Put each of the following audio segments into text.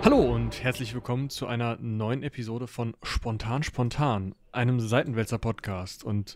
Hallo und herzlich willkommen zu einer neuen Episode von Spontan, einem Seitenwälzer-Podcast. Und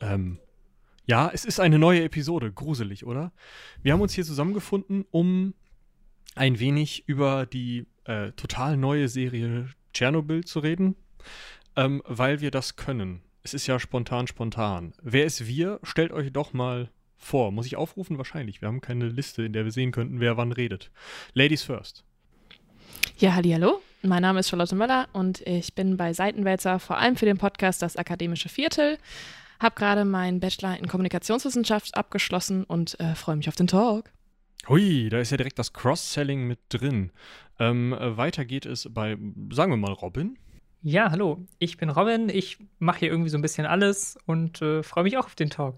ja, es ist eine neue Episode, gruselig, oder? Wir haben uns hier zusammengefunden, um ein wenig über die total neue Serie Tschernobyl zu reden, weil wir das können. Es ist ja spontan. Wer ist wir? Stellt euch doch mal vor. Muss ich aufrufen? Wahrscheinlich. Wir haben keine Liste, in der wir sehen könnten, wer wann redet. Ladies first. Ja, hallihallo. Mein Name ist Charlotte Möller und ich bin bei Seitenwälzer vor allem für den Podcast Das Akademische Viertel. Habe gerade meinen Bachelor in Kommunikationswissenschaft abgeschlossen und freue mich auf den Talk. Hui, da ist ja direkt das Cross-Selling mit drin. Weiter geht es bei, sagen wir mal, Robin. Ja, hallo, ich bin Robin. Ich mache hier irgendwie so ein bisschen alles und freue mich auch auf den Talk.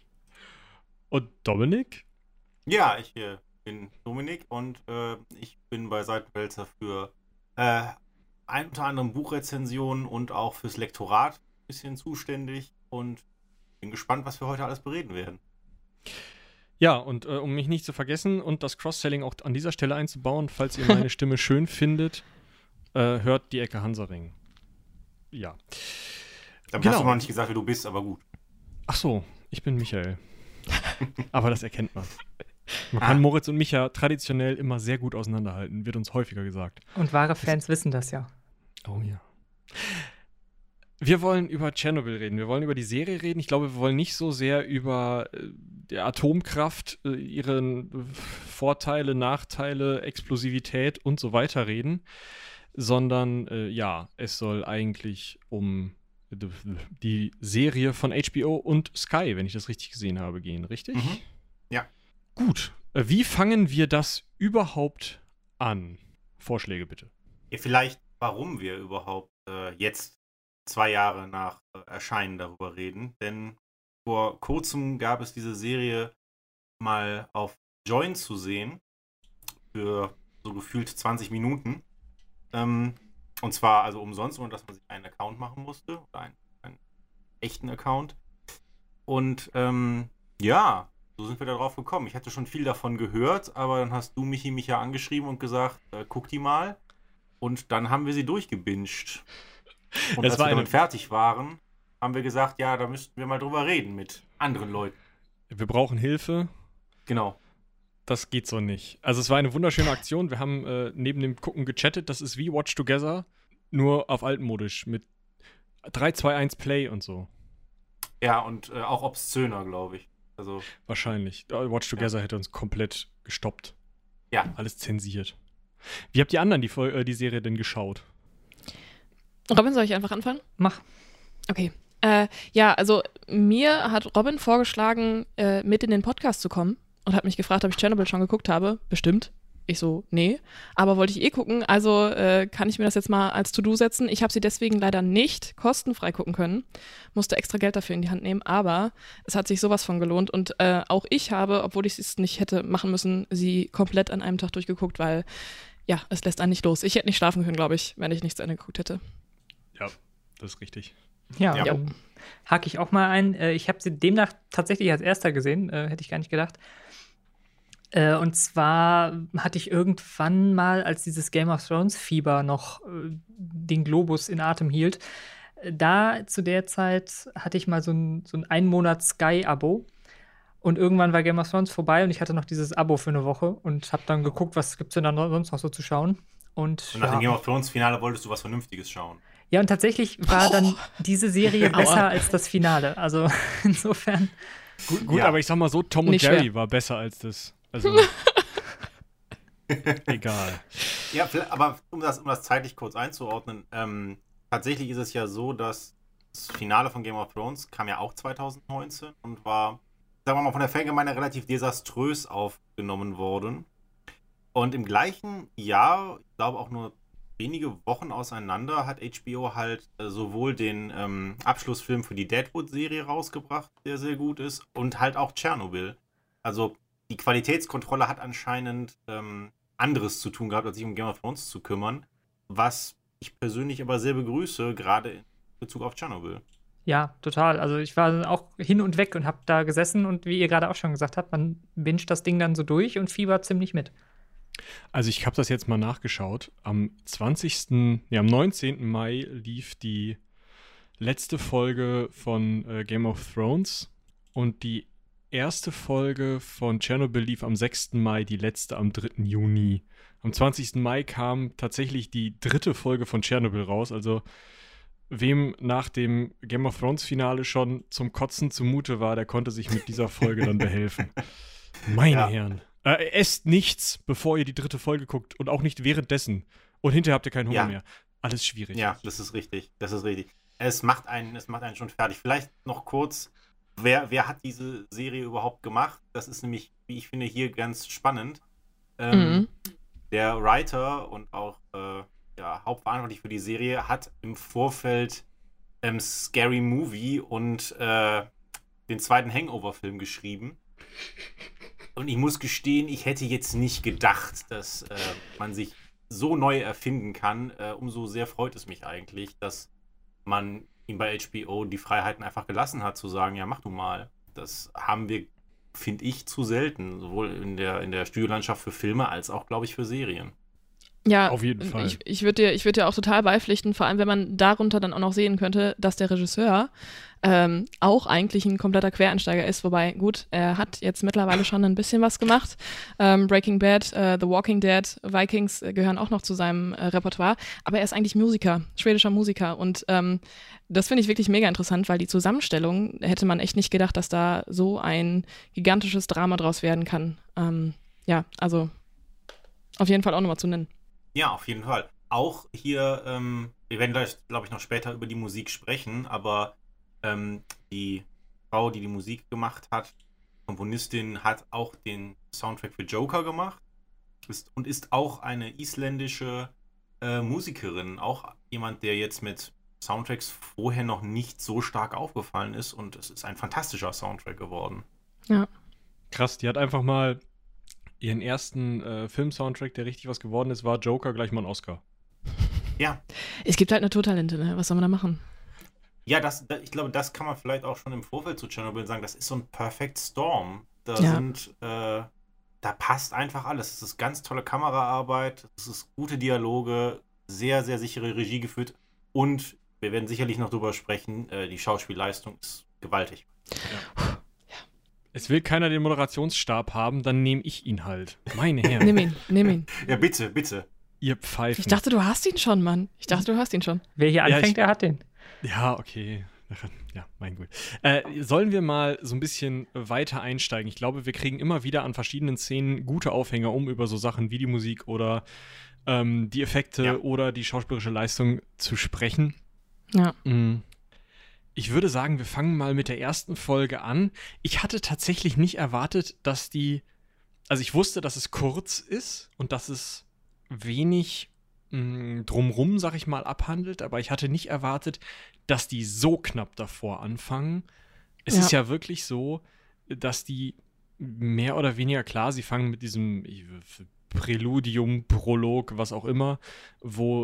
Und Dominik? Ja, ich bin Dominik und ich bin bei Seitenwälzer für unter anderem Buchrezensionen und auch fürs Lektorat ein bisschen zuständig und bin gespannt, was wir heute alles bereden werden. Ja, und um mich nicht zu vergessen und das Cross-Selling auch an dieser Stelle einzubauen, falls ihr meine Stimme schön findet, hört die Ecke Hansaring. Ja. Damit hast du noch nicht gesagt, wie du bist, aber gut. Ach so, ich bin Michael. Aber das erkennt man. Man kann Moritz und Micha traditionell immer sehr gut auseinanderhalten, wird uns häufiger gesagt. Und wahre Fans wissen das ja. Oh ja. Wir wollen über Tschernobyl reden, wir wollen über die Serie reden. Ich glaube, wir wollen nicht so sehr über die Atomkraft, ihre Vorteile, Nachteile, Explosivität und so weiter reden, sondern ja, es soll eigentlich um die Serie von HBO und Sky, wenn ich das richtig gesehen habe, gehen, richtig? Mhm. Ja. Gut. Wie fangen wir das überhaupt an? Vorschläge bitte. Ja, vielleicht, warum wir überhaupt jetzt 2 Jahre nach Erscheinen darüber reden. Denn vor kurzem gab es diese Serie mal auf Join zu sehen. Für so gefühlt 20 Minuten. Und zwar also umsonst, ohne dass man sich einen Account machen musste. Oder einen echten Account. Und ja, so sind wir da drauf gekommen. Ich hatte schon viel davon gehört, aber dann hast du mich ja angeschrieben und gesagt, guck die mal. Und dann haben wir sie durchgebinged. Und als wir damit fertig waren, haben wir gesagt, ja, da müssten wir mal drüber reden mit anderen Leuten. Wir brauchen Hilfe. Genau. Das geht so nicht. Also es war eine wunderschöne Aktion. Wir haben neben dem Gucken gechattet. Das ist wie Watch Together, nur auf altmodisch mit 3, 2, 1 Play und so. Ja, und auch obszöner, glaube ich. Also wahrscheinlich. Watch Together hätte uns komplett gestoppt. Ja. Alles zensiert. Wie habt ihr anderen die Serie denn geschaut? Robin, soll ich einfach anfangen? Mach. Okay. Ja, also mir hat Robin vorgeschlagen, mit in den Podcast zu kommen und hat mich gefragt, ob ich Tschernobyl schon geguckt habe. Bestimmt. Ich so, nee. Aber wollte ich gucken, also kann ich mir das jetzt mal als To-Do setzen. Ich habe sie deswegen leider nicht kostenfrei gucken können. Musste extra Geld dafür in die Hand nehmen, aber es hat sich sowas von gelohnt. Und auch ich habe, obwohl ich es nicht hätte machen müssen, sie komplett an einem Tag durchgeguckt, weil, ja, es lässt einen nicht los. Ich hätte nicht schlafen können, glaube ich, wenn ich nicht zu Ende geguckt hätte. Ja, das ist richtig. Ja. Dann hake ich auch mal ein. Ich habe sie demnach tatsächlich als erster gesehen, hätte ich gar nicht gedacht. Und zwar hatte ich irgendwann mal, als dieses Game of Thrones Fieber noch den Globus in Atem hielt, da zu der Zeit hatte ich mal so ein 1-Monat Sky-Abo. Und irgendwann war Game of Thrones vorbei und ich hatte noch dieses Abo für eine Woche und habe dann geguckt, was gibt's denn da sonst noch so zu schauen. Und nach dem Game of Thrones Finale wolltest du was Vernünftiges schauen. Ja, und tatsächlich war dann diese Serie besser als das Finale. Also insofern. Gut, ja. Aber ich sag mal so, Tom und Jerry war besser als das. Also egal. Ja, aber um das zeitlich kurz einzuordnen, tatsächlich ist es ja so, dass das Finale von Game of Thrones kam ja auch 2019 und war, sagen wir mal, von der Fangemeinde relativ desaströs aufgenommen worden. Und im gleichen Jahr, ich glaube auch nur wenige Wochen auseinander, hat HBO halt sowohl den Abschlussfilm für die Deadwood-Serie rausgebracht, der sehr gut ist, und halt auch Tschernobyl. Also die Qualitätskontrolle hat anscheinend anderes zu tun gehabt, als sich um Game of Thrones zu kümmern, was ich persönlich aber sehr begrüße, gerade in Bezug auf Tschernobyl. Ja, total. Also ich war auch hin und weg und habe da gesessen und wie ihr gerade auch schon gesagt habt, man binscht das Ding dann so durch und fiebert ziemlich mit. Also ich habe das jetzt mal nachgeschaut. Am 19. Mai lief die letzte Folge von Game of Thrones und die erste Folge von Chernobyl lief am 6. Mai, die letzte am 3. Juni. Am 20. Mai kam tatsächlich die 3. Folge von Chernobyl raus, also wem nach dem Game of Thrones Finale schon zum Kotzen zumute war, der konnte sich mit dieser Folge dann behelfen. Meine Herren. Esst nichts, bevor ihr die 3. Folge guckt und auch nicht währenddessen. Und hinterher habt ihr keinen Hunger mehr. Alles schwierig. Ja, das ist richtig. Es macht einen schon fertig. Vielleicht noch kurz, wer hat diese Serie überhaupt gemacht? Das ist nämlich, wie ich finde, hier ganz spannend. Der Writer und auch hauptverantwortlich für die Serie hat im Vorfeld Scary Movie und den zweiten Hangover-Film geschrieben. Und ich muss gestehen, ich hätte jetzt nicht gedacht, dass man sich so neu erfinden kann. Umso sehr freut es mich eigentlich, dass man ihm bei HBO die Freiheiten einfach gelassen hat, zu sagen, ja, mach du mal. Das haben wir, finde ich, zu selten. Sowohl in der Studiolandschaft für Filme als auch, glaube ich, für Serien. Ja, auf jeden Fall. Ich würde dir auch total beipflichten, vor allem wenn man darunter dann auch noch sehen könnte, dass der Regisseur auch eigentlich ein kompletter Quereinsteiger ist, wobei, gut, er hat jetzt mittlerweile schon ein bisschen was gemacht. Breaking Bad, The Walking Dead, Vikings gehören auch noch zu seinem Repertoire, aber er ist eigentlich Musiker, schwedischer Musiker und das finde ich wirklich mega interessant, weil die Zusammenstellung, hätte man echt nicht gedacht, dass da so ein gigantisches Drama draus werden kann. Also auf jeden Fall auch nochmal zu nennen. Ja, auf jeden Fall. Auch hier, wir werden gleich, glaube ich, noch später über die Musik sprechen, aber die Frau, die Musik gemacht hat, Komponistin, hat auch den Soundtrack für Joker gemacht und ist auch eine isländische Musikerin, auch jemand, der jetzt mit Soundtracks vorher noch nicht so stark aufgefallen ist und es ist ein fantastischer Soundtrack geworden. Ja. Krass, die hat einfach mal ihren ersten Film-Soundtrack, der richtig was geworden ist, war Joker, gleich mal ein Oscar. Ja. Es gibt halt Naturtalente, ne? Was soll man da machen? Ja, ich glaube, das kann man vielleicht auch schon im Vorfeld zu Chernobyl sagen. Das ist so ein Perfect Storm. Da passt einfach alles. Es ist ganz tolle Kameraarbeit, es ist gute Dialoge, sehr, sehr sichere Regie geführt und wir werden sicherlich noch drüber sprechen, die Schauspielleistung ist gewaltig. Ja. Es will keiner den Moderationsstab haben, dann nehme ich ihn halt. Meine Herren. Nimm ihn. Ja, bitte. Ihr Pfeifen. Ich dachte, du hast ihn schon, Mann. Wer hier anfängt, der hat den. Ja, okay. Ja, mein Gut. Sollen wir mal so ein bisschen weiter einsteigen? Ich glaube, wir kriegen immer wieder an verschiedenen Szenen gute Aufhänger, um über so Sachen wie die Musik oder die Effekte oder die schauspielerische Leistung zu sprechen. Ja. Ich würde sagen, wir fangen mal mit der ersten Folge an. Ich hatte tatsächlich nicht erwartet, dass also ich wusste, dass es kurz ist und dass es wenig drumrum, sag ich mal, abhandelt, aber ich hatte nicht erwartet, dass die so knapp davor anfangen. Es ist ja wirklich so, dass die mehr oder weniger, klar, sie fangen mit diesem Präludium, Prolog, was auch immer, wo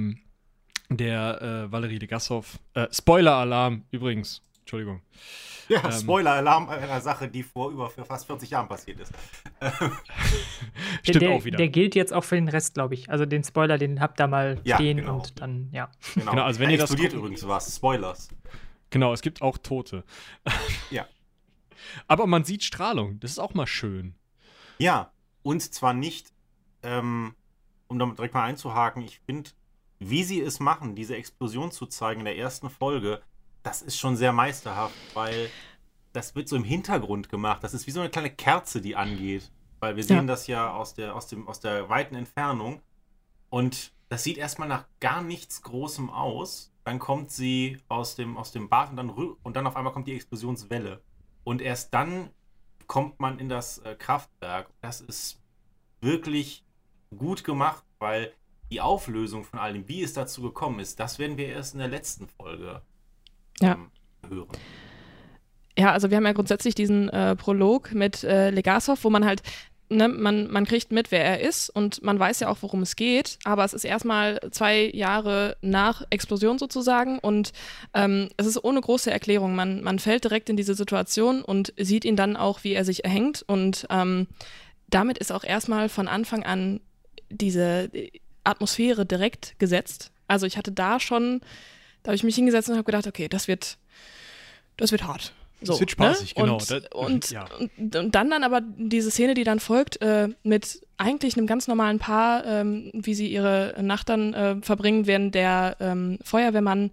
der Valerie Legasov, Spoiler-Alarm übrigens, Entschuldigung. Ja, Spoiler-Alarm einer Sache, die vor fast 40 Jahren passiert ist. Stimmt auch wieder. Der gilt jetzt auch für den Rest, glaube ich. Also den Spoiler, den habt ihr mal stehen genau. Und dann, ja. Genau, also wenn ihr das explodiert übrigens was, Spoilers. Genau, es gibt auch Tote. Ja. Aber man sieht Strahlung, das ist auch mal schön. Ja, und zwar nicht, um damit direkt mal einzuhaken, ich finde, wie sie es machen, diese Explosion zu zeigen in der ersten Folge, das ist schon sehr meisterhaft, weil das wird so im Hintergrund gemacht. Das ist wie so eine kleine Kerze, die angeht. Weil wir sehen das ja aus der weiten Entfernung. Und das sieht erstmal nach gar nichts Großem aus. Dann kommt sie aus dem Bad und dann auf einmal kommt die Explosionswelle. Und erst dann kommt man in das Kraftwerk. Das ist wirklich gut gemacht, weil die Auflösung von allem, wie es dazu gekommen ist, das werden wir erst in der letzten Folge hören. Ja, also wir haben ja grundsätzlich diesen Prolog mit Legasov, wo man halt, man kriegt mit, wer er ist und man weiß ja auch, worum es geht, aber es ist erstmal 2 Jahre nach Explosion sozusagen und es ist ohne große Erklärung. Man fällt direkt in diese Situation und sieht ihn dann auch, wie er sich erhängt und damit ist auch erstmal von Anfang an diese Atmosphäre direkt gesetzt. Also ich hatte da habe ich mich hingesetzt und habe gedacht, okay, das wird hart. So, das wird spaßig, ne? genau. Und dann aber diese Szene, die dann folgt, mit eigentlich einem ganz normalen Paar, wie sie ihre Nacht dann verbringen, während der Feuerwehrmann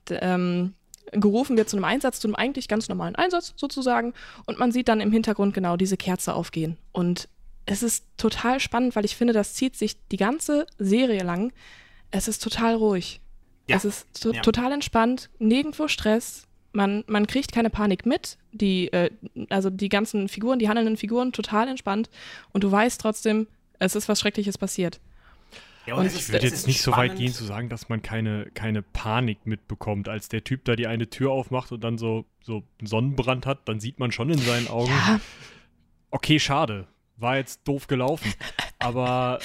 gerufen wird zu einem Einsatz, zu einem eigentlich ganz normalen Einsatz sozusagen. Und man sieht dann im Hintergrund genau diese Kerze aufgehen. Und es ist total spannend, weil ich finde, das zieht sich die ganze Serie lang. Es ist total ruhig. Ja. Es ist total entspannt, nirgendwo Stress. Man kriegt keine Panik mit. Also die ganzen Figuren, die handelnden Figuren, total entspannt. Und du weißt trotzdem, es ist was Schreckliches passiert. Ja, Und Ich würde jetzt nicht so weit gehen zu sagen, dass man keine Panik mitbekommt. Als der Typ da die eine Tür aufmacht und dann so einen Sonnenbrand hat, dann sieht man schon in seinen Augen, Ja, okay, schade, war jetzt doof gelaufen. Aber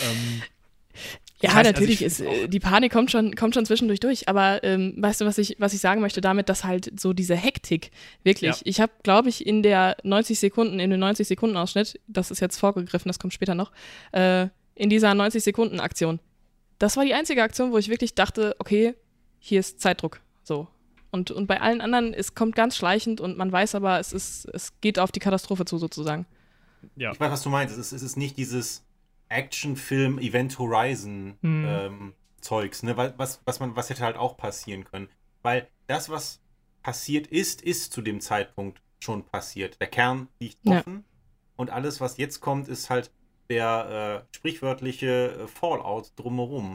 ja, das heißt, natürlich also ist die Panik kommt schon zwischendurch durch, aber weißt du, was ich sagen möchte damit, dass halt so diese Hektik wirklich, Ja. ich habe, glaube ich, in dem 90-Sekunden-Ausschnitt, das ist jetzt vorgegriffen, das kommt später noch, in dieser 90-Sekunden-Aktion, das war die einzige Aktion, wo ich wirklich dachte, okay, hier ist Zeitdruck, so. Und bei allen anderen, es kommt ganz schleichend und man weiß aber, es geht auf die Katastrophe zu, sozusagen. ja. Ich weiß, was du meinst. Es ist nicht dieses Actionfilm Event Horizon Zeugs, ne? Was hätte halt auch passieren können. Weil das, was passiert ist zu dem Zeitpunkt schon passiert. Der Kern liegt offen und alles, was jetzt kommt, ist halt der sprichwörtliche Fallout drumherum.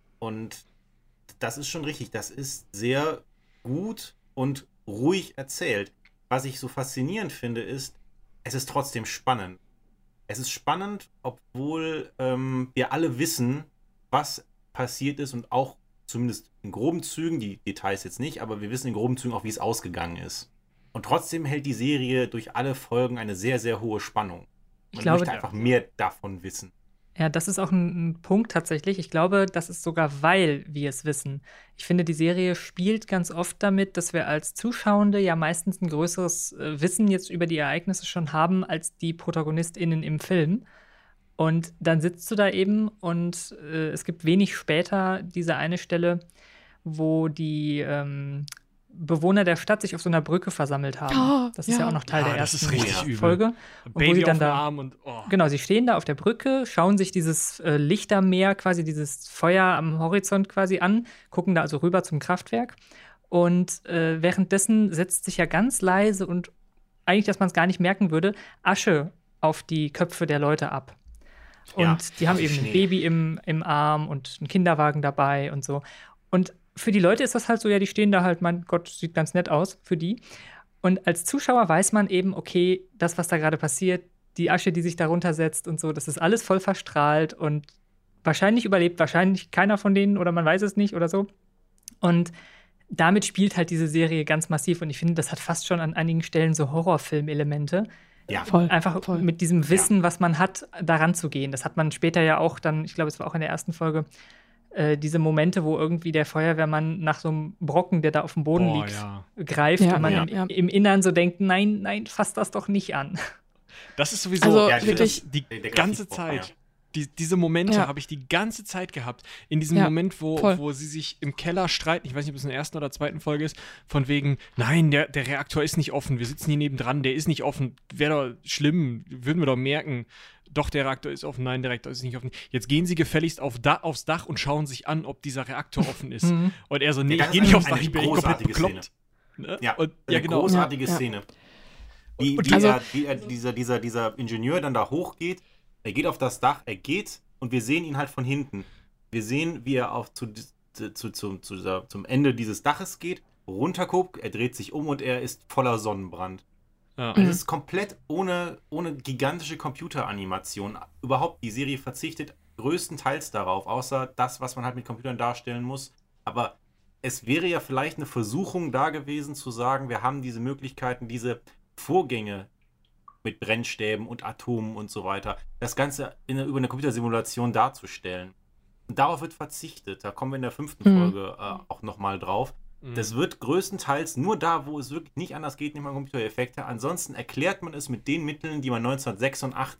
Und das ist schon richtig. Das ist sehr gut und ruhig erzählt. Was ich so faszinierend finde, ist, es ist trotzdem spannend. Es ist spannend, obwohl wir alle wissen, was passiert ist und auch zumindest in groben Zügen, die Details jetzt nicht, aber wir wissen in groben Zügen auch, wie es ausgegangen ist. Und trotzdem hält die Serie durch alle Folgen eine sehr, sehr hohe Spannung. Man möchte einfach mehr davon wissen. Ja, das ist auch ein Punkt tatsächlich. Ich glaube, das ist sogar, weil wir es wissen. Ich finde, die Serie spielt ganz oft damit, dass wir als Zuschauende ja meistens ein größeres Wissen jetzt über die Ereignisse schon haben als die ProtagonistInnen im Film. Und dann sitzt du da eben und es gibt wenig später diese eine Stelle, wo die Bewohner der Stadt sich auf so einer Brücke versammelt haben. Oh, das ist ja auch noch Teil der das ist ersten richtig übel. Folge. Und wo Baby sie dann auf dem da Arm und Genau, sie stehen da auf der Brücke, schauen sich dieses Lichtermeer, quasi dieses Feuer am Horizont quasi an, gucken da also rüber zum Kraftwerk. Und währenddessen setzt sich ja ganz leise und eigentlich, dass man es gar nicht merken würde, Asche auf die Köpfe der Leute ab. Und Ja, die haben also eben Schnee. ein Baby im Arm und einen Kinderwagen dabei und so. Und für die Leute ist das halt so, ja, die stehen da halt, mein Gott, sieht ganz nett aus für die. Und als Zuschauer weiß man eben, okay, das, was da gerade passiert, die Asche, die sich darunter setzt und so, das ist alles voll verstrahlt und wahrscheinlich überlebt wahrscheinlich keiner von denen oder man weiß es nicht oder so. Und damit spielt halt diese Serie ganz massiv und ich finde, das hat fast schon an einigen Stellen so Horrorfilm-Elemente. Ja, Voll. Einfach voll. mit diesem Wissen, was man hat, daran zu gehen. Das hat man später ja auch dann, ich glaube, es war auch in der ersten Folge, diese Momente, wo irgendwie der Feuerwehrmann nach so einem Brocken, der da auf dem Boden liegt, greift Ja, und man ja. im Innern so denkt, nein, fass das doch nicht an. Das ist sowieso Also Ja, wirklich, die der ganze Grafikbock, Zeit. ja. Diese Momente Ja. habe ich die ganze Zeit gehabt. In diesem Ja, Moment, voll. wo sie sich im Keller streiten, ich weiß nicht, ob es in der ersten oder zweiten Folge ist, von wegen, nein, der Reaktor ist nicht offen, wir sitzen hier nebendran, der ist nicht offen, wäre doch schlimm, würden wir doch merken. Doch, der Reaktor ist offen, nein, der Reaktor ist nicht offen. Jetzt gehen sie gefälligst aufs Dach und schauen sich an, ob dieser Reaktor offen ist. Mhm. Und er so, nee, Ja, ich das gehe ist nicht aufs eine Dach, ich bin komplett großartige bekloppt. Ne? Ja, Und, eine genau. großartige Ja, ja. Szene. Dieser Ingenieur dann da hochgeht, er geht auf das Dach, er geht und wir sehen ihn halt von hinten. Wir sehen, wie er zum Ende dieses Daches geht, runterguckt, er dreht sich um und er ist voller Sonnenbrand. Ja. Es ist komplett ohne gigantische Computeranimation. Überhaupt, die Serie verzichtet größtenteils darauf, außer das, was man halt mit Computern darstellen muss. Aber es wäre ja vielleicht eine Versuchung da gewesen, zu sagen, wir haben diese Möglichkeiten, diese Vorgänge mit Brennstäben und Atomen und so weiter, das Ganze über eine Computersimulation darzustellen. Und darauf wird verzichtet. Da kommen wir in der 5. Folge auch nochmal drauf. Das wird größtenteils nur da, wo es wirklich nicht anders geht, nicht mal Computereffekte. Ansonsten erklärt man es mit den Mitteln, die man 1986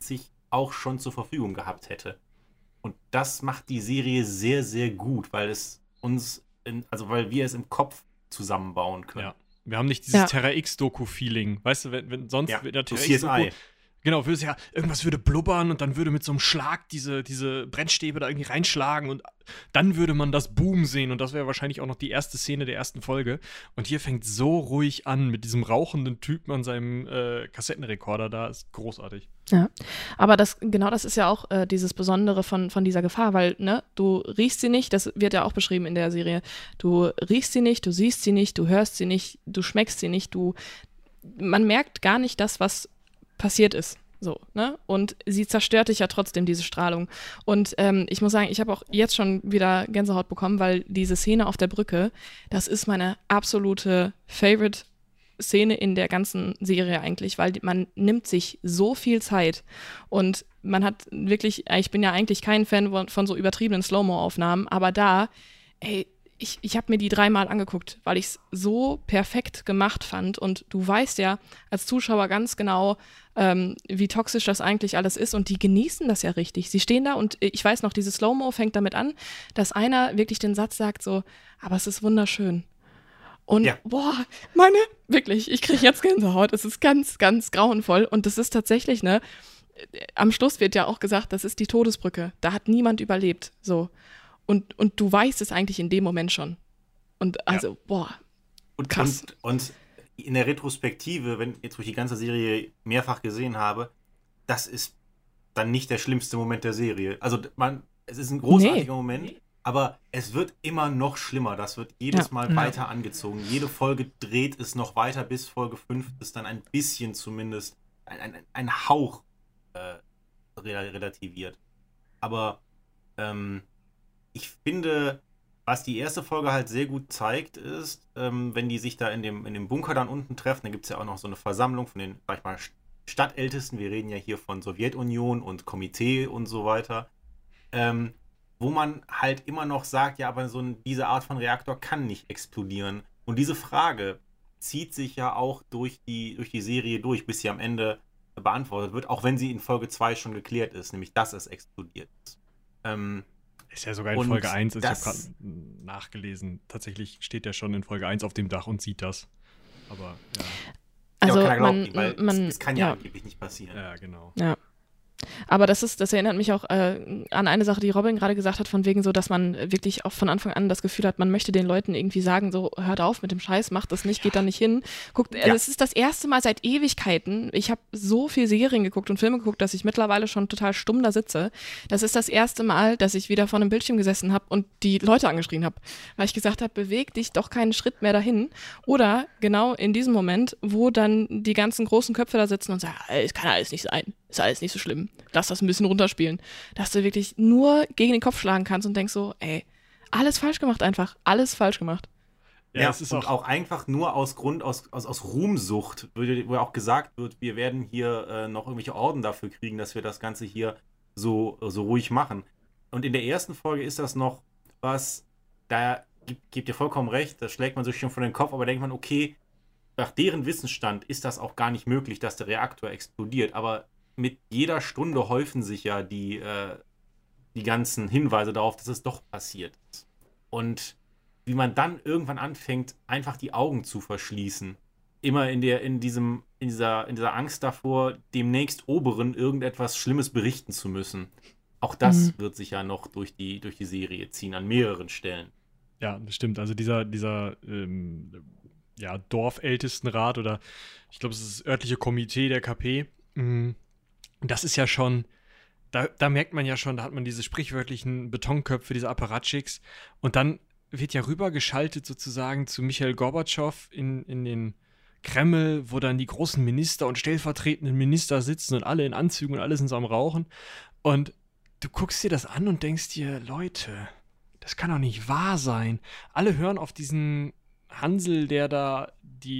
auch schon zur Verfügung gehabt hätte. Und das macht die Serie sehr, sehr gut, weil es uns, weil wir es im Kopf zusammenbauen können. Ja. Wir haben nicht dieses Terra X-Doku-Feeling. Weißt du, wenn sonst Ja, mit der so Terra CSI. X-Doku. Genau, irgendwas würde blubbern und dann würde mit so einem Schlag diese Brennstäbe da irgendwie reinschlagen und dann würde man das Boom sehen und das wäre wahrscheinlich auch noch die erste Szene der ersten Folge. Und hier fängt so ruhig an mit diesem rauchenden Typen an seinem Kassettenrekorder da, ist großartig. Ja, aber das ist ja auch dieses Besondere von dieser Gefahr, weil, ne, du riechst sie nicht, das wird ja auch beschrieben in der Serie, du riechst sie nicht, du siehst sie nicht, du hörst sie nicht, du schmeckst sie nicht, man merkt gar nicht das, was passiert ist. So, ne? Und sie zerstört dich ja trotzdem, diese Strahlung. Und ich muss sagen, ich habe auch jetzt schon wieder Gänsehaut bekommen, weil diese Szene auf der Brücke, das ist meine absolute Favorite-Szene in der ganzen Serie eigentlich, weil man nimmt sich so viel Zeit und man hat wirklich, ich bin ja eigentlich kein Fan von so übertriebenen Slow-Mo-Aufnahmen, aber da, ich habe mir die 3-mal angeguckt, weil ich es so perfekt gemacht fand. Und du weißt ja als Zuschauer ganz genau, wie toxisch das eigentlich alles ist. Und die genießen das ja richtig. Sie stehen da und ich weiß noch, dieses Slow-Mo fängt damit an, dass einer wirklich den Satz sagt so, aber es ist wunderschön. Und wirklich, ich kriege jetzt Gänsehaut. Es ist ganz, ganz grauenvoll. Und das ist tatsächlich, ne, am Schluss wird ja auch gesagt, das ist die Todesbrücke. Da hat niemand überlebt. So. Und du weißt es eigentlich in dem Moment schon. Und also, krass. Und in der Retrospektive, wenn jetzt wo ich die ganze Serie mehrfach gesehen habe, das ist dann nicht der schlimmste Moment der Serie. Also es ist ein großartiger Moment, aber es wird immer noch schlimmer. Das wird jedes Mal weiter angezogen. Jede Folge dreht es noch weiter, bis Folge 5 ist dann ein bisschen zumindest ein Hauch relativiert. Aber ich finde, was die erste Folge halt sehr gut zeigt, ist, wenn die sich da in dem Bunker dann unten treffen, da gibt es ja auch noch so eine Versammlung von den, sag ich mal, Stadtältesten, wir reden ja hier von Sowjetunion und Komitee und so weiter, wo man halt immer noch sagt, ja, aber diese Art von Reaktor kann nicht explodieren. Und diese Frage zieht sich ja auch durch die Serie durch, bis sie am Ende beantwortet wird, auch wenn sie in Folge 2 schon geklärt ist, nämlich, dass es explodiert ist. Ist ja sogar in Folge 1, ich habe gerade nachgelesen, tatsächlich steht er schon in Folge 1 auf dem Dach und sieht das. Aber, ja. Also, ja, es kann ja angeblich nicht passieren. Ja, genau. Ja. Aber das erinnert mich auch an eine Sache, die Robin gerade gesagt hat, von wegen so, dass man wirklich auch von Anfang an das Gefühl hat, man möchte den Leuten irgendwie sagen, so, hört auf mit dem Scheiß, macht das nicht, geht da nicht hin. Guckt, es ist das erste Mal seit Ewigkeiten, ich habe so viel Serien geguckt und Filme geguckt, dass ich mittlerweile schon total stumm da sitze. Das ist das erste Mal, dass ich wieder vor einem Bildschirm gesessen habe und die Leute angeschrien habe, weil ich gesagt habe, beweg dich doch keinen Schritt mehr dahin. Oder genau in diesem Moment, wo dann die ganzen großen Köpfe da sitzen und sagen, es kann alles nicht sein, ist alles nicht so schlimm. Lass das ein bisschen runterspielen. Dass du wirklich nur gegen den Kopf schlagen kannst und denkst so, alles falsch gemacht einfach. Alles falsch gemacht. Ja, es ist auch einfach nur aus Ruhmsucht, wo ja auch gesagt wird, wir werden hier noch irgendwelche Orden dafür kriegen, dass wir das Ganze hier so ruhig machen. Und in der ersten Folge ist das noch was, da gebt ihr vollkommen recht, da schlägt man sich schon vor den Kopf, aber denkt man, okay, nach deren Wissensstand ist das auch gar nicht möglich, dass der Reaktor explodiert, aber mit jeder Stunde häufen sich ja die ganzen Hinweise darauf, dass es doch passiert ist. Und wie man dann irgendwann anfängt, einfach die Augen zu verschließen. Immer in dieser Angst davor, demnächst Oberen irgendetwas Schlimmes berichten zu müssen. Auch das wird sich ja noch durch die Serie ziehen, an mehreren Stellen. Ja, das stimmt. Also dieser Dorfältestenrat oder ich glaube, es ist das örtliche Komitee der KP. Das ist ja schon, da merkt man ja schon, da hat man diese sprichwörtlichen Betonköpfe, diese Apparatschicks. Und dann wird ja rübergeschaltet sozusagen zu Michail Gorbatschow in den Kreml, wo dann die großen Minister und stellvertretenden Minister sitzen und alle in Anzügen und alle sind so am Rauchen. Und du guckst dir das an und denkst dir, Leute, das kann doch nicht wahr sein. Alle hören auf diesen Hansel, der da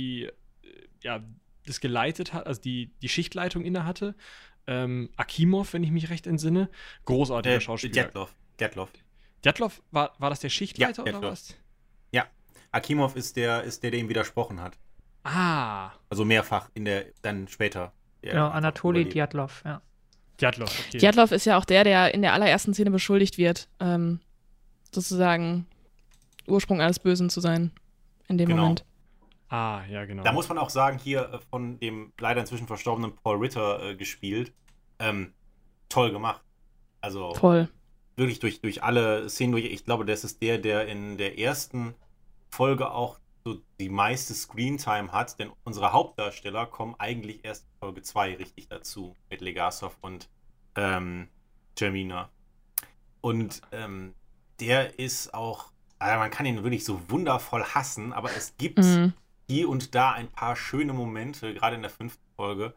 das geleitet hat, also die Schichtleitung inne hatte. Akimov, wenn ich mich recht entsinne. Großartiger Schauspieler. Djatlov, war das der Schichtleiter oder was? Ja, Akimov ist der ihm widersprochen hat. Ah. Also mehrfach dann später. Genau, Anatoli Djatlov, ja. Djatlov, okay. Djatlov ist ja auch der in der allerersten Szene beschuldigt wird, sozusagen Ursprung alles Bösen zu sein in dem Moment. Ah, ja, genau. Da muss man auch sagen, hier von dem leider inzwischen verstorbenen Paul Ritter gespielt, toll gemacht. Also Voll. wirklich durch alle Szenen durch. Ich glaube, das ist der in der ersten Folge auch so die meiste Screentime hat, denn unsere Hauptdarsteller kommen eigentlich erst in Folge 2 richtig dazu, mit Legasov und Termina. Und der ist auch, also man kann ihn wirklich so wundervoll hassen, aber es gibt hier und da ein paar schöne Momente, gerade in der 5. Folge,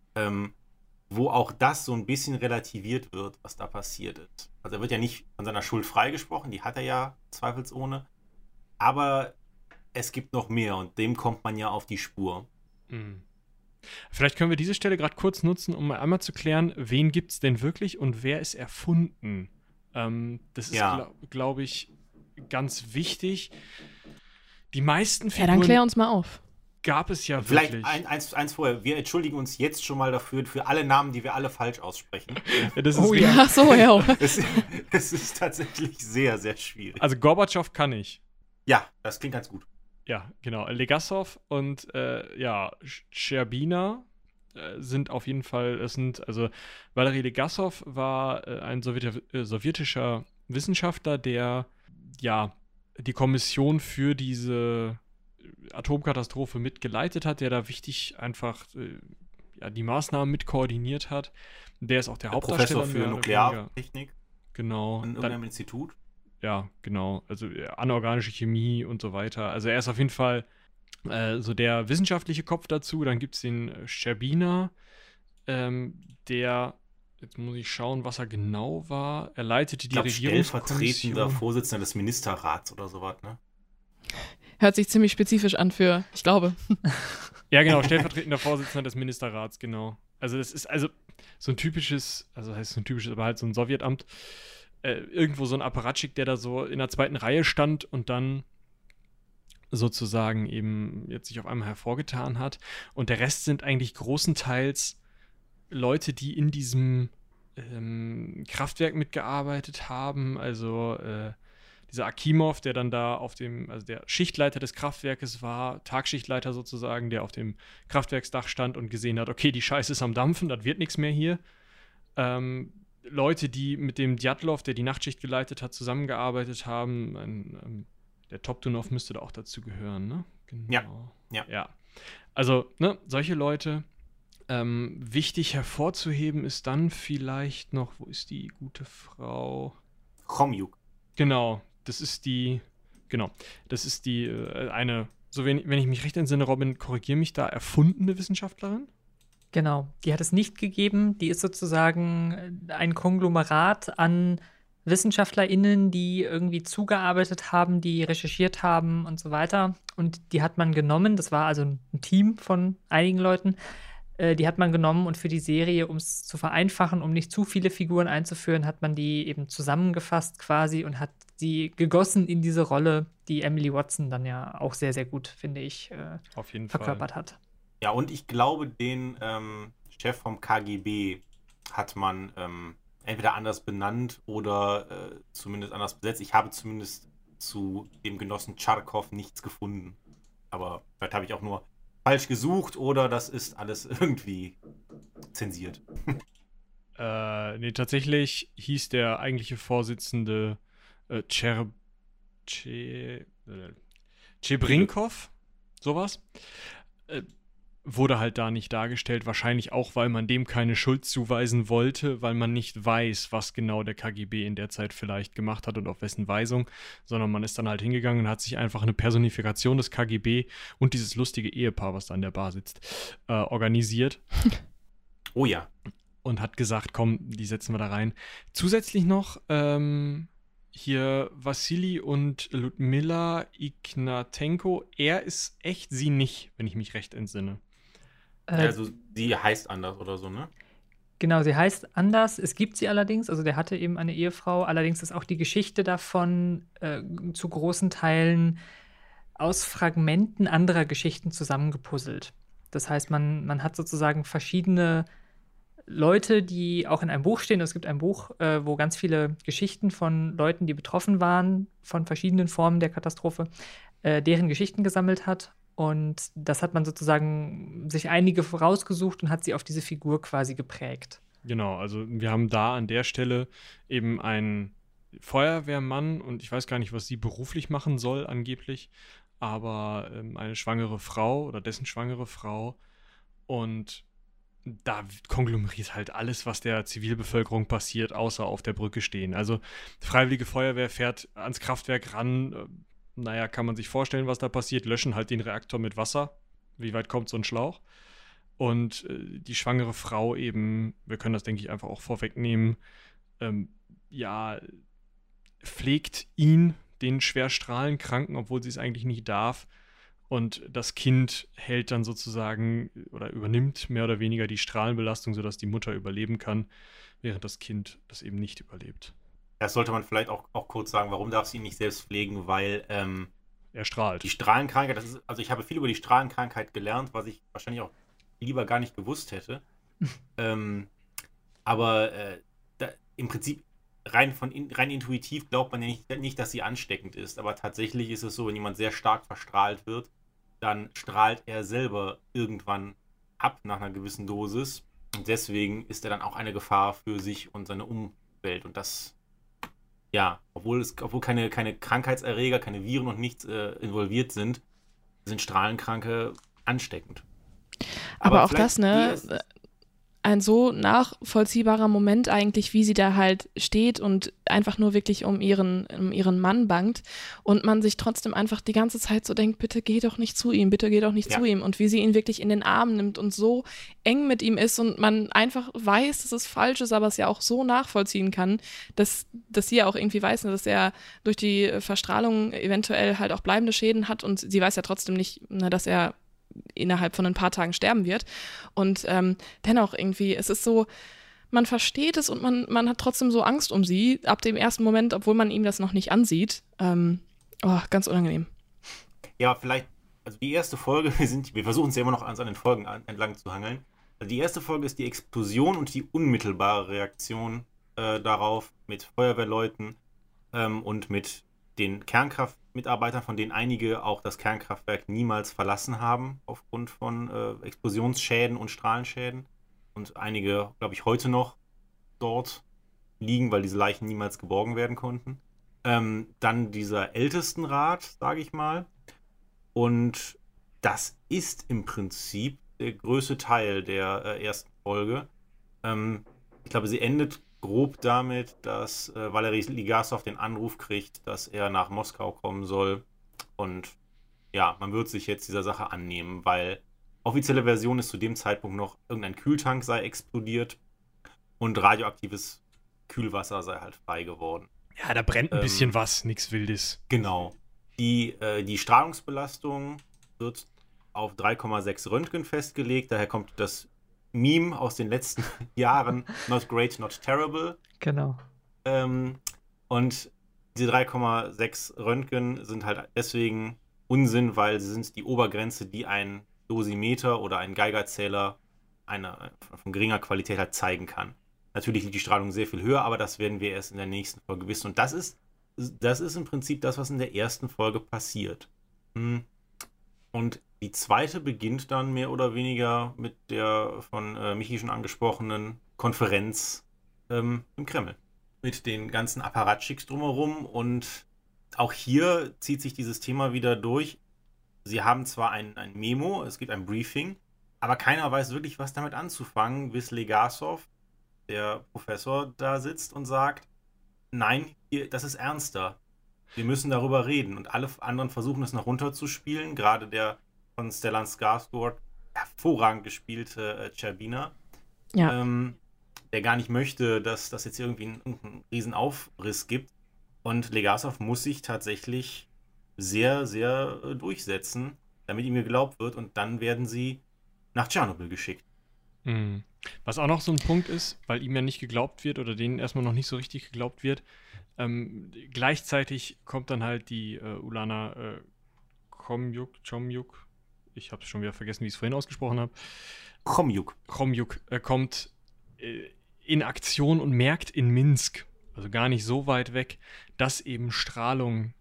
wo auch das so ein bisschen relativiert wird, was da passiert ist. Also er wird ja nicht von seiner Schuld freigesprochen, die hat er ja zweifelsohne, aber es gibt noch mehr und dem kommt man ja auf die Spur. Mhm. Vielleicht können wir diese Stelle gerade kurz nutzen, um mal einmal zu klären, wen gibt es denn wirklich und wer ist erfunden? Das ist, glaube ich, ganz wichtig. Die meisten Figuren... Ja, dann klär uns mal auf. Gab es ja Vielleicht wirklich. eins vorher. Wir entschuldigen uns jetzt schon mal dafür, für alle Namen, die wir alle falsch aussprechen. Das ist Ach so, ja. Es ist tatsächlich sehr, sehr schwierig. Also Gorbatschow kann ich. Ja, das klingt ganz gut. Ja, genau. Legasov und Scherbina sind auf jeden Fall, also Valery Legasov war ein sowjetischer Wissenschaftler, der die Kommission für diese Atomkatastrophe mitgeleitet hat, der da wichtig einfach die Maßnahmen mit koordiniert hat. Der ist auch der Hauptdarsteller. Professor für Nukleartechnik. Genau. In irgendeinem Institut. Ja, genau. Also anorganische Chemie und so weiter. Also er ist auf jeden Fall so der wissenschaftliche Kopf dazu. Dann gibt es den Scherbina, der, jetzt muss ich schauen, was er genau war. Er leitete die Regierungskommission. Stellvertretender Vorsitzender des Ministerrats oder sowas, ne? Hört sich ziemlich spezifisch an für, ich glaube. Ja, genau, stellvertretender Vorsitzender des Ministerrats, genau. Also das ist so ein typisches, also heißt so ein typisches, aber halt so ein Sowjetamt, irgendwo so ein Apparatschik, der da so in der 2. Reihe stand und dann sozusagen eben jetzt sich auf einmal hervorgetan hat. Und der Rest sind eigentlich großenteils Leute, die in diesem Kraftwerk mitgearbeitet haben, also dieser Akimov, der dann da also der Schichtleiter des Kraftwerkes war, Tagschichtleiter sozusagen, der auf dem Kraftwerksdach stand und gesehen hat, okay, die Scheiße ist am Dampfen, das wird nichts mehr hier. Leute, die mit dem Djatlov, der die Nachtschicht geleitet hat, zusammengearbeitet haben. Der Toptunov müsste da auch dazu gehören, ne? Genau. Ja. Also, ne, solche Leute. Wichtig hervorzuheben ist dann vielleicht noch, wo ist die gute Frau? Chomjuk. Genau, das ist die eine, so wenn ich mich recht entsinne, Robin, korrigiere mich da, erfundene Wissenschaftlerin? Genau, die hat es nicht gegeben. Die ist sozusagen ein Konglomerat an WissenschaftlerInnen, die irgendwie zugearbeitet haben, die recherchiert haben und so weiter. Und die hat man genommen, das war also ein Team von einigen Leuten, die hat man genommen und für die Serie, um es zu vereinfachen, um nicht zu viele Figuren einzuführen, hat man die eben zusammengefasst quasi und hat sie gegossen in diese Rolle, die Emily Watson dann ja auch sehr, sehr gut, finde ich, auf jeden verkörpert Fall hat. Ja, und ich glaube, den Chef vom KGB hat man entweder anders benannt oder zumindest anders besetzt. Ich habe zumindest zu dem Genossen Tscharkow nichts gefunden. Aber vielleicht habe ich auch nur falsch gesucht oder das ist alles irgendwie zensiert. Nee, tatsächlich hieß der eigentliche Vorsitzende Chebrinkov, sowas. Wurde halt da nicht dargestellt, wahrscheinlich auch, weil man dem keine Schuld zuweisen wollte, weil man nicht weiß, was genau der KGB in der Zeit vielleicht gemacht hat und auf wessen Weisung, sondern man ist dann halt hingegangen und hat sich einfach eine Personifikation des KGB und dieses lustige Ehepaar, was da an der Bar sitzt, organisiert. Oh ja. Und hat gesagt, komm, die setzen wir da rein. Zusätzlich noch hier Wassili und Ludmila Ignatenko. Er ist echt sie nicht, wenn ich mich recht entsinne. Also die heißt anders oder so, ne? Genau, sie heißt anders. Es gibt sie allerdings, also der hatte eben eine Ehefrau. Allerdings ist auch die Geschichte davon zu großen Teilen aus Fragmenten anderer Geschichten zusammengepuzzelt. Das heißt, man hat sozusagen verschiedene Leute, die auch in einem Buch stehen. Es gibt ein Buch, wo ganz viele Geschichten von Leuten, die betroffen waren von verschiedenen Formen der Katastrophe, deren Geschichten gesammelt hat. Und das hat man sozusagen sich einige rausgesucht und hat sie auf diese Figur quasi geprägt. Genau, also wir haben da an der Stelle eben einen Feuerwehrmann und ich weiß gar nicht, was sie beruflich machen soll angeblich, aber eine schwangere Frau oder dessen schwangere Frau und da konglomeriert halt alles, was der Zivilbevölkerung passiert, außer auf der Brücke stehen. Also Freiwillige Feuerwehr fährt ans Kraftwerk ran, naja, kann man sich vorstellen, was da passiert, löschen halt den Reaktor mit Wasser. Wie weit kommt so ein Schlauch? Und die schwangere Frau eben, wir können das, denke ich, einfach auch vorwegnehmen, ja, pflegt ihn, den schwer strahlenkranken, obwohl sie es eigentlich nicht darf. Und das Kind hält dann sozusagen oder übernimmt mehr oder weniger die Strahlenbelastung, sodass die Mutter überleben kann, während das Kind das eben nicht überlebt. Das sollte man vielleicht auch kurz sagen, warum darf sie ihn nicht selbst pflegen, weil er strahlt. Die Strahlenkrankheit, also ich habe viel über die Strahlenkrankheit gelernt, was ich wahrscheinlich auch lieber gar nicht gewusst hätte. Aber im Prinzip rein intuitiv glaubt man ja nicht, dass sie ansteckend ist. Aber tatsächlich ist es so, wenn jemand sehr stark verstrahlt wird, dann strahlt er selber irgendwann ab nach einer gewissen Dosis. Und deswegen ist er dann auch eine Gefahr für sich und seine Umwelt. Und das, ja, obwohl keine Krankheitserreger, keine Viren und nichts involviert sind Strahlenkranke ansteckend. Aber auch das, ne? Ein so nachvollziehbarer Moment eigentlich, wie sie da halt steht und einfach nur wirklich um ihren Mann bangt und man sich trotzdem einfach die ganze Zeit so denkt, bitte geh doch nicht zu ihm, bitte geh doch nicht zu ihm und wie sie ihn wirklich in den Arm nimmt und so eng mit ihm ist und man einfach weiß, dass es falsch ist, aber es ja auch so nachvollziehen kann, dass sie ja auch irgendwie weiß, dass er durch die Verstrahlung eventuell halt auch bleibende Schäden hat und sie weiß ja trotzdem nicht, dass er innerhalb von ein paar Tagen sterben wird. Und dennoch irgendwie, es ist so, man versteht es und man hat trotzdem so Angst um sie, ab dem ersten Moment, obwohl man ihm das noch nicht ansieht. Ganz unangenehm. Ja, vielleicht, also die erste Folge, wir versuchen es ja immer noch an den Folgen entlang zu hangeln. Also die erste Folge ist die Explosion und die unmittelbare Reaktion darauf mit Feuerwehrleuten und mit den Kernkraftmitarbeitern, von denen einige auch das Kernkraftwerk niemals verlassen haben, aufgrund von Explosionsschäden und Strahlenschäden. Und einige, glaube ich, heute noch dort liegen, weil diese Leichen niemals geborgen werden konnten. Dann dieser Ältestenrat, sage ich mal. Und das ist im Prinzip der größte Teil der ersten Folge. Ich glaube, sie endet grob damit, dass Valery Legasov den Anruf kriegt, dass er nach Moskau kommen soll. Und ja, man wird sich jetzt dieser Sache annehmen, weil offizielle Version ist zu dem Zeitpunkt noch, irgendein Kühltank sei explodiert und radioaktives Kühlwasser sei halt frei geworden. Ja, da brennt ein bisschen was, nichts Wildes. Genau. Die Strahlungsbelastung wird auf 3,6 Röntgen festgelegt, daher kommt das Meme aus den letzten Jahren, not great, not terrible. Genau. Und diese 3,6 Röntgen sind halt deswegen Unsinn, weil sie sind die Obergrenze, die ein Dosimeter oder ein Geigerzähler von geringer Qualität halt zeigen kann. Natürlich liegt die Strahlung sehr viel höher, aber das werden wir erst in der nächsten Folge wissen. Und das ist im Prinzip das, was in der ersten Folge passiert. Und die zweite beginnt dann mehr oder weniger mit der von Michi schon angesprochenen Konferenz im Kreml. Mit den ganzen Apparatschicks drumherum. Und auch hier zieht sich dieses Thema wieder durch. Sie haben zwar ein Memo, es gibt ein Briefing, aber keiner weiß wirklich, was damit anzufangen, bis Legasov, der Professor, da sitzt und sagt, nein, das ist ernster. Wir müssen darüber reden. Und alle anderen versuchen es noch runterzuspielen, gerade der von Stellan Skarsgård hervorragend gespielte Cherbina, der gar nicht möchte, dass das jetzt irgendwie einen riesen Aufriss gibt. Und Legasov muss sich tatsächlich sehr, sehr durchsetzen, damit ihm geglaubt wird. Und dann werden sie nach Tschernobyl geschickt. Mhm. Was auch noch so ein Punkt ist, weil ihm ja nicht geglaubt wird oder denen erstmal noch nicht so richtig geglaubt wird, gleichzeitig kommt dann halt die Ulana Chomjuk, ich habe schon wieder vergessen, wie ich es vorhin ausgesprochen habe. Chomjuk kommt in Aktion und merkt in Minsk, also gar nicht so weit weg, dass eben Strahlung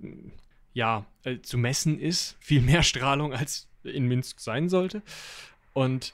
zu messen ist. Viel mehr Strahlung als in Minsk sein sollte. Und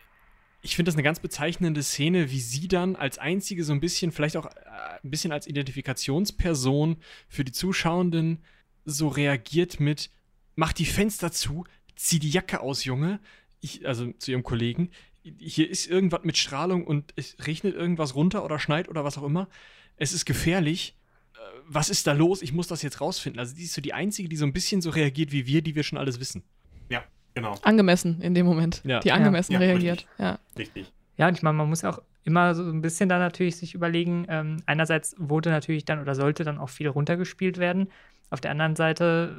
ich finde das eine ganz bezeichnende Szene, wie sie dann als einzige so ein bisschen, vielleicht auch ein bisschen als Identifikationsperson für die Zuschauenden so reagiert mit: Mach die Fenster zu, zieh die Jacke aus, Junge. Also zu ihrem Kollegen. Hier ist irgendwas mit Strahlung und es regnet irgendwas runter oder schneit oder was auch immer. Es ist gefährlich. Was ist da los? Ich muss das jetzt rausfinden. Also die ist so die Einzige, die so ein bisschen so reagiert wie wir, die wir schon alles wissen. Ja, genau. Angemessen in dem Moment. Ja. Die angemessen reagiert. Richtig. Ja. Richtig. Ja, und ich meine, man muss auch immer so ein bisschen da natürlich sich überlegen, einerseits wurde natürlich dann oder sollte dann auch viel runtergespielt werden. Auf der anderen Seite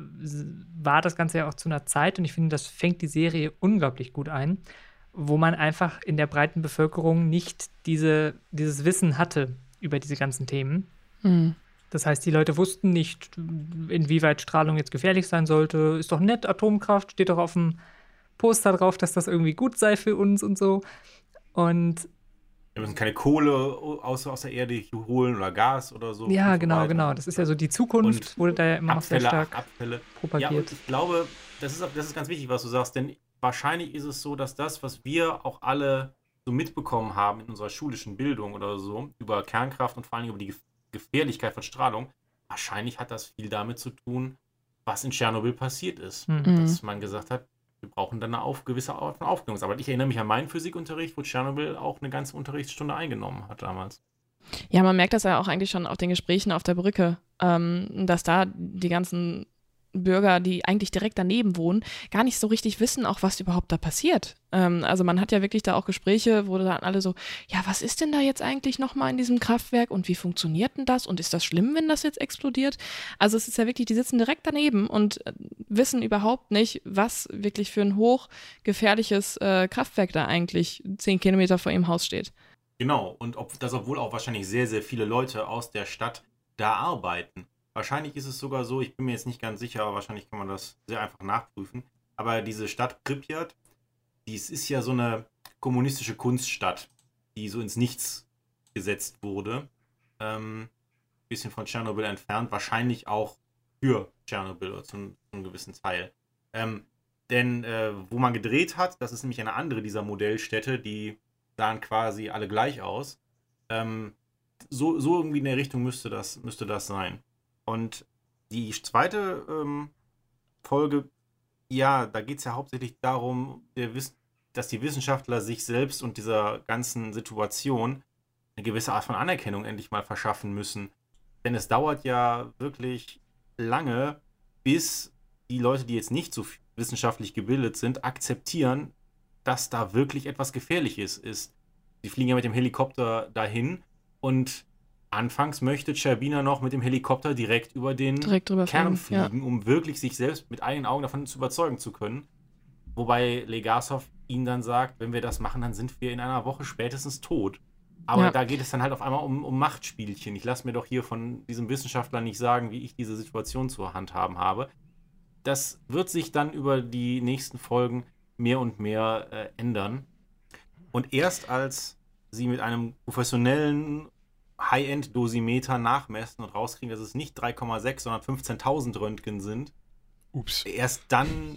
war das Ganze ja auch zu einer Zeit, und ich finde, das fängt die Serie unglaublich gut ein, wo man einfach in der breiten Bevölkerung nicht dieses Wissen hatte über diese ganzen Themen. Hm. Das heißt, die Leute wussten nicht, inwieweit Strahlung jetzt gefährlich sein sollte. Ist doch nett, Atomkraft, steht doch auf dem Poster drauf, dass das irgendwie gut sei für uns und so. Und Wir müssen keine Kohle aus der Erde holen oder Gas oder so. ja, und so genau, weiter. genau. Das ist ja so die Zukunft, Und wurde da ja immer noch sehr stark Abfälle. propagiert. Ja, und ich glaube, das ist ganz wichtig, was du sagst, denn wahrscheinlich ist es so, dass das, was wir auch alle so mitbekommen haben in unserer schulischen Bildung oder so, über Kernkraft und vor allem über die Gefährlichkeit von Strahlung, wahrscheinlich hat das viel damit zu tun, was in Tschernobyl passiert ist. Dass man gesagt hat, wir brauchen dann eine gewisse Art von Aufklärungsarbeit. Ich erinnere mich an meinen Physikunterricht, wo Tschernobyl auch eine ganze Unterrichtsstunde eingenommen hat damals. Ja, man merkt das ja auch eigentlich schon auf den Gesprächen auf der Brücke, dass da die ganzen Bürger, die eigentlich direkt daneben wohnen, gar nicht so richtig wissen, auch was überhaupt da passiert. Also man hat ja wirklich da auch Gespräche, wo dann alle so, ja, was ist denn da jetzt eigentlich nochmal in diesem Kraftwerk und wie funktioniert denn das und ist das schlimm, wenn das jetzt explodiert? Also es ist ja wirklich, die sitzen direkt daneben und wissen überhaupt nicht, was wirklich für ein hochgefährliches Kraftwerk da eigentlich 10 Kilometer vor ihrem Haus steht. Genau, und obwohl auch wahrscheinlich sehr, sehr viele Leute aus der Stadt da arbeiten. Wahrscheinlich ist es sogar so, ich bin mir jetzt nicht ganz sicher, aber wahrscheinlich kann man das sehr einfach nachprüfen. Aber diese Stadt Pripyat, dies ist ja so eine kommunistische Kunststadt, die so ins Nichts gesetzt wurde. Bisschen von Tschernobyl entfernt, wahrscheinlich auch für Tschernobyl oder zu einem gewissen Teil. Denn wo man gedreht hat, das ist nämlich eine andere dieser Modellstädte, die sahen quasi alle gleich aus. So irgendwie in der Richtung müsste das sein. Und die zweite Folge, ja, da geht es ja hauptsächlich darum, dass die Wissenschaftler sich selbst und dieser ganzen Situation eine gewisse Art von Anerkennung endlich mal verschaffen müssen. Denn es dauert ja wirklich lange, bis die Leute, die jetzt nicht so wissenschaftlich gebildet sind, akzeptieren, dass da wirklich etwas Gefährliches ist. Die fliegen ja mit dem Helikopter dahin und anfangs möchte Scherbina noch mit dem Helikopter direkt über den Kern fliegen, um wirklich sich selbst mit eigenen Augen davon zu überzeugen zu können. Wobei Legasov ihnen dann sagt, wenn wir das machen, dann sind wir in einer Woche spätestens tot. Aber da geht es dann halt auf einmal um Machtspielchen. Ich lasse mir doch hier von diesem Wissenschaftler nicht sagen, wie ich diese Situation zur Handhaben habe. Das wird sich dann über die nächsten Folgen mehr und mehr ändern. Und erst als sie mit einem professionellen High-End-Dosimeter nachmessen und rauskriegen, dass es nicht 3,6, sondern 15.000 Röntgen sind. Ups. Erst dann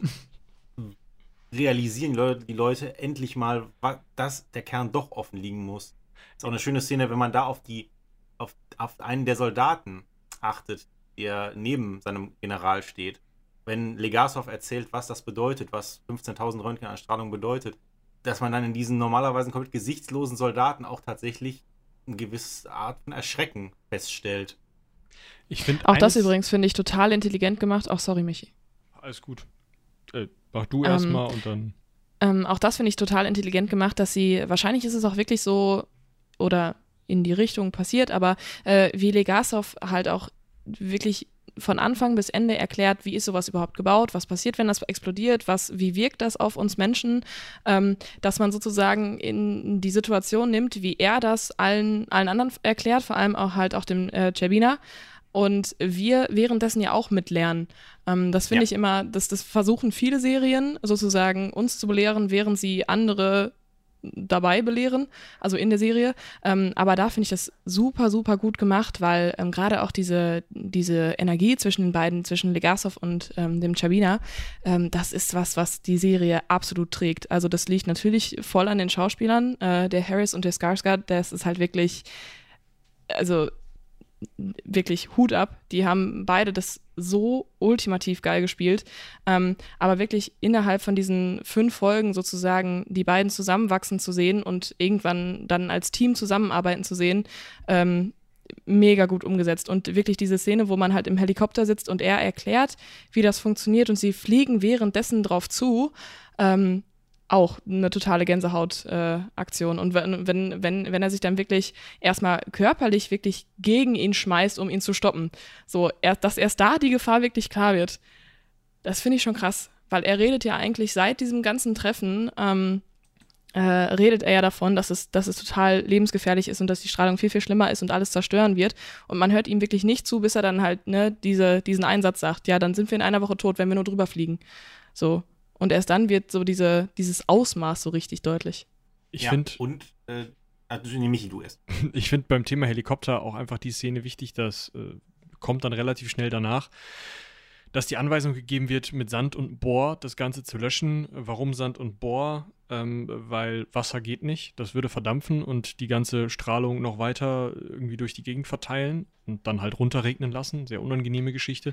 realisieren die Leute endlich mal, dass der Kern doch offen liegen muss. Ist auch eine schöne Szene, wenn man da auf einen der Soldaten achtet, der neben seinem General steht. Wenn Legasov erzählt, was das bedeutet, was 15.000 Röntgen an Strahlung bedeutet, dass man dann in diesen normalerweise komplett gesichtslosen Soldaten auch tatsächlich eine gewisse Art von Erschrecken feststellt. Auch das übrigens finde ich total intelligent gemacht. Auch sorry, Michi. Alles gut. Mach du erstmal und dann. Auch das finde ich total intelligent gemacht, dass sie, wahrscheinlich ist es auch wirklich so oder in die Richtung passiert, aber wie Legasov halt auch wirklich von Anfang bis Ende erklärt, wie ist sowas überhaupt gebaut, was passiert, wenn das explodiert, wie wirkt das auf uns Menschen, dass man sozusagen in die Situation nimmt, wie er das allen anderen erklärt, vor allem auch dem Scherbina, und wir währenddessen ja auch mitlernen. Das finde ich immer, das versuchen viele Serien sozusagen uns zu belehren, während sie andere dabei belehren, also in der Serie. Aber da finde ich das super, super gut gemacht, weil gerade auch diese Energie zwischen den beiden, zwischen Legasov und dem Chabina, das ist was die Serie absolut trägt. Also das liegt natürlich voll an den Schauspielern. Der Harris und der Skarsgård, das ist halt wirklich, also wirklich Hut ab. Die haben beide das so ultimativ geil gespielt. Aber wirklich innerhalb von diesen 5 Folgen sozusagen die beiden zusammenwachsen zu sehen und irgendwann dann als Team zusammenarbeiten zu sehen, mega gut umgesetzt. Und wirklich diese Szene, wo man halt im Helikopter sitzt und er erklärt, wie das funktioniert und sie fliegen währenddessen drauf zu, auch eine totale Gänsehaut-Aktion. Und wenn er sich dann wirklich erstmal körperlich wirklich gegen ihn schmeißt, um ihn zu stoppen, so, dass erst da die Gefahr wirklich klar wird, das finde ich schon krass. Weil er redet ja eigentlich seit diesem ganzen Treffen, redet er ja davon, dass es total lebensgefährlich ist und dass die Strahlung viel, viel schlimmer ist und alles zerstören wird. Und man hört ihm wirklich nicht zu, bis er dann halt diesen Einsatz sagt, ja, dann sind wir in einer Woche tot, wenn wir nur drüber fliegen. So. Und erst dann wird so dieses Ausmaß so richtig deutlich. Ich finde. Und, Michi, du erst. Ich finde beim Thema Helikopter auch einfach die Szene wichtig, das kommt dann relativ schnell danach, dass die Anweisung gegeben wird, mit Sand und Bohr das Ganze zu löschen. Warum Sand und Bohr? Weil Wasser geht nicht, das würde verdampfen und die ganze Strahlung noch weiter irgendwie durch die Gegend verteilen und dann halt runterregnen lassen. Sehr unangenehme Geschichte.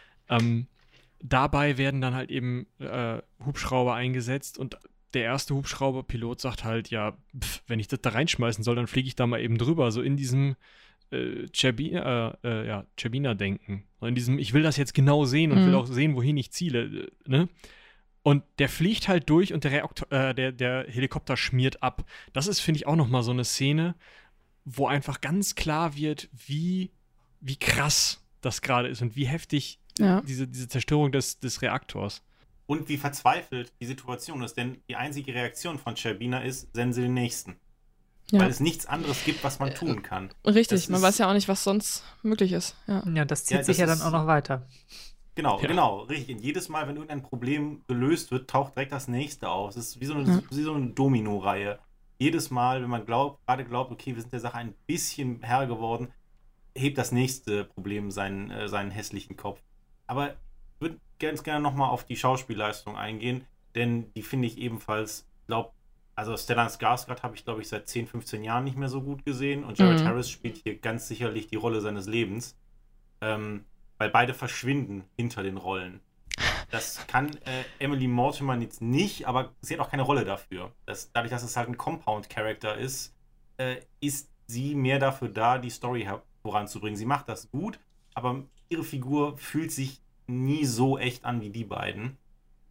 Dabei werden dann halt eben Hubschrauber eingesetzt und der erste Hubschrauberpilot sagt halt, ja, wenn ich das da reinschmeißen soll, dann fliege ich da mal eben drüber. So in diesem Chabina-Denken. In diesem, ich will das jetzt genau sehen und will auch sehen, wohin ich ziele. Ne? Und der fliegt halt durch und der Helikopter schmiert ab. Das ist, finde ich, auch nochmal so eine Szene, wo einfach ganz klar wird, wie krass das gerade ist und wie heftig diese Zerstörung des Reaktors. Und wie verzweifelt die Situation ist, denn die einzige Reaktion von Chabina ist, senden Sie den Nächsten. Ja. Weil es nichts anderes gibt, was man tun kann. Richtig, man weiß ja auch nicht, was sonst möglich ist. Ja, das zieht sich ja dann auch noch weiter. Genau, richtig. Und jedes Mal, wenn irgendein Problem gelöst wird, taucht direkt das nächste auf. Es ist wie so eine Domino-Reihe. Jedes Mal, wenn man gerade glaubt, okay, wir sind der Sache ein bisschen Herr geworden, hebt das nächste Problem seinen hässlichen Kopf. Aber ich würde ganz gerne nochmal auf die Schauspielleistung eingehen, denn die finde ich ebenfalls, also Stellan Skarsgård habe ich, glaube ich, seit 10, 15 Jahren nicht mehr so gut gesehen und Jared Harris spielt hier ganz sicherlich die Rolle seines Lebens, weil beide verschwinden hinter den Rollen. Das kann Emily Mortimer jetzt nicht, aber sie hat auch keine Rolle dafür. Dadurch, dass es halt ein Compound-Character ist sie mehr dafür da, die Story voranzubringen. Sie macht das gut, aber ihre Figur fühlt sich nie so echt an wie die beiden.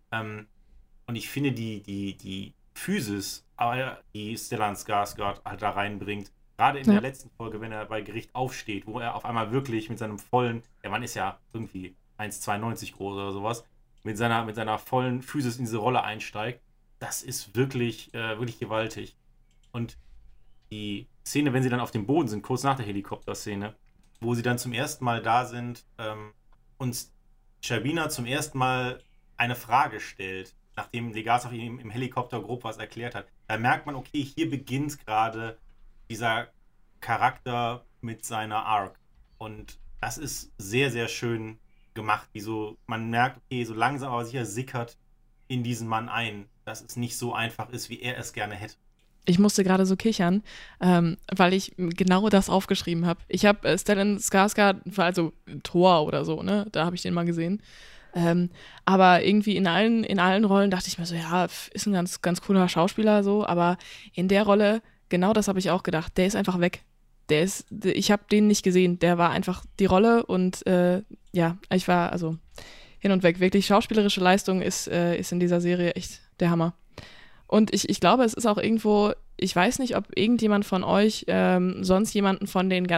Und ich finde die Physis, die Stellan Skarsgård halt da reinbringt, gerade in der letzten Folge, wenn er bei Gericht aufsteht, wo er auf einmal wirklich mit seinem der Mann ist ja irgendwie 1,92 groß oder sowas, mit seiner vollen Physis in diese Rolle einsteigt, das ist wirklich, wirklich gewaltig. Und die Szene, wenn sie dann auf dem Boden sind, kurz nach der Helikopter-Szene, wo sie dann zum ersten Mal da sind und Chabina zum ersten Mal eine Frage stellt, nachdem Legasov ihm im Helikopter grob was erklärt hat, da merkt man, okay, hier beginnt gerade dieser Charakter mit seiner Arc. Und das ist sehr, sehr schön gemacht, man merkt, okay, so langsam aber sicher sickert in diesen Mann ein, dass es nicht so einfach ist, wie er es gerne hätte. Ich musste gerade so kichern, weil ich genau das aufgeschrieben habe. Ich habe Stellan Skarsgård, also Thor oder so, ne? Da habe ich den mal gesehen. Aber irgendwie in allen Rollen dachte ich mir so, ja, ist ein ganz, ganz cooler Schauspieler so, aber in der Rolle, genau das habe ich auch gedacht, der ist einfach weg. Ich habe den nicht gesehen, der war einfach die Rolle und ich war also hin und weg. Wirklich schauspielerische Leistung ist in dieser Serie echt der Hammer. Und ich glaube, es ist auch irgendwo, ich weiß nicht, ob irgendjemand von euch sonst jemanden von den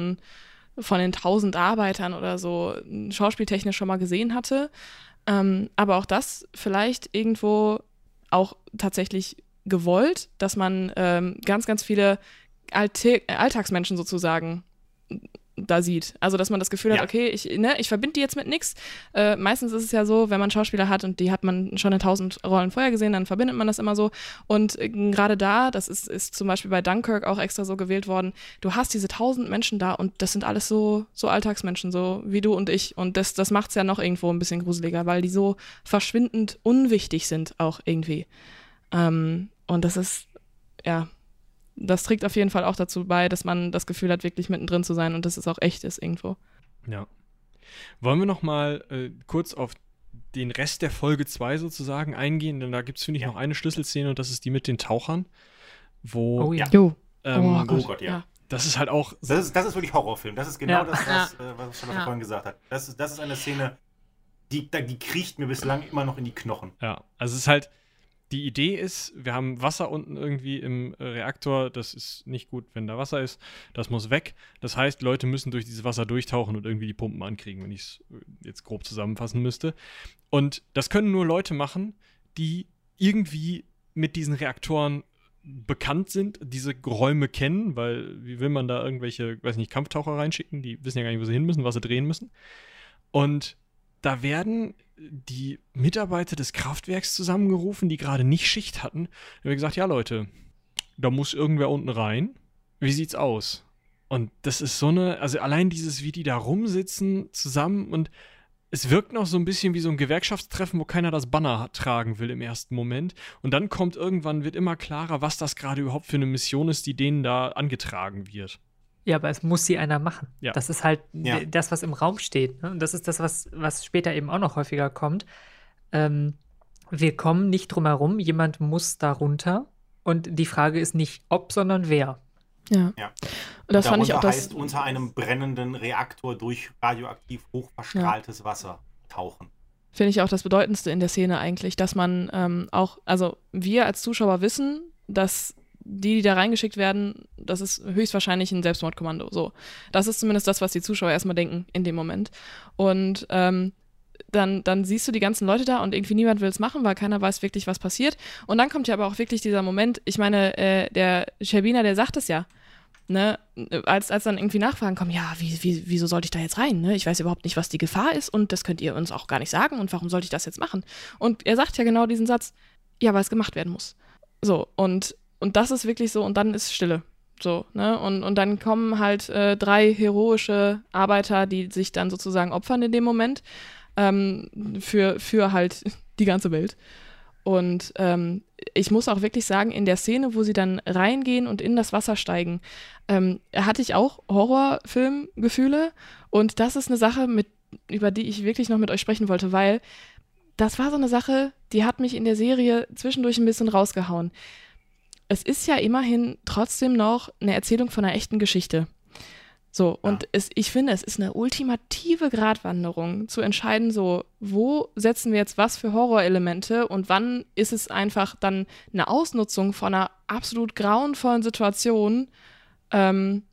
1000 Arbeitern oder so schauspieltechnisch schon mal gesehen hatte. Aber auch das vielleicht irgendwo auch tatsächlich gewollt, dass man ganz, ganz viele Alltagsmenschen sozusagen da sieht. Also, dass man das Gefühl hat, okay, ich verbinde die jetzt mit nichts. Meistens ist es ja so, wenn man Schauspieler hat und die hat man schon in 1000 Rollen vorher gesehen, dann verbindet man das immer so. Und gerade da, das ist zum Beispiel bei Dunkirk auch extra so gewählt worden, du hast diese 1000 Menschen da und das sind alles so Alltagsmenschen, so wie du und ich. Und das macht es ja noch irgendwo ein bisschen gruseliger, weil die so verschwindend unwichtig sind auch irgendwie. Und das ist, das trägt auf jeden Fall auch dazu bei, dass man das Gefühl hat, wirklich mittendrin zu sein und dass es auch echt ist irgendwo. Ja. Wollen wir noch mal kurz auf den Rest der Folge 2 sozusagen eingehen? Denn da gibt es, finde ich, noch eine Schlüsselszene und das ist die mit den Tauchern. Wo, Oh Gott, ja. Das ist halt auch... Das ist wirklich Horrorfilm. Das ist genau das, was Charlotte vorhin gesagt hat. Das ist eine Szene, die kriecht mir bislang immer noch in die Knochen. Ja, also es ist halt... Die Idee ist, wir haben Wasser unten irgendwie im Reaktor, das ist nicht gut, wenn da Wasser ist, das muss weg. Das heißt, Leute müssen durch dieses Wasser durchtauchen und irgendwie die Pumpen ankriegen, wenn ich es jetzt grob zusammenfassen müsste. Und das können nur Leute machen, die irgendwie mit diesen Reaktoren bekannt sind, diese Räume kennen, weil wie will man da irgendwelche, weiß nicht, Kampftaucher reinschicken, die wissen ja gar nicht, wo sie hin müssen, was sie drehen müssen. Und da werden die Mitarbeiter des Kraftwerks zusammengerufen, die gerade nicht Schicht hatten. Da haben gesagt, ja Leute, da muss irgendwer unten rein. Wie sieht's aus? Und das ist so eine, also allein dieses, wie die da rumsitzen zusammen und es wirkt noch so ein bisschen wie so ein Gewerkschaftstreffen, wo keiner das Banner tragen will im ersten Moment. Und dann kommt irgendwann, wird immer klarer, was das gerade überhaupt für eine Mission ist, die denen da angetragen wird. Ja, aber es muss sie einer machen. Ja. Das ist halt das, was im Raum steht. Ne? Und das ist das, was später eben auch noch häufiger kommt. Wir kommen nicht drum herum, jemand muss da runter. Und die Frage ist nicht ob, sondern wer. Ja. Und das fand ich auch heißt unter einem brennenden Reaktor durch radioaktiv hochverstrahltes Wasser tauchen. Finde ich auch das Bedeutendste in der Szene eigentlich, dass man auch, also wir als Zuschauer wissen, dass die da reingeschickt werden, das ist höchstwahrscheinlich ein Selbstmordkommando. So. Das ist zumindest das, was die Zuschauer erstmal denken in dem Moment. Und dann siehst du die ganzen Leute da und irgendwie niemand will es machen, weil keiner weiß wirklich, was passiert. Und dann kommt ja aber auch wirklich dieser Moment, ich meine, der Sherbina, der sagt es ja, ne, als dann irgendwie Nachfragen kommen, ja, wieso sollte ich da jetzt rein? Ne? Ich weiß überhaupt nicht, was die Gefahr ist und das könnt ihr uns auch gar nicht sagen und warum sollte ich das jetzt machen? Und er sagt ja genau diesen Satz, ja, weil es gemacht werden muss. So, und das ist wirklich so, und dann ist Stille. So, ne? Und dann kommen halt 3 heroische Arbeiter, die sich dann sozusagen opfern in dem Moment für halt die ganze Welt. Und ich muss auch wirklich sagen, in der Szene, wo sie dann reingehen und in das Wasser steigen, hatte ich auch Horrorfilmgefühle. Und das ist eine Sache, über die ich wirklich noch mit euch sprechen wollte, weil das war so eine Sache, die hat mich in der Serie zwischendurch ein bisschen rausgehauen. Es ist ja immerhin trotzdem noch eine Erzählung von einer echten Geschichte. So, und ich finde, es ist eine ultimative Gratwanderung, zu entscheiden, so, wo setzen wir jetzt was für Horrorelemente und wann ist es einfach dann eine Ausnutzung von einer absolut grauenvollen Situation für einen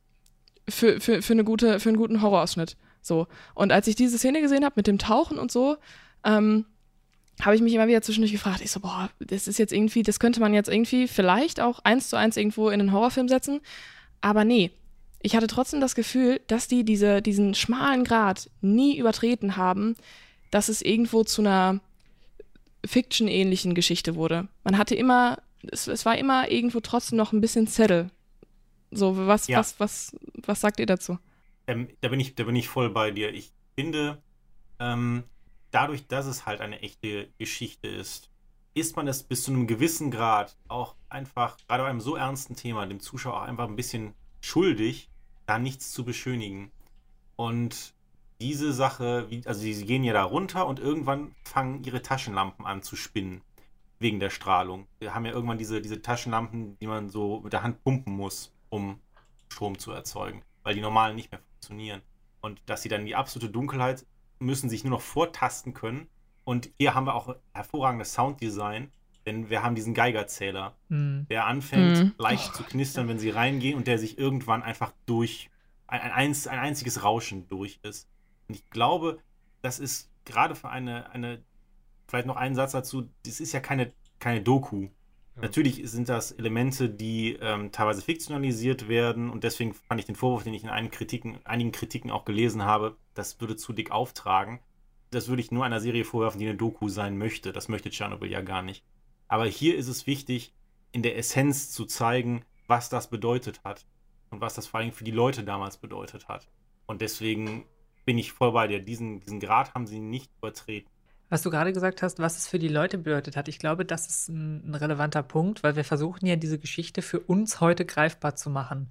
guten Horrorausschnitt. So. Und als ich diese Szene gesehen habe mit dem Tauchen und so, habe ich mich immer wieder zwischendurch gefragt, ich so, boah, das ist jetzt irgendwie, das könnte man jetzt irgendwie vielleicht auch 1:1 irgendwo in einen Horrorfilm setzen, aber nee. Ich hatte trotzdem das Gefühl, dass die diesen schmalen Grat nie übertreten haben, dass es irgendwo zu einer Fiction-ähnlichen Geschichte wurde. Man hatte immer, es war immer irgendwo trotzdem noch ein bisschen Zettel. So, was sagt ihr dazu? Da bin ich voll bei dir. Ich finde, dadurch, dass es halt eine echte Geschichte ist man es bis zu einem gewissen Grad auch einfach, gerade bei einem so ernsten Thema, dem Zuschauer auch einfach ein bisschen schuldig, da nichts zu beschönigen. Und diese Sache, also sie gehen ja da runter und irgendwann fangen ihre Taschenlampen an zu spinnen, wegen der Strahlung. Wir haben ja irgendwann diese Taschenlampen, die man so mit der Hand pumpen muss, um Strom zu erzeugen, weil die normalen nicht mehr funktionieren. Und dass sie dann in die absolute Dunkelheit müssen, sich nur noch vortasten können. Und hier haben wir auch hervorragendes Sounddesign, denn wir haben diesen Geigerzähler, der anfängt leicht zu knistern, wenn sie reingehen und der sich irgendwann einfach durch ein einziges Rauschen durch ist. Und ich glaube, das ist gerade für eine vielleicht noch einen Satz dazu, das ist ja keine Doku. Natürlich sind das Elemente, die teilweise fiktionalisiert werden und deswegen fand ich den Vorwurf, den ich in einigen Kritiken auch gelesen habe, das würde zu dick auftragen. Das würde ich nur einer Serie vorwerfen, die eine Doku sein möchte. Das möchte Tschernobyl ja gar nicht. Aber hier ist es wichtig, in der Essenz zu zeigen, was das bedeutet hat und was das vor allem für die Leute damals bedeutet hat. Und deswegen bin ich voll bei dir. Diesen Grad haben sie nicht übertreten. Was du gerade gesagt hast, was es für die Leute bedeutet hat, ich glaube, das ist ein relevanter Punkt, weil wir versuchen ja diese Geschichte für uns heute greifbar zu machen.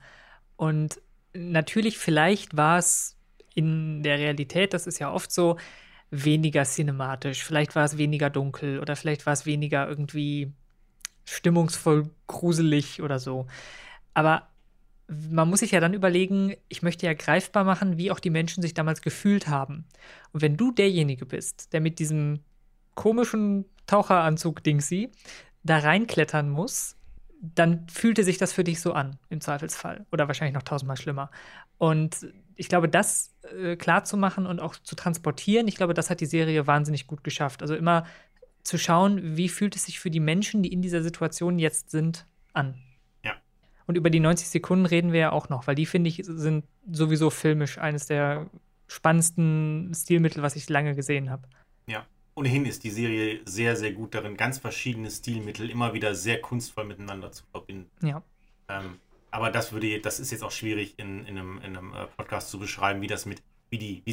Und natürlich, vielleicht war es in der Realität, das ist ja oft so, weniger cinematisch, vielleicht war es weniger dunkel oder vielleicht war es weniger irgendwie stimmungsvoll gruselig oder so. Aber man muss sich ja dann überlegen, ich möchte ja greifbar machen, wie auch die Menschen sich damals gefühlt haben. Und wenn du derjenige bist, der mit diesem komischen Taucheranzug-Dingsy da reinklettern muss, dann fühlte sich das für dich so an, im Zweifelsfall. Oder wahrscheinlich noch 1000-mal schlimmer. Und ich glaube, das klar zu machen und auch zu transportieren, ich glaube, das hat die Serie wahnsinnig gut geschafft. Also immer zu schauen, wie fühlt es sich für die Menschen, die in dieser Situation jetzt sind, an. Ja. Und über die 90 Sekunden reden wir ja auch noch, weil die, finde ich, sind sowieso filmisch eines der spannendsten Stilmittel, was ich lange gesehen habe. Ja. Ohnehin ist die Serie sehr, sehr gut darin, ganz verschiedene Stilmittel immer wieder sehr kunstvoll miteinander zu verbinden. Ja. Aber das ist jetzt auch schwierig in einem Podcast zu beschreiben, wie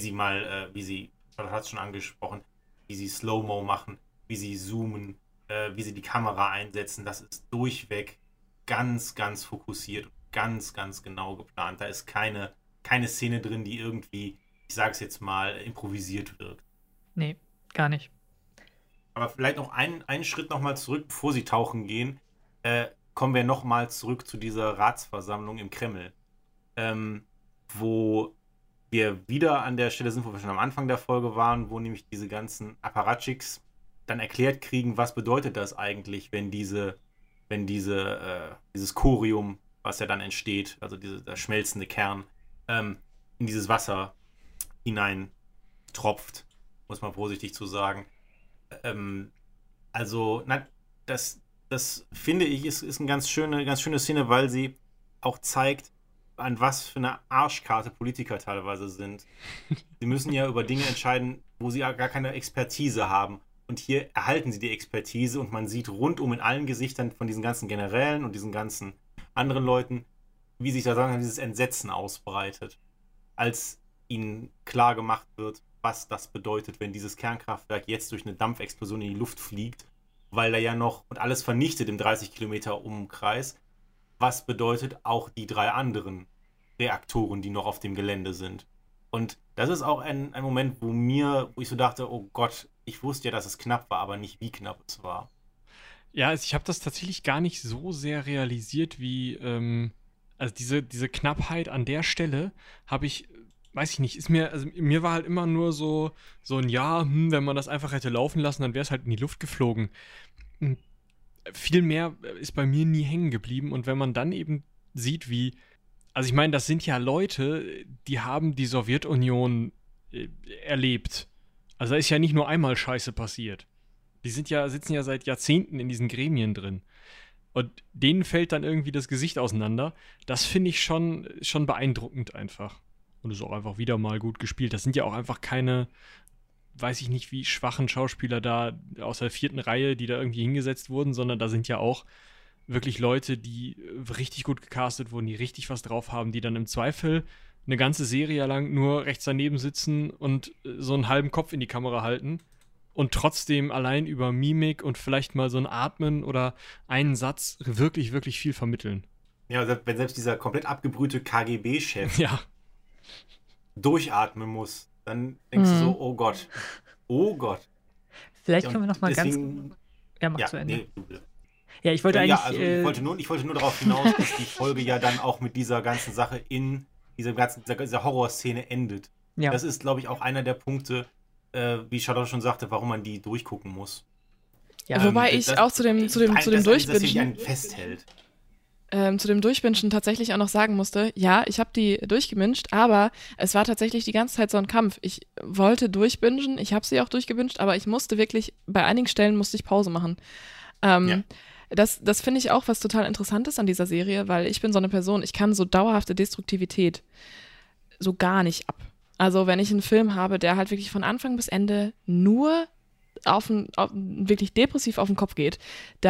sie, das hat es schon angesprochen, wie sie Slow-Mo machen, wie sie zoomen, wie sie die Kamera einsetzen. Das ist durchweg ganz, ganz fokussiert und ganz, ganz genau geplant. Da ist keine Szene drin, die irgendwie, ich sag's jetzt mal, improvisiert wird. Nee, gar nicht. Aber vielleicht noch einen Schritt nochmal zurück, bevor sie tauchen gehen, kommen wir nochmal zurück zu dieser Ratsversammlung im Kreml, wo wir wieder an der Stelle sind, wo wir schon am Anfang der Folge waren, wo nämlich diese ganzen Apparatchiks dann erklärt kriegen, was bedeutet das eigentlich, wenn dieses Corium, was ja dann entsteht, also der schmelzende Kern, in dieses Wasser hinein tropft, muss man vorsichtig zu sagen. Das finde ich ist eine ganz schöne Szene, weil sie auch zeigt, an was für eine Arschkarte Politiker teilweise sind. Sie müssen ja über Dinge entscheiden, wo sie gar keine Expertise haben. Und hier erhalten sie die Expertise und man sieht rundum in allen Gesichtern von diesen ganzen Generälen und diesen ganzen anderen Leuten, wie sich da sagen, dieses Entsetzen ausbreitet, als ihnen klar gemacht wird, was das bedeutet, wenn dieses Kernkraftwerk jetzt durch eine Dampfexplosion in die Luft fliegt, weil da ja noch und alles vernichtet im 30 Kilometer Umkreis. Was bedeutet auch die 3 anderen Reaktoren, die noch auf dem Gelände sind? Und das ist auch ein Moment, wo ich so dachte, oh Gott, ich wusste ja, dass es knapp war, aber nicht, wie knapp es war. Ja, also ich habe das tatsächlich gar nicht so sehr realisiert, wie, also diese Knappheit an der Stelle habe ich, weiß ich nicht, mir war halt immer nur so ein Ja, wenn man das einfach hätte laufen lassen, dann wäre es halt in die Luft geflogen. Viel mehr ist bei mir nie hängen geblieben und wenn man dann eben sieht, also ich meine, das sind ja Leute, die haben die Sowjetunion erlebt. Also da ist ja nicht nur einmal Scheiße passiert. Die sitzen ja seit Jahrzehnten in diesen Gremien drin. Und denen fällt dann irgendwie das Gesicht auseinander. Das finde ich schon beeindruckend einfach. Und ist auch einfach wieder mal gut gespielt. Das sind ja auch einfach keine, weiß ich nicht, wie schwachen Schauspieler da aus der 4. Reihe, die da irgendwie hingesetzt wurden, sondern da sind ja auch wirklich Leute, die richtig gut gecastet wurden, die richtig was drauf haben, die dann im Zweifel eine ganze Serie lang nur rechts daneben sitzen und so einen halben Kopf in die Kamera halten und trotzdem allein über Mimik und vielleicht mal so ein Atmen oder einen Satz wirklich, wirklich viel vermitteln. Ja, wenn selbst dieser komplett abgebrühte KGB-Chef durchatmen muss, dann denkst du so, oh Gott. Vielleicht können wir noch mal deswegen, mach zu Ende. Nee, ja, ich wollte eigentlich... Ja, also ich wollte nur darauf hinaus, dass die Folge ja dann auch mit dieser ganzen Sache in dieser Horrorszene endet. Ja. Das ist, glaube ich, auch einer der Punkte, wie Charlotte schon sagte, warum man die durchgucken muss. Ja, wobei ich auch zu dem Durchbingen festhält. Zu dem Durchbingen tatsächlich auch noch sagen musste, ja, ich habe die durchgebinged, aber es war tatsächlich die ganze Zeit so ein Kampf. Ich wollte durchbingen, ich habe sie auch durchgebinged, aber ich musste wirklich, bei einigen Stellen musste ich Pause machen. Das finde ich auch was total Interessantes an dieser Serie, weil ich bin so eine Person, ich kann so dauerhafte Destruktivität so gar nicht ab. Also wenn ich einen Film habe, der halt wirklich von Anfang bis Ende nur wirklich depressiv auf den Kopf geht,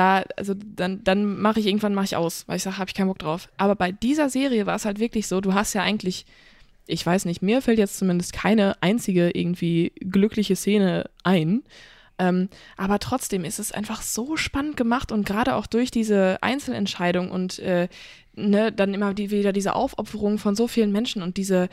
dann mache ich aus, weil ich sage, habe ich keinen Bock drauf. Aber bei dieser Serie war es halt wirklich so, du hast ja eigentlich, ich weiß nicht, mir fällt jetzt zumindest keine einzige irgendwie glückliche Szene ein. Aber trotzdem ist es einfach so spannend gemacht und gerade auch durch diese Einzelentscheidung und dann immer wieder diese Aufopferung von so vielen Menschen und dieser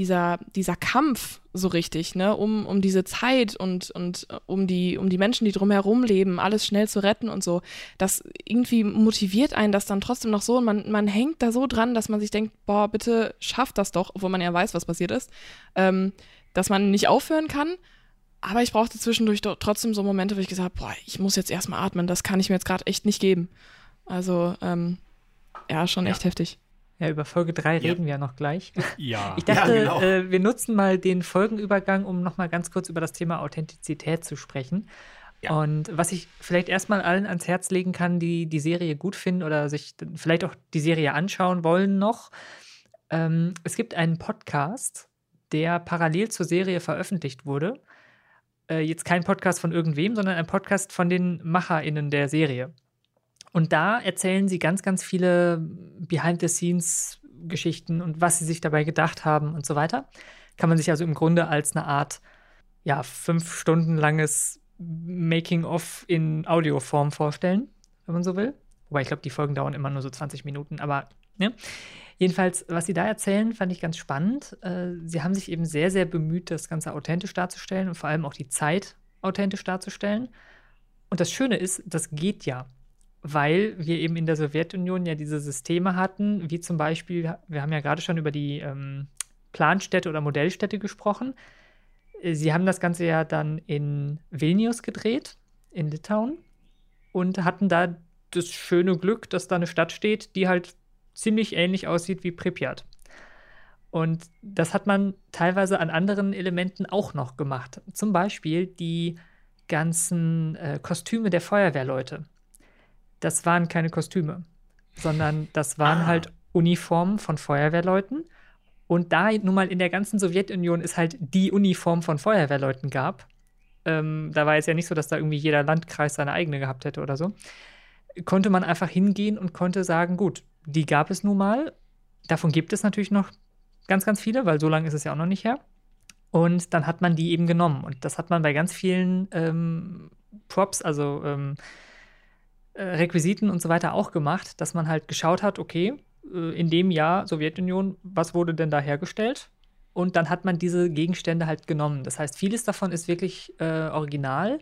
Kampf so richtig, ne, um diese Zeit und um die Menschen, die drumherum leben, alles schnell zu retten und so. Das irgendwie motiviert einen das dann trotzdem noch so und man hängt da so dran, dass man sich denkt, boah, bitte schafft das doch, obwohl man ja weiß, was passiert ist, dass man nicht aufhören kann. Aber ich brauchte zwischendurch trotzdem so Momente, wo ich gesagt habe, boah, ich muss jetzt erstmal atmen, das kann ich mir jetzt gerade echt nicht geben. Also, ja, schon echt heftig. Ja, über Folge 3 reden wir ja noch gleich. Ja. Ich dachte, Ja, genau. wir nutzen mal den Folgenübergang, um noch mal ganz kurz über das Thema Authentizität zu sprechen. Ja. Und was ich vielleicht erstmal allen ans Herz legen kann, die die Serie gut finden oder sich vielleicht auch die Serie anschauen wollen noch. Es gibt einen Podcast, der parallel zur Serie veröffentlicht wurde. Jetzt kein Podcast von irgendwem, sondern ein Podcast von den MacherInnen der Serie. Und da erzählen sie ganz, ganz viele Behind-the-Scenes-Geschichten und was sie sich dabei gedacht haben und so weiter. Kann man sich also im Grunde als eine Art, 5 Stunden langes Making-of in Audioform vorstellen, wenn man so will. Wobei ich glaube, die Folgen dauern immer nur so 20 Minuten, aber ne? Jedenfalls, was sie da erzählen, fand ich ganz spannend. Sie haben sich eben sehr, sehr bemüht, das Ganze authentisch darzustellen und vor allem auch die Zeit authentisch darzustellen. Und das Schöne ist, das geht ja, weil wir eben in der Sowjetunion ja diese Systeme hatten, wie zum Beispiel, wir haben ja gerade schon über die Planstädte oder Modellstädte gesprochen. Sie haben das Ganze ja dann in Vilnius gedreht, in Litauen, und hatten da das schöne Glück, dass da eine Stadt steht, die halt ziemlich ähnlich aussieht wie Pripyat. Und das hat man teilweise an anderen Elementen auch noch gemacht. Zum Beispiel die ganzen Kostüme der Feuerwehrleute. Das waren keine Kostüme, sondern das waren halt Uniformen von Feuerwehrleuten. Und da nun mal in der ganzen Sowjetunion es halt die Uniform von Feuerwehrleuten gab, da war es ja nicht so, dass da irgendwie jeder Landkreis seine eigene gehabt hätte oder so, konnte man einfach hingehen und konnte sagen, gut, die gab es nun mal. Davon gibt es natürlich noch ganz, ganz viele, weil so lange ist es ja auch noch nicht her. Und dann hat man die eben genommen. Und das hat man bei ganz vielen Props, also Requisiten und so weiter auch gemacht, dass man halt geschaut hat, okay, in dem Jahr Sowjetunion, was wurde denn da hergestellt? Und dann hat man diese Gegenstände halt genommen. Das heißt, vieles davon ist wirklich original.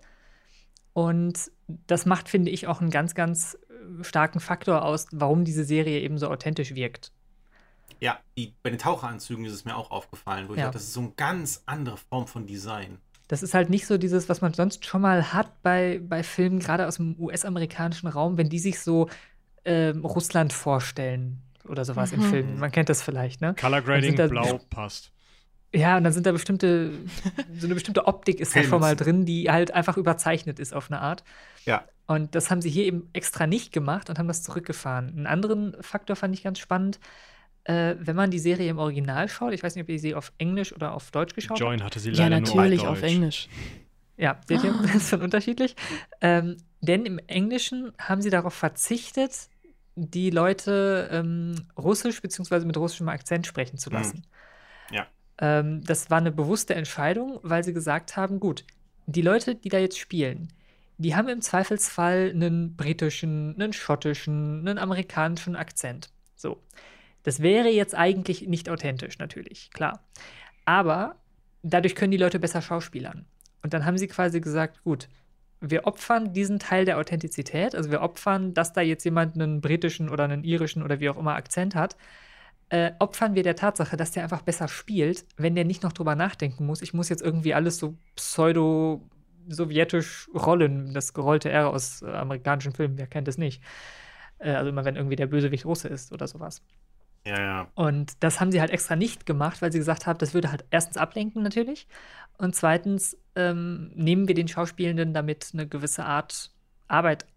Und das macht, finde ich, auch einen ganz, ganz starken Faktor aus, warum diese Serie eben so authentisch wirkt. Ja, bei den Taucheranzügen ist es mir auch aufgefallen, wo ich Ja. dachte, das ist so eine ganz andere Form von Design. Das ist halt nicht so dieses, was man sonst schon mal hat bei Filmen, gerade aus dem US-amerikanischen Raum, wenn die sich so Russland vorstellen oder sowas in Filmen. Man kennt das vielleicht, ne? Color Grading, Dann sind da- blau, passt. Ja, und dann sind da so eine bestimmte Optik ist da schon mal drin, die halt einfach überzeichnet ist auf eine Art. Ja. Und das haben sie hier eben extra nicht gemacht und haben das zurückgefahren. Einen anderen Faktor fand ich ganz spannend. Wenn man die Serie im Original schaut, ich weiß nicht, ob ihr sie auf Englisch oder auf Deutsch geschaut habt. Join hatte sie Ja, leider natürlich nur auf Deutsch. Englisch. Ja, seht ihr, das ist schon unterschiedlich. Denn im Englischen haben sie darauf verzichtet, die Leute Russisch bzw. mit russischem Akzent sprechen zu lassen. Ja. Das war eine bewusste Entscheidung, weil sie gesagt haben, gut, die Leute, die da jetzt spielen, die haben im Zweifelsfall einen britischen, einen schottischen, einen amerikanischen Akzent. So. Das wäre jetzt eigentlich nicht authentisch, natürlich, klar. Aber dadurch können die Leute besser schauspielern. Und dann haben sie quasi gesagt, gut, wir opfern diesen Teil der Authentizität, also wir opfern, dass da jetzt jemand einen britischen oder einen irischen oder wie auch immer Akzent hat, opfern wir der Tatsache, dass der einfach besser spielt, wenn der nicht noch drüber nachdenken muss. Ich muss jetzt irgendwie alles so pseudo-sowjetisch rollen, das gerollte R aus amerikanischen Filmen, wer kennt es nicht. Also immer, wenn irgendwie der Bösewicht Russe ist oder sowas. Ja, ja. Und das haben sie halt extra nicht gemacht, weil sie gesagt haben, das würde halt erstens ablenken natürlich und zweitens nehmen wir den Schauspielenden damit eine gewisse Art Arbeit ab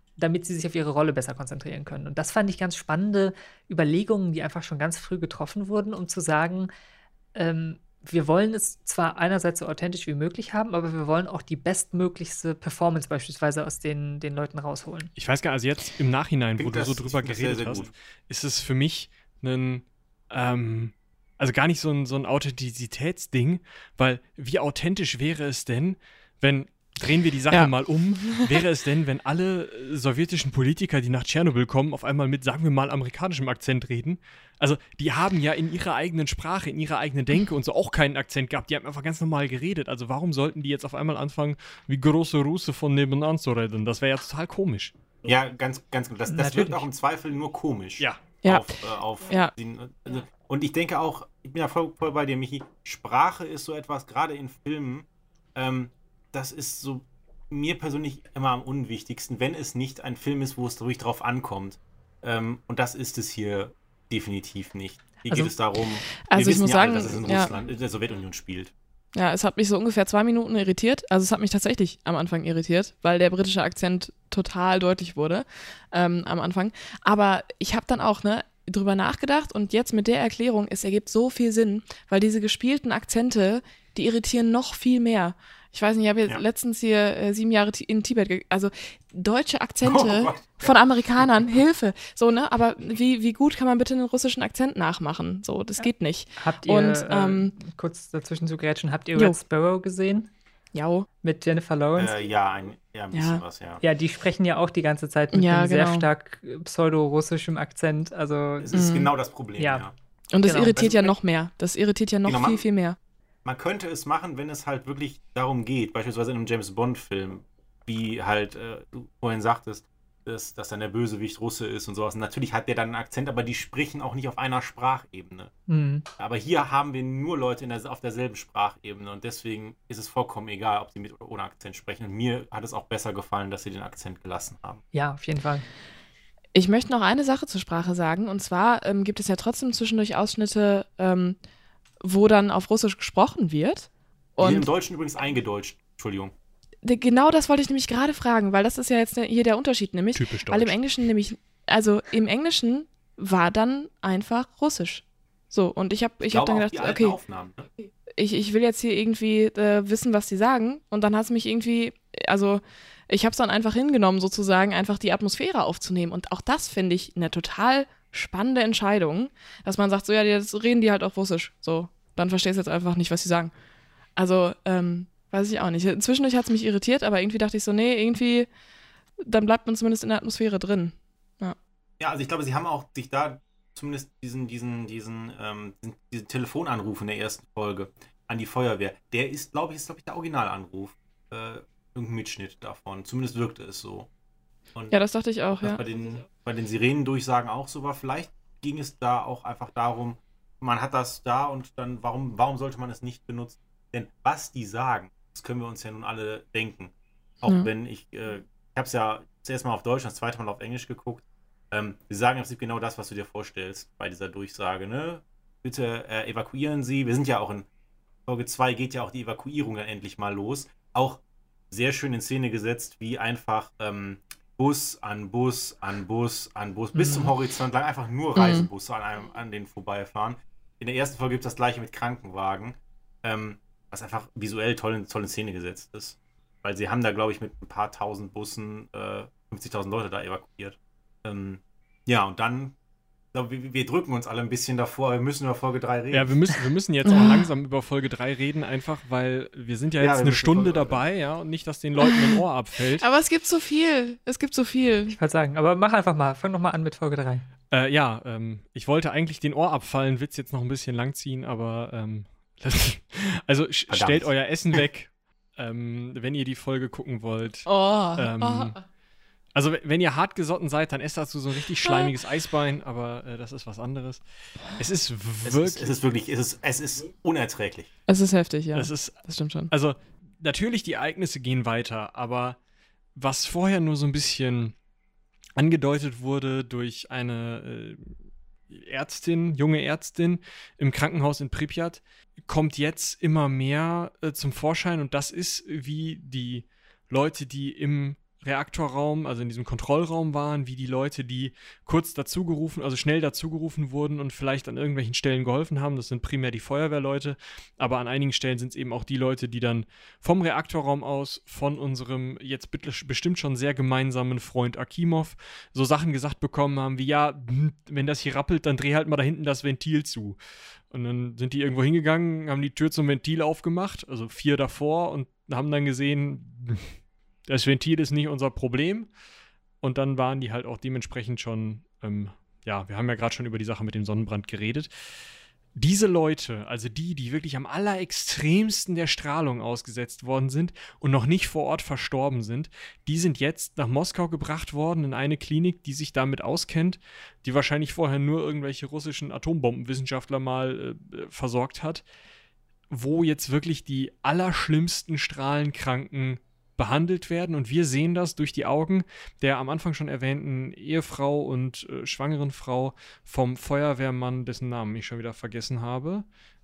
damit sie sich auf ihre Rolle besser konzentrieren können. Und das fand ich ganz spannende Überlegungen, die einfach schon ganz früh getroffen wurden, um zu sagen, wir wollen es zwar einerseits so authentisch wie möglich haben, aber wir wollen auch die bestmöglichste Performance beispielsweise aus den Leuten rausholen. Ich weiß gar nicht, also jetzt im Nachhinein, wo du so drüber geredet sehr hast, gut. ist es für mich also gar nicht so ein Authentizitätsding, weil wie authentisch wäre es denn, wenn, drehen wir die Sache mal um, wäre es denn, wenn alle sowjetischen Politiker, die nach Tschernobyl kommen, auf einmal mit, sagen wir mal, amerikanischem Akzent reden? Also die haben ja in ihrer eigenen Sprache, in ihrer eigenen Denke und so auch keinen Akzent gehabt, die haben einfach ganz normal geredet. Also warum sollten die jetzt auf einmal anfangen, wie große Russe von nebenan zu reden? Das wäre ja total komisch. Ja, ganz gut. Das wirkt auch im Zweifel nur komisch. Ja. Und ich denke auch, ich bin ja voll bei dir, Michi, Sprache ist so etwas, gerade in Filmen, das ist so mir persönlich immer am unwichtigsten, wenn es nicht ein Film ist, wo es wirklich drauf ankommt. Und das ist es hier definitiv nicht. Hier geht es darum, also wir ich wissen muss ja alle, sagen, dass es in Russland, in der Sowjetunion spielt. Ja, es hat mich so ungefähr 2 Minuten irritiert. Also es hat mich tatsächlich am Anfang irritiert, weil der britische Akzent total deutlich wurde am Anfang. Aber ich habe dann auch drüber nachgedacht und jetzt mit der Erklärung, es ergibt so viel Sinn, weil diese gespielten Akzente, die irritieren noch viel mehr. Ich weiß nicht, ich habe jetzt letztens hier 7 Jahre in Tibet, also deutsche Akzente von Amerikanern, Hilfe, so, ne, aber wie gut kann man bitte einen russischen Akzent nachmachen? So, das geht nicht. Habt ihr, kurz dazwischen zu grätschen, habt ihr Red Sparrow gesehen? Ja. Mit Jennifer Lawrence? Ein bisschen was, ja. Ja, die sprechen ja auch die ganze Zeit mit einem sehr stark pseudo-russischem Akzent, also. Es ist genau das Problem, ja. Und das irritiert ja noch mehr. Das irritiert ja noch viel mehr. Man könnte es machen, wenn es halt wirklich darum geht, beispielsweise in einem James-Bond-Film, wie halt du vorhin sagtest, dass dann der Bösewicht Russe ist und sowas. Und natürlich hat der dann einen Akzent, aber die sprechen auch nicht auf einer Sprachebene. Mhm. Aber hier haben wir nur Leute auf derselben Sprachebene und deswegen ist es vollkommen egal, ob sie mit oder ohne Akzent sprechen. Und mir hat es auch besser gefallen, dass sie den Akzent gelassen haben. Ja, auf jeden Fall. Ich möchte noch eine Sache zur Sprache sagen, und zwar gibt es ja trotzdem zwischendurch Ausschnitte, wo dann auf Russisch gesprochen wird. Und im Deutschen übrigens eingedeutscht. Entschuldigung. Genau das wollte ich nämlich gerade fragen, weil das ist ja jetzt hier der Unterschied, nämlich. Typisch deutsch. Weil im Englischen war dann einfach Russisch. So, und ich hab dann gedacht, okay, Aufnahmen, ne? ich will jetzt hier irgendwie wissen, was die sagen, und dann hat es mich irgendwie, also ich habe es dann einfach hingenommen, sozusagen einfach die Atmosphäre aufzunehmen, und auch das finde ich eine total spannende Entscheidung, dass man sagt, so ja, jetzt reden die halt auf Russisch, so, dann verstehst du jetzt einfach nicht, was sie sagen. Also, weiß ich auch nicht. Zwischendurch hat es mich irritiert, aber irgendwie dachte ich so, nee, irgendwie, dann bleibt man zumindest in der Atmosphäre drin. Ja, also ich glaube, sie haben auch sich da zumindest diesen Telefonanruf in der ersten Folge an die Feuerwehr, der ist, glaube ich, der Originalanruf. Irgendein Mitschnitt davon. Zumindest wirkte es so. Und ja, das dachte ich auch, ja. Bei den Sirenendurchsagen auch so war. Vielleicht ging es da auch einfach darum, man hat das da und dann, warum sollte man es nicht benutzen? Denn was die sagen, das können wir uns ja nun alle denken. Auch wenn ich habe es ja zuerst mal auf Deutsch, das zweite Mal auf Englisch geguckt. Sie sagen im Prinzip genau das, was du dir vorstellst bei dieser Durchsage. Ne? Bitte evakuieren Sie. Wir sind ja auch in Folge 2, geht ja auch die Evakuierung dann endlich mal los. Auch sehr schön in Szene gesetzt, wie einfach Bus an Bus an Bus an Bus bis zum Horizont lang einfach nur Reisebusse an denen vorbeifahren. In der ersten Folge gibt es das gleiche mit Krankenwagen, was einfach visuell toll in Szene gesetzt ist. Weil sie haben da, glaube ich, mit ein paar tausend Bussen 50.000 Leute da evakuiert. Ja, und dann, wir drücken uns alle ein bisschen davor, wir müssen über Folge 3 reden. Ja, wir müssen jetzt auch langsam über Folge 3 reden, einfach, weil wir sind ja jetzt eine Stunde dabei, ja, und nicht, dass den Leuten ein Ohr abfällt. Aber es gibt so viel. Ich wollte sagen, aber mach einfach mal, fang doch mal an mit Folge 3. Ich wollte eigentlich den Ohr abfallen, Witz jetzt noch ein bisschen langziehen, aber also stellt euer Essen weg, wenn ihr die Folge gucken wollt. Also wenn ihr hartgesotten seid, dann esst dazu so ein richtig schleimiges Eisbein, aber das ist was anderes. Es ist unerträglich. Es ist heftig, ja. Das stimmt schon. Also natürlich, die Ereignisse gehen weiter, aber was vorher nur so ein bisschen angedeutet wurde durch eine junge Ärztin im Krankenhaus in Pripyat, kommt jetzt immer mehr zum Vorschein, und das ist, wie die Leute, die im Reaktorraum, also in diesem Kontrollraum waren, wie die Leute, die schnell dazugerufen wurden und vielleicht an irgendwelchen Stellen geholfen haben. Das sind primär die Feuerwehrleute, aber an einigen Stellen sind es eben auch die Leute, die dann vom Reaktorraum aus von unserem jetzt bestimmt schon sehr gemeinsamen Freund Akimov so Sachen gesagt bekommen haben, wie ja, wenn das hier rappelt, dann dreh halt mal da hinten das Ventil zu. Und dann sind die irgendwo hingegangen, haben die Tür zum Ventil aufgemacht, also 4 davor, und haben dann gesehen, das Ventil ist nicht unser Problem. Und dann waren die halt auch dementsprechend schon, wir haben ja gerade schon über die Sache mit dem Sonnenbrand geredet. Diese Leute, also die wirklich am allerextremsten der Strahlung ausgesetzt worden sind und noch nicht vor Ort verstorben sind, die sind jetzt nach Moskau gebracht worden in eine Klinik, die sich damit auskennt, die wahrscheinlich vorher nur irgendwelche russischen Atombombenwissenschaftler mal versorgt hat, wo jetzt wirklich die allerschlimmsten Strahlenkranken behandelt werden. Und wir sehen das durch die Augen der am Anfang schon erwähnten Ehefrau und schwangeren Frau vom Feuerwehrmann, dessen Namen ich schon wieder vergessen habe.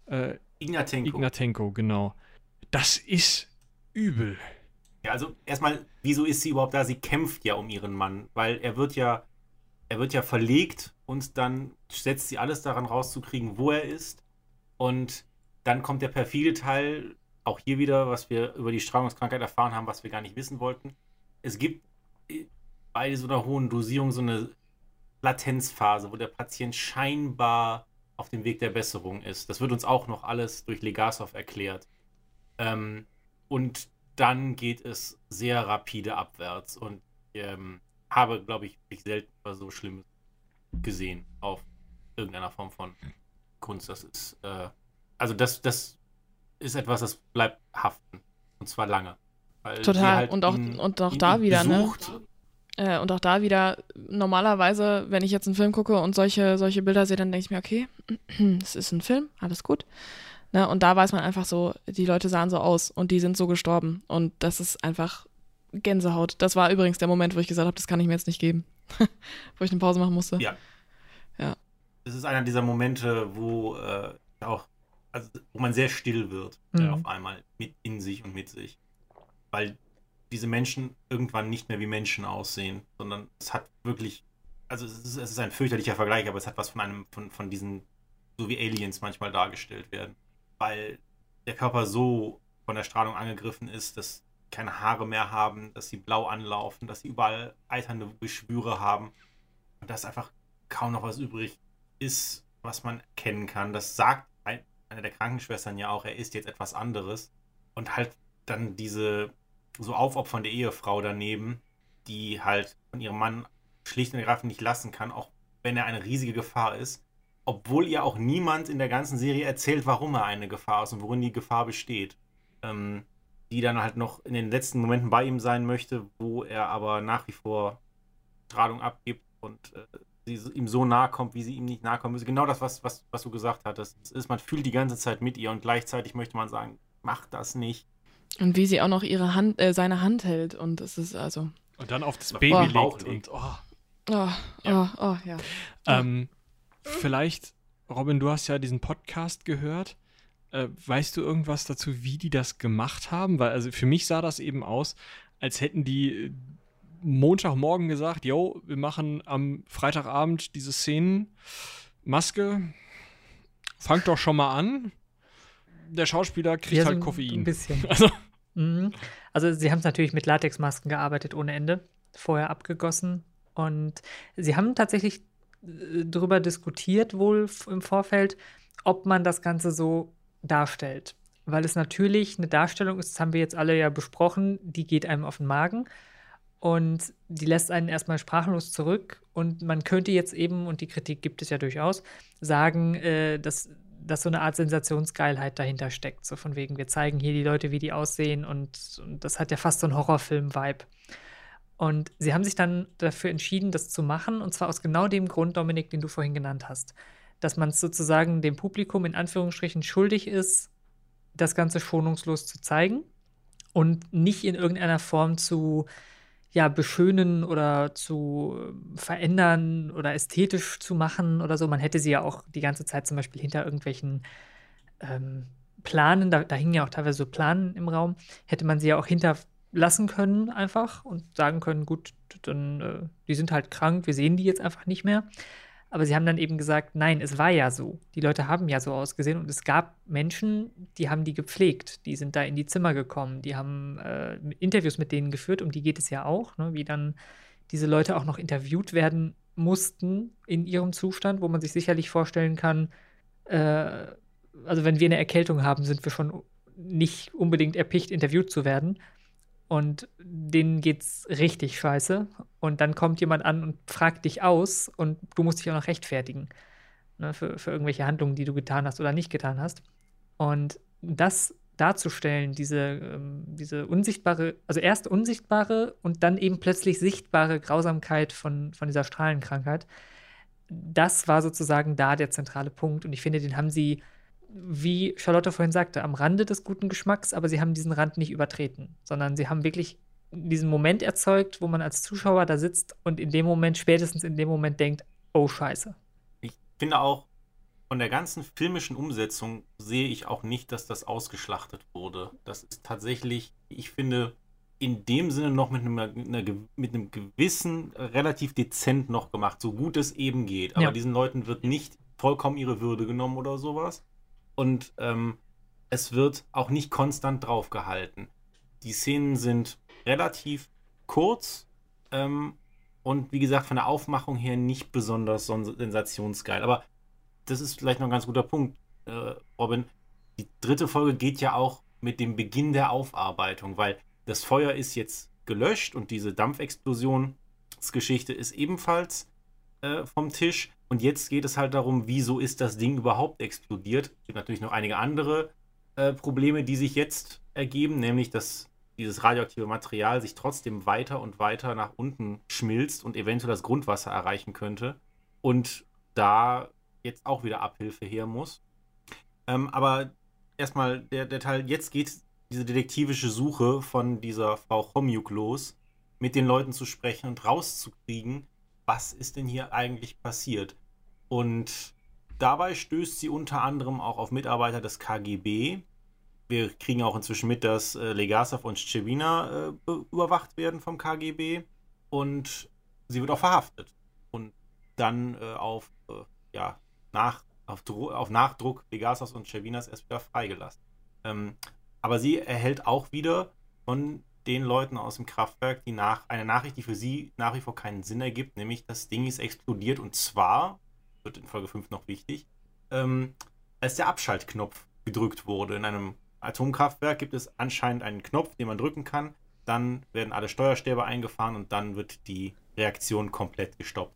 Ignatenko, genau. Das ist übel. Ja, also erstmal, wieso ist sie überhaupt da? Sie kämpft ja um ihren Mann, weil er wird ja verlegt und dann setzt sie alles daran rauszukriegen, wo er ist. Und dann kommt der perfide Teil, auch hier wieder, was wir über die Strahlungskrankheit erfahren haben, was wir gar nicht wissen wollten. Es gibt bei so einer hohen Dosierung so eine Latenzphase, wo der Patient scheinbar auf dem Weg der Besserung ist. Das wird uns auch noch alles durch Legasov erklärt. Und dann geht es sehr rapide abwärts. Und ich habe, glaube ich, selten was so Schlimmes gesehen auf irgendeiner Form von Kunst. Das ist, das ist etwas, das bleibt haften. Und zwar lange. Weil Total. halt Und auch da wieder, besucht. Ne? Und auch da wieder, normalerweise, wenn ich jetzt einen Film gucke und solche Bilder sehe, dann denke ich mir, okay, es ist ein Film, alles gut. Ne? Und da weiß man einfach so, die Leute sahen so aus und die sind so gestorben. Und das ist einfach Gänsehaut. Das war übrigens der Moment, wo ich gesagt habe, das kann ich mir jetzt nicht geben. Wo ich eine Pause machen musste. Ja. Ja. Das ist einer dieser Momente, wo wo man sehr still wird, auf einmal in sich und mit sich. Weil diese Menschen irgendwann nicht mehr wie Menschen aussehen, sondern es hat wirklich, also es ist ein fürchterlicher Vergleich, aber es hat was von diesen, so wie Aliens manchmal dargestellt werden. Weil der Körper so von der Strahlung angegriffen ist, dass sie keine Haare mehr haben, dass sie blau anlaufen, dass sie überall eiternde Geschwüre haben und dass einfach kaum noch was übrig ist, was man erkennen kann. Das sagt eine der Krankenschwestern ja auch, er ist jetzt etwas anderes. Und halt dann diese so aufopfernde Ehefrau daneben, die halt von ihrem Mann schlicht und ergreifend nicht lassen kann, auch wenn er eine riesige Gefahr ist. Obwohl ihr auch niemand in der ganzen Serie erzählt, warum er eine Gefahr ist und worin die Gefahr besteht. Die dann halt noch in den letzten Momenten bei ihm sein möchte, wo er aber nach wie vor Strahlung abgibt und sie ihm so nahe kommt, wie sie ihm nicht nahe kommen müsse. Genau das, was du gesagt hattest. Man fühlt die ganze Zeit mit ihr und gleichzeitig möchte man sagen, mach das nicht. Und wie sie auch noch seine Hand hält und es ist also... Und dann auf das Baby legt und ja. Vielleicht, Robin, du hast ja diesen Podcast gehört. Weißt du irgendwas dazu, wie die das gemacht haben? Weil also für mich sah das eben aus, als hätten die Montagmorgen gesagt, yo, wir machen am Freitagabend diese Szenen. Maske, fangt doch schon mal an. Der Schauspieler kriegt halt Koffein. Ein bisschen. Also, Also sie haben natürlich mit Latexmasken gearbeitet ohne Ende, vorher abgegossen. Und sie haben tatsächlich darüber diskutiert, wohl im Vorfeld, ob man das Ganze so darstellt. Weil es natürlich eine Darstellung ist, das haben wir jetzt alle ja besprochen, die geht einem auf den Magen. Und die lässt einen erstmal sprachlos zurück. Und man könnte jetzt eben, und die Kritik gibt es ja durchaus, sagen, dass so eine Art Sensationsgeilheit dahinter steckt. So von wegen, wir zeigen hier die Leute, wie die aussehen. Und das hat ja fast so einen Horrorfilm-Vibe. Und sie haben sich dann dafür entschieden, das zu machen. Und zwar aus genau dem Grund, Dominik, den du vorhin genannt hast. Dass man es sozusagen dem Publikum in Anführungsstrichen schuldig ist, das Ganze schonungslos zu zeigen. Und nicht in irgendeiner Form zu beschönen oder zu verändern oder ästhetisch zu machen oder so. Man hätte sie ja auch die ganze Zeit zum Beispiel hinter irgendwelchen Planen, da hingen ja auch teilweise so Planen im Raum, hätte man sie ja auch hinter lassen können einfach und sagen können, gut, dann die sind halt krank, wir sehen die jetzt einfach nicht mehr. Aber sie haben dann eben gesagt, nein, es war ja so. Die Leute haben ja so ausgesehen und es gab Menschen, die haben die gepflegt, die sind da in die Zimmer gekommen, die haben Interviews mit denen geführt, um die geht es ja auch, ne, wie dann diese Leute auch noch interviewt werden mussten in ihrem Zustand, wo man sich sicherlich vorstellen kann, also wenn wir eine Erkältung haben, sind wir schon nicht unbedingt erpicht, interviewt zu werden. Und denen geht's richtig scheiße. Und dann kommt jemand an und fragt dich aus und du musst dich auch noch rechtfertigen, ne, für irgendwelche Handlungen, die du getan hast oder nicht getan hast. Und das darzustellen, diese unsichtbare, also erst unsichtbare und dann eben plötzlich sichtbare Grausamkeit von dieser Strahlenkrankheit, das war sozusagen da der zentrale Punkt. Und ich finde, den haben sie, wie Charlotte vorhin sagte, am Rande des guten Geschmacks, aber sie haben diesen Rand nicht übertreten, sondern sie haben wirklich diesen Moment erzeugt, wo man als Zuschauer da sitzt und in dem Moment, spätestens in dem Moment denkt, oh Scheiße. Ich finde auch, von der ganzen filmischen Umsetzung sehe ich auch nicht, dass das ausgeschlachtet wurde. Das ist tatsächlich, ich finde, in dem Sinne noch mit einem gewissen, relativ dezent noch gemacht, so gut es eben geht. Aber Ja. diesen Leuten wird nicht vollkommen ihre Würde genommen oder sowas. Und es wird auch nicht konstant draufgehalten. Die Szenen sind relativ kurz und wie gesagt von der Aufmachung her nicht besonders sensationsgeil. Aber das ist vielleicht noch ein ganz guter Punkt, Robin. Die 3. Folge geht ja auch mit dem Beginn der Aufarbeitung, weil das Feuer ist jetzt gelöscht und diese Dampfexplosionsgeschichte ist ebenfalls vom Tisch. Und jetzt geht es halt darum, wieso ist das Ding überhaupt explodiert. Es gibt natürlich noch einige andere Probleme, die sich jetzt ergeben, nämlich, dass dieses radioaktive Material sich trotzdem weiter und weiter nach unten schmilzt und eventuell das Grundwasser erreichen könnte. Und da jetzt auch wieder Abhilfe her muss. Aber erstmal der Teil, jetzt geht diese detektivische Suche von dieser Frau Chomjuk los, mit den Leuten zu sprechen und rauszukriegen, was ist denn hier eigentlich passiert. Und dabei stößt sie unter anderem auch auf Mitarbeiter des KGB. Wir kriegen auch inzwischen mit, dass Legasov und Shchevina überwacht werden vom KGB. Und sie wird auch verhaftet. Und dann auf Nachdruck Legasovs und Shchevinas erst wieder freigelassen. Aber sie erhält auch wieder von den Leuten aus dem Kraftwerk eine Nachricht, die für sie nach wie vor keinen Sinn ergibt, nämlich das Ding ist explodiert und zwar, wird in Folge 5 noch wichtig, als der Abschaltknopf gedrückt wurde. In einem Atomkraftwerk gibt es anscheinend einen Knopf, den man drücken kann, dann werden alle Steuerstäbe eingefahren und dann wird die Reaktion komplett gestoppt.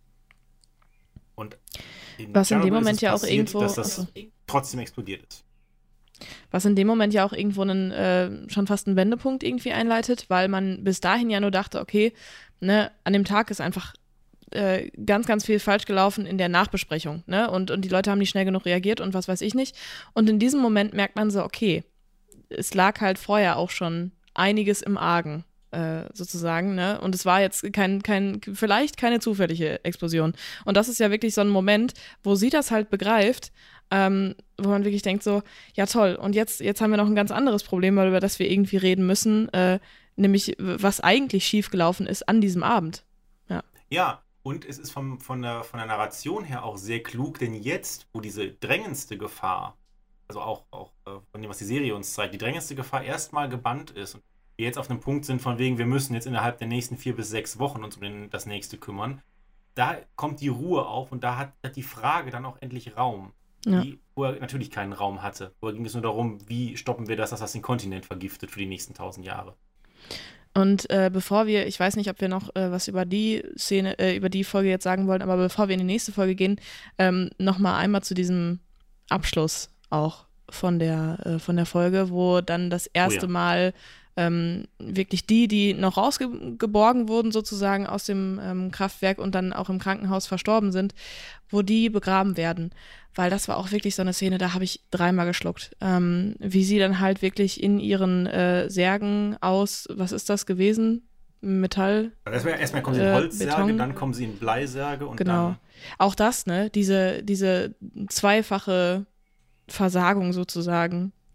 Und was in dem Moment ja auch irgendwo, dass das trotzdem explodiert ist. Was in dem Moment ja auch irgendwo schon fast einen Wendepunkt irgendwie einleitet, weil man bis dahin ja nur dachte, okay, ne, an dem Tag ist einfach ganz, ganz viel falsch gelaufen in der Nachbesprechung, ne, und die Leute haben nicht schnell genug reagiert und was weiß ich nicht. Und in diesem Moment merkt man so, okay, es lag halt vorher auch schon einiges im Argen, sozusagen, ne, und es war jetzt vielleicht keine zufällige Explosion. Und das ist ja wirklich so ein Moment, wo sie das halt begreift, wo man wirklich denkt so, ja toll, und jetzt haben wir noch ein ganz anderes Problem, über das wir irgendwie reden müssen, nämlich was eigentlich schiefgelaufen ist an diesem Abend. Ja, und es ist von der Narration her auch sehr klug, denn jetzt, wo diese drängendste Gefahr, also auch von dem, was die Serie uns zeigt, die drängendste Gefahr erstmal gebannt ist und wir jetzt auf einem Punkt sind von wegen, wir müssen jetzt innerhalb der nächsten 4 bis 6 Wochen uns um das nächste kümmern, da kommt die Ruhe auf und da hat die Frage dann auch endlich Raum. Ja. Die vorher natürlich keinen Raum hatte. Vorher ging es nur darum, wie stoppen wir das den Kontinent vergiftet für die nächsten 1000 Jahre. Und bevor wir, ich weiß nicht, ob wir noch was über die Szene, über die Folge jetzt sagen wollen, aber bevor wir in die nächste Folge gehen, nochmal einmal zu diesem Abschluss auch von der Folge, wo dann das erste Mal wirklich die noch rausgeborgen wurden sozusagen aus dem Kraftwerk und dann auch im Krankenhaus verstorben sind, wo die begraben werden. Weil das war auch wirklich so eine Szene, da habe ich 3-mal geschluckt. Wie sie dann halt wirklich in ihren Särgen aus, was ist das gewesen? Metall? Erstmal kommen sie in Holzsärge, Beton. dann kommen sie in Bleisärge und genau. dann... Auch das, ne? Diese zweifache Versagung sozusagen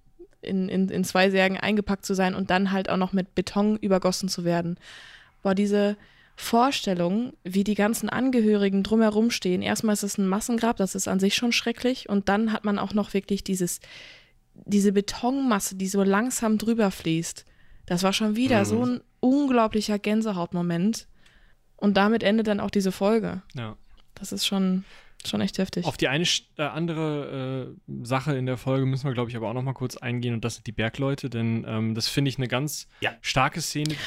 in 2 Särgen eingepackt zu sein und dann halt auch noch mit Beton übergossen zu werden. Boah, diese Vorstellung, wie die ganzen Angehörigen drumherum stehen. Erstmal ist es ein Massengrab, das ist an sich schon schrecklich. Und dann hat man auch noch wirklich diese Betonmasse, die so langsam drüber fließt. Das war schon wieder so ein unglaublicher Gänsehautmoment. Und damit endet dann auch diese Folge. Ja. Das ist schon echt heftig. Auf die andere Sache in der Folge müssen wir, glaube ich, aber auch noch mal kurz eingehen, und das sind die Bergleute, denn das finde ich eine ganz starke Szene.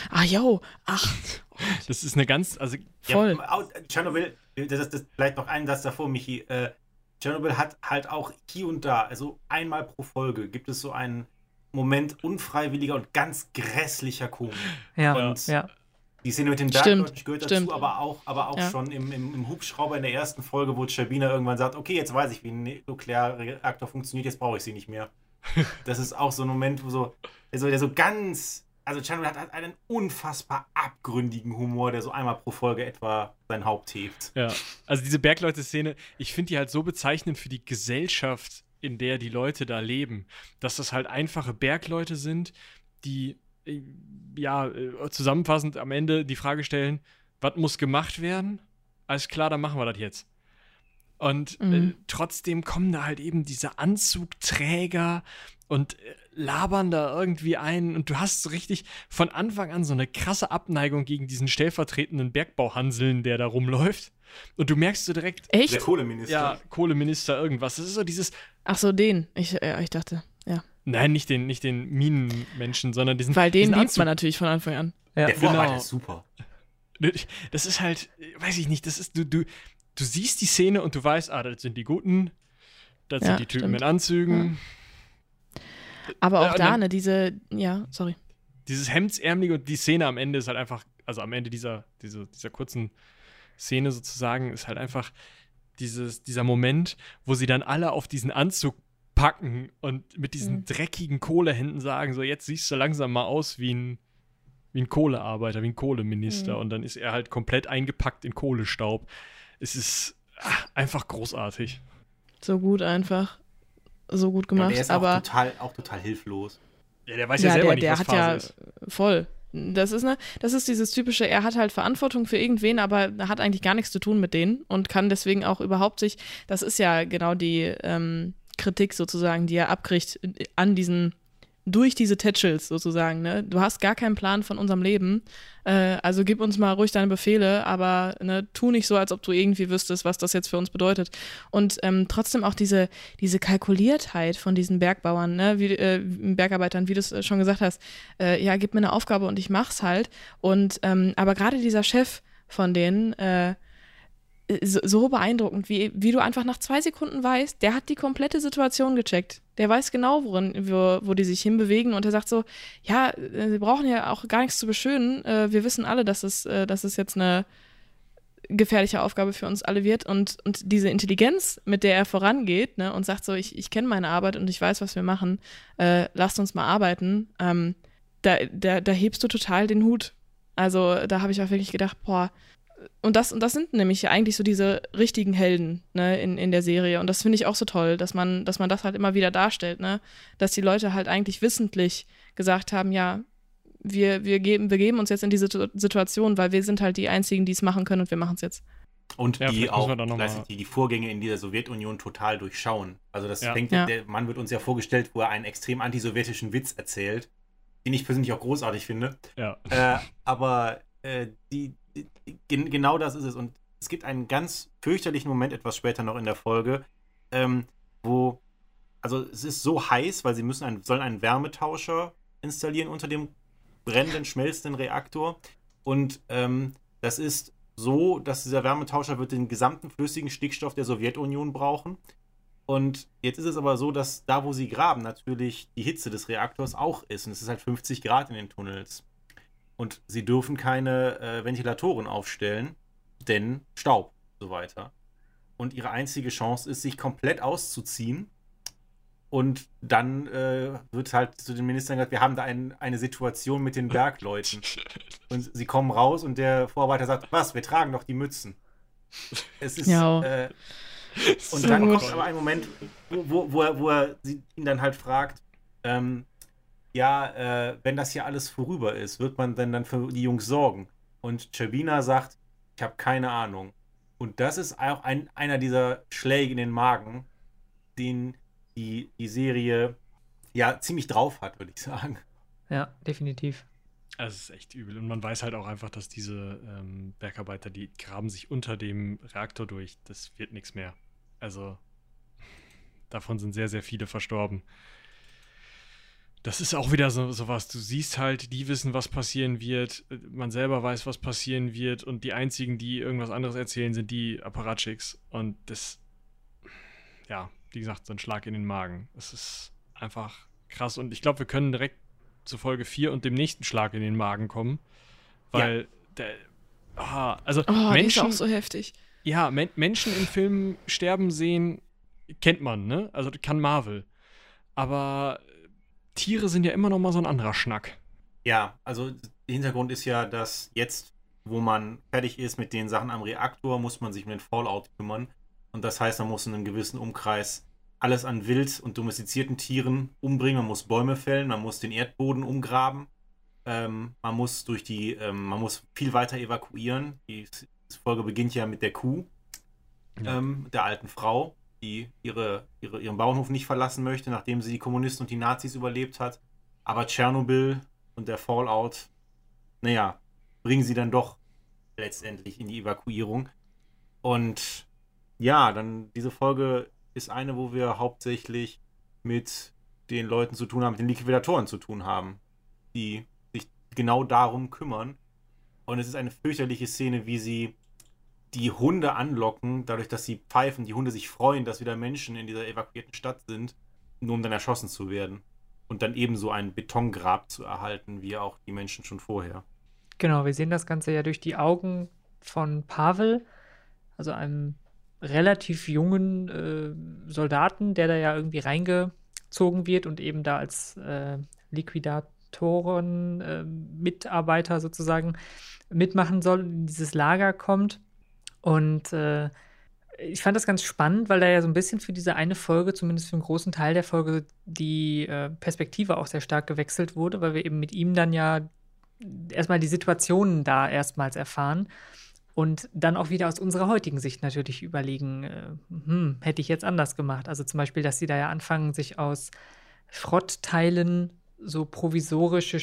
Das ist eine ganz, also voll. Ja, Tschernobyl, das vielleicht noch einen Satz davor, Michi. Tschernobyl hat halt auch hier und da, also einmal pro Folge, gibt es so einen Moment unfreiwilliger und ganz grässlicher Komik. Und die Szene mit den Bergleuten gehört dazu, aber auch schon im Hubschrauber in der ersten Folge, wo Scherbina irgendwann sagt, okay, jetzt weiß ich, wie ein Nuklearreaktor funktioniert, jetzt brauche ich sie nicht mehr. Das ist auch so ein Moment, wo der so ganz, also Tschernobyl hat einen unfassbar abgründigen Humor, der so einmal pro Folge etwa sein Haupt hebt. Ja, also diese Bergleute-Szene, ich finde die halt so bezeichnend für die Gesellschaft, in der die Leute da leben, dass das halt einfache Bergleute sind, die zusammenfassend am Ende die Frage stellen, was muss gemacht werden? Alles klar, dann machen wir das jetzt. Und trotzdem kommen da halt eben diese Anzugträger und labern da irgendwie ein, und du hast so richtig von Anfang an so eine krasse Abneigung gegen diesen stellvertretenden Bergbauhanseln, der da rumläuft. Und du merkst so direkt... Echt? Der Kohleminister. Ja, Kohleminister irgendwas. Das ist so dieses... Ach so, den. Ich dachte, ja. Nein, nicht den Minenmenschen, sondern diesen... Weil den diesen liebt Anzug. man natürlich von Anfang an. Ja. Der Vorreiter ist super. Das ist halt, weiß ich nicht, das ist, du siehst die Szene und du weißt, das sind die Guten, das sind die Typen in Anzügen. Ja. Aber auch da, sorry. Dieses Hemdsärmelige und die Szene am Ende ist halt einfach, also am Ende dieser kurzen Szene sozusagen, ist halt einfach dieser Moment, wo sie dann alle auf diesen Anzug packen und mit diesen dreckigen Kohlehänden sagen, so jetzt siehst du langsam mal aus wie ein Kohlearbeiter, wie ein Kohleminister. Und dann ist er halt komplett eingepackt in Kohlestaub. Es ist einfach großartig. So gut einfach. So gut gemacht. Und er ist aber auch total hilflos. Ja, der weiß ja selber nicht, was Phase ist. Voll. Das ist dieses typische, er hat halt Verantwortung für irgendwen, aber hat eigentlich gar nichts zu tun mit denen und kann deswegen auch überhaupt das ist ja genau die Kritik sozusagen, die er abkriegt durch diese Tätschels sozusagen, ne? Du hast gar keinen Plan von unserem Leben, also gib uns mal ruhig deine Befehle, aber tu nicht so, als ob du irgendwie wüsstest, was das jetzt für uns bedeutet. Und trotzdem auch diese Kalkuliertheit von diesen Bergbauern, ne? Bergarbeitern, wie du es schon gesagt hast, gib mir eine Aufgabe und ich mach's halt. Und aber gerade dieser Chef von denen, so beeindruckend, wie du einfach nach 2 Sekunden weißt, der hat die komplette Situation gecheckt. Der weiß genau, wo die sich hinbewegen, und er sagt so, ja, sie brauchen ja auch gar nichts zu beschönen. Wir wissen alle, dass es jetzt eine gefährliche Aufgabe für uns alle wird, und diese Intelligenz, mit der er vorangeht, ne, und sagt so, ich kenne meine Arbeit und ich weiß, was wir machen, lasst uns mal arbeiten, da hebst du total den Hut. Also da habe ich auch wirklich gedacht, boah, und das sind nämlich eigentlich so diese richtigen Helden, ne, in der Serie. Und das finde ich auch so toll, dass man das halt immer wieder darstellt, ne? Dass die Leute halt eigentlich wissentlich gesagt haben, ja, wir begeben uns jetzt in diese Situation, weil wir sind halt die Einzigen, die es machen können, und wir machen es jetzt. Und die auch die Vorgänge in dieser Sowjetunion total durchschauen. Also das fängt, der Mann wird uns ja vorgestellt, wo er einen extrem antisowjetischen Witz erzählt, den ich persönlich auch großartig finde. Ja. Aber genau das ist es. Und es gibt einen ganz fürchterlichen Moment etwas später noch in der Folge, wo, also es ist so heiß, weil sie sollen einen Wärmetauscher installieren unter dem brennenden, schmelzenden Reaktor. Und das ist so, dass dieser Wärmetauscher wird den gesamten flüssigen Stickstoff der Sowjetunion brauchen. Und jetzt ist es aber so, dass da, wo sie graben, natürlich die Hitze des Reaktors auch ist. Und es ist halt 50 Grad in den Tunnels. Und sie dürfen keine Ventilatoren aufstellen, denn Staub und so weiter. Und ihre einzige Chance ist, sich komplett auszuziehen. Und dann wird halt zu den Ministern gesagt, wir haben da eine Situation mit den Bergleuten. Und sie kommen raus und der Vorarbeiter sagt, was, wir tragen doch die Mützen. Es ist... und dann kommt aber ein Moment, wo er ihn dann halt fragt, wenn das hier alles vorüber ist, wird man denn dann für die Jungs sorgen? Und Chervina sagt, ich habe keine Ahnung. Und das ist auch einer dieser Schläge in den Magen, den die Serie ja ziemlich drauf hat, würde ich sagen. Ja, definitiv. Also es ist echt übel. Und man weiß halt auch einfach, dass diese Bergarbeiter, die graben sich unter dem Reaktor durch. Das wird nichts mehr. Also davon sind sehr, sehr viele verstorben. Das ist auch wieder so was. Du siehst halt, die wissen, was passieren wird. Man selber weiß, was passieren wird. Und die einzigen, die irgendwas anderes erzählen, sind die Apparatchiks. Und das, ja, wie gesagt, so ein Schlag in den Magen. Es ist einfach krass. Und ich glaube, wir können direkt zu Folge 4 und dem nächsten Schlag in den Magen kommen. Weil, also Oh, die ist Menschen, auch so heftig. ja, Menschen in Filmen sterben sehen, kennt man, ne? Also kann Marvel. Aber Tiere sind ja immer noch mal so ein anderer Schnack. Ja, also der Hintergrund ist ja, dass jetzt, wo man fertig ist mit den Sachen am Reaktor, muss man sich um den Fallout kümmern. Und das heißt, man muss in einem gewissen Umkreis alles an wild und domestizierten Tieren umbringen. Man muss Bäume fällen, man muss den Erdboden umgraben. Man muss man muss viel weiter evakuieren. Die Folge beginnt ja mit der Kuh, der alten Frau, die ihren Bauernhof nicht verlassen möchte, nachdem sie die Kommunisten und die Nazis überlebt hat. Aber Tschernobyl und der Fallout, bringen sie dann doch letztendlich in die Evakuierung. Und ja, dann diese Folge ist eine, wo wir hauptsächlich mit den Leuten zu tun haben, mit den Liquidatoren zu tun haben, die sich genau darum kümmern. Und es ist eine fürchterliche Szene, wie sie die Hunde anlocken, dadurch, dass sie pfeifen, die Hunde sich freuen, dass wieder Menschen in dieser evakuierten Stadt sind, nur um dann erschossen zu werden. Und dann ebenso ein Betongrab zu erhalten, wie auch die Menschen schon vorher. Genau, wir sehen das Ganze ja durch die Augen von Pavel, also einem relativ jungen Soldaten, der da ja irgendwie reingezogen wird und eben da als Liquidatoren-Mitarbeiter sozusagen mitmachen soll, in dieses Lager kommt. Und ich fand das ganz spannend, weil da ja so ein bisschen für diese eine Folge, zumindest für einen großen Teil der Folge, die Perspektive auch sehr stark gewechselt wurde, weil wir eben mit ihm dann ja erstmal die Situationen da erstmals erfahren und dann auch wieder aus unserer heutigen Sicht natürlich überlegen, hätte ich jetzt anders gemacht. Also zum Beispiel, dass sie da ja anfangen, sich aus Schrottteilen so provisorische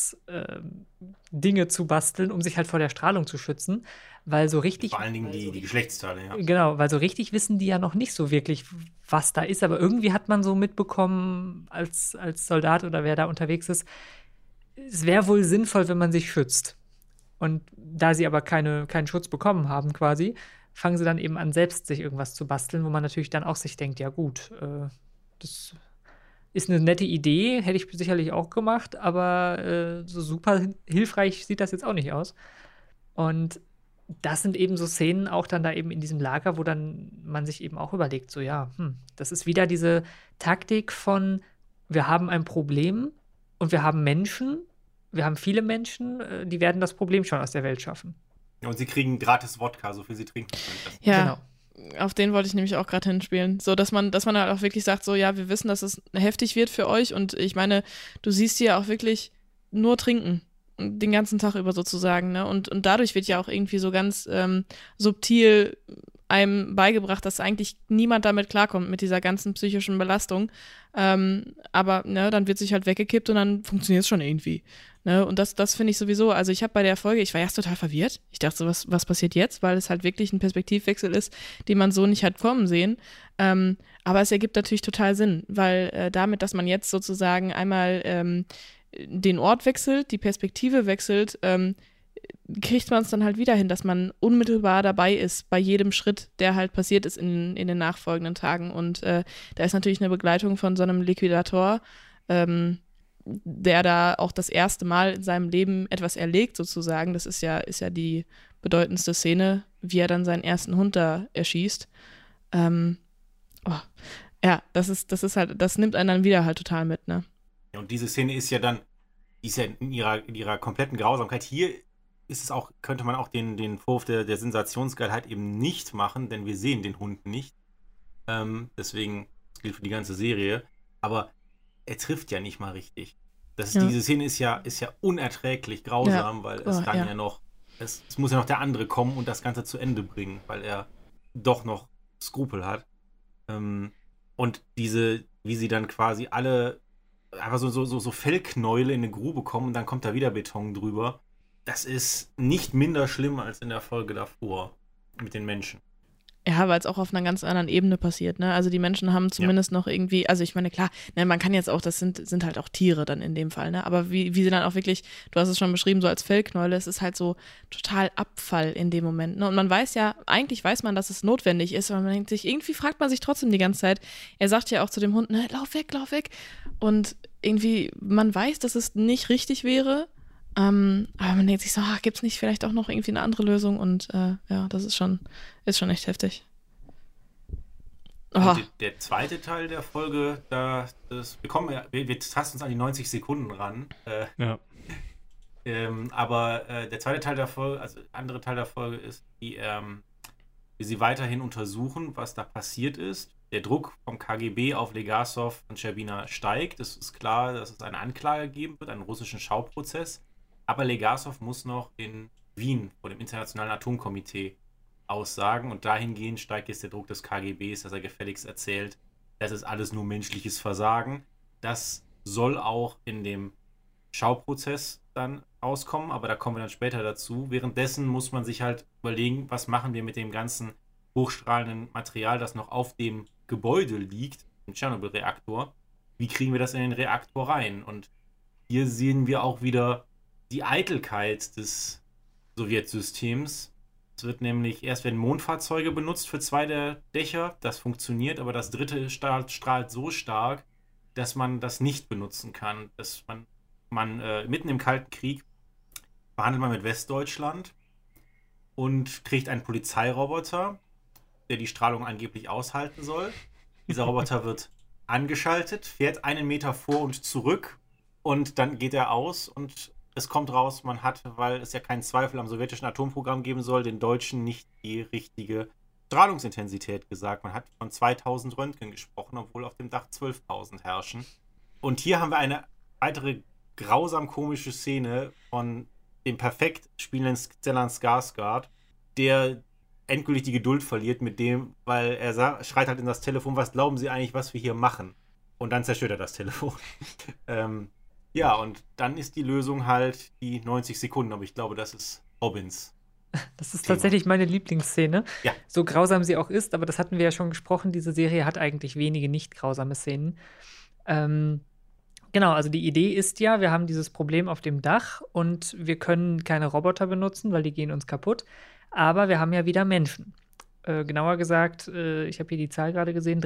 Schutzdinge zu basteln, um sich halt vor der Strahlung zu schützen, weil so richtig... Vor allen Dingen die Geschlechtsteile, ja. Genau, weil so richtig wissen die ja noch nicht so wirklich, was da ist, aber irgendwie hat man so mitbekommen, als Soldat oder wer da unterwegs ist, es wäre wohl sinnvoll, wenn man sich schützt. Und da sie aber keinen Schutz bekommen haben quasi, fangen sie dann eben an, selbst sich irgendwas zu basteln, wo man natürlich dann auch sich denkt, ja gut, das ist eine nette Idee, hätte ich sicherlich auch gemacht, aber so super hilfreich sieht das jetzt auch nicht aus. Und das sind eben so Szenen auch dann da eben in diesem Lager, wo dann man sich eben auch überlegt, so ja, das ist wieder diese Taktik von, wir haben ein Problem und wir haben Menschen, wir haben viele Menschen, die werden das Problem schon aus der Welt schaffen. Ja, und sie kriegen gratis Wodka, so viel sie trinken können. Ja, genau. Auf den wollte ich nämlich auch gerade hinspielen. So, dass man halt auch wirklich sagt, so, ja, wir wissen, dass es heftig wird für euch und ich meine, du siehst hier auch wirklich nur trinken. Den ganzen Tag über sozusagen, ne? Und dadurch wird ja auch irgendwie so ganz subtil einem beigebracht, dass eigentlich niemand damit klarkommt, mit dieser ganzen psychischen Belastung. Aber ne, dann wird sich halt weggekippt und dann funktioniert es schon irgendwie. Ne? Und das finde ich sowieso, also ich habe bei der Folge, ich war erst total verwirrt. Ich dachte so, was passiert jetzt? Weil es halt wirklich ein Perspektivwechsel ist, den man so nicht hat kommen sehen. Aber es ergibt natürlich total Sinn, weil damit, dass man jetzt sozusagen einmal den Ort wechselt, die Perspektive wechselt, kriegt man es dann halt wieder hin, dass man unmittelbar dabei ist bei jedem Schritt, der halt passiert ist in den nachfolgenden Tagen. Und da ist natürlich eine Begleitung von so einem Liquidator, der da auch das erste Mal in seinem Leben etwas erlegt sozusagen. Das ist ja die bedeutendste Szene, wie er dann seinen ersten Hund da erschießt. Ja, das ist halt, das nimmt einen dann wieder halt total mit, ne? Ja, und diese Szene ist ja in ihrer kompletten Grausamkeit. Hier ist es auch, könnte man auch den Vorwurf der Sensationsgeilheit eben nicht machen, denn wir sehen den Hund nicht. Deswegen, das gilt für die ganze Serie. Aber er trifft ja nicht mal richtig. Ja. Diese Szene ist ja unerträglich grausam, weil es dann ja noch, es muss ja noch der andere kommen und das Ganze zu Ende bringen, weil er doch noch Skrupel hat. Und wie sie dann quasi alle einfach so Fellknäule in eine Grube kommen und dann kommt da wieder Beton drüber. Das ist nicht minder schlimm als in der Folge davor mit den Menschen. Ja, weil es auch auf einer ganz anderen Ebene passiert, ne? Also die Menschen haben zumindest noch irgendwie, also ich meine, klar, ne, man kann jetzt auch, das sind halt auch Tiere dann in dem Fall, ne? Aber wie sie dann auch wirklich, du hast es schon beschrieben, so als Fellknäule, es ist halt so total Abfall in dem Moment, ne? Und man weiß ja, eigentlich weiß man, dass es notwendig ist, aber man denkt sich, irgendwie fragt man sich trotzdem die ganze Zeit, er sagt ja auch zu dem Hund, ne, lauf weg. Und irgendwie, man weiß, dass es nicht richtig wäre, aber man denkt sich so, gibt es nicht vielleicht auch noch irgendwie eine andere Lösung? Und das ist schon echt heftig. Und der zweite Teil der Folge, wir tasten uns an die 90 Sekunden ran. Aber der zweite Teil der Folge, also der andere Teil der Folge ist, wie sie weiterhin untersuchen, was da passiert ist. Der Druck vom KGB auf Legasov und Scherbina steigt. Es ist klar, dass es eine Anklage geben wird, einen russischen Schauprozess. Aber Legasov muss noch in Wien vor dem Internationalen Atomkomitee aussagen und dahingehend steigt jetzt der Druck des KGBs, dass er gefälligst erzählt, das ist alles nur menschliches Versagen. Das soll auch in dem Schauprozess dann rauskommen, aber da kommen wir dann später dazu. Währenddessen muss man sich halt überlegen, was machen wir mit dem ganzen hochstrahlenden Material, das noch auf dem Gebäude liegt, im Tschernobyl-Reaktor. Wie kriegen wir das in den Reaktor rein? Und hier sehen wir auch wieder die Eitelkeit des Sowjetsystems. Es wird nämlich, erst werden Mondfahrzeuge benutzt für 2 der Dächer, das funktioniert, aber das dritte strahlt so stark, dass man das nicht benutzen kann. Dass man mitten im Kalten Krieg verhandelt man mit Westdeutschland und kriegt einen Polizeiroboter, der die Strahlung angeblich aushalten soll. Dieser Roboter wird angeschaltet, fährt 1 Meter vor und zurück und dann geht er aus und es kommt raus, man hat, weil es ja keinen Zweifel am sowjetischen Atomprogramm geben soll, den Deutschen nicht die richtige Strahlungsintensität gesagt. Man hat von 2000 Röntgen gesprochen, obwohl auf dem Dach 12.000 herrschen. Und hier haben wir eine weitere grausam komische Szene von dem perfekt spielenden Stellan Skarsgård, der endgültig die Geduld verliert mit dem, weil er schreit halt in das Telefon, was glauben Sie eigentlich, was wir hier machen? Und dann zerstört er das Telefon. Ja, und dann ist die Lösung halt die 90 Sekunden, aber ich glaube, das ist Robins. Das ist tatsächlich meine Lieblingsszene. Ja. So grausam sie auch ist, aber das hatten wir ja schon gesprochen, diese Serie hat eigentlich wenige nicht grausame Szenen. Genau, also die Idee ist ja, wir haben dieses Problem auf dem Dach und wir können keine Roboter benutzen, weil die gehen uns kaputt, aber wir haben ja wieder Menschen. Genauer gesagt, ich habe hier die Zahl gerade gesehen,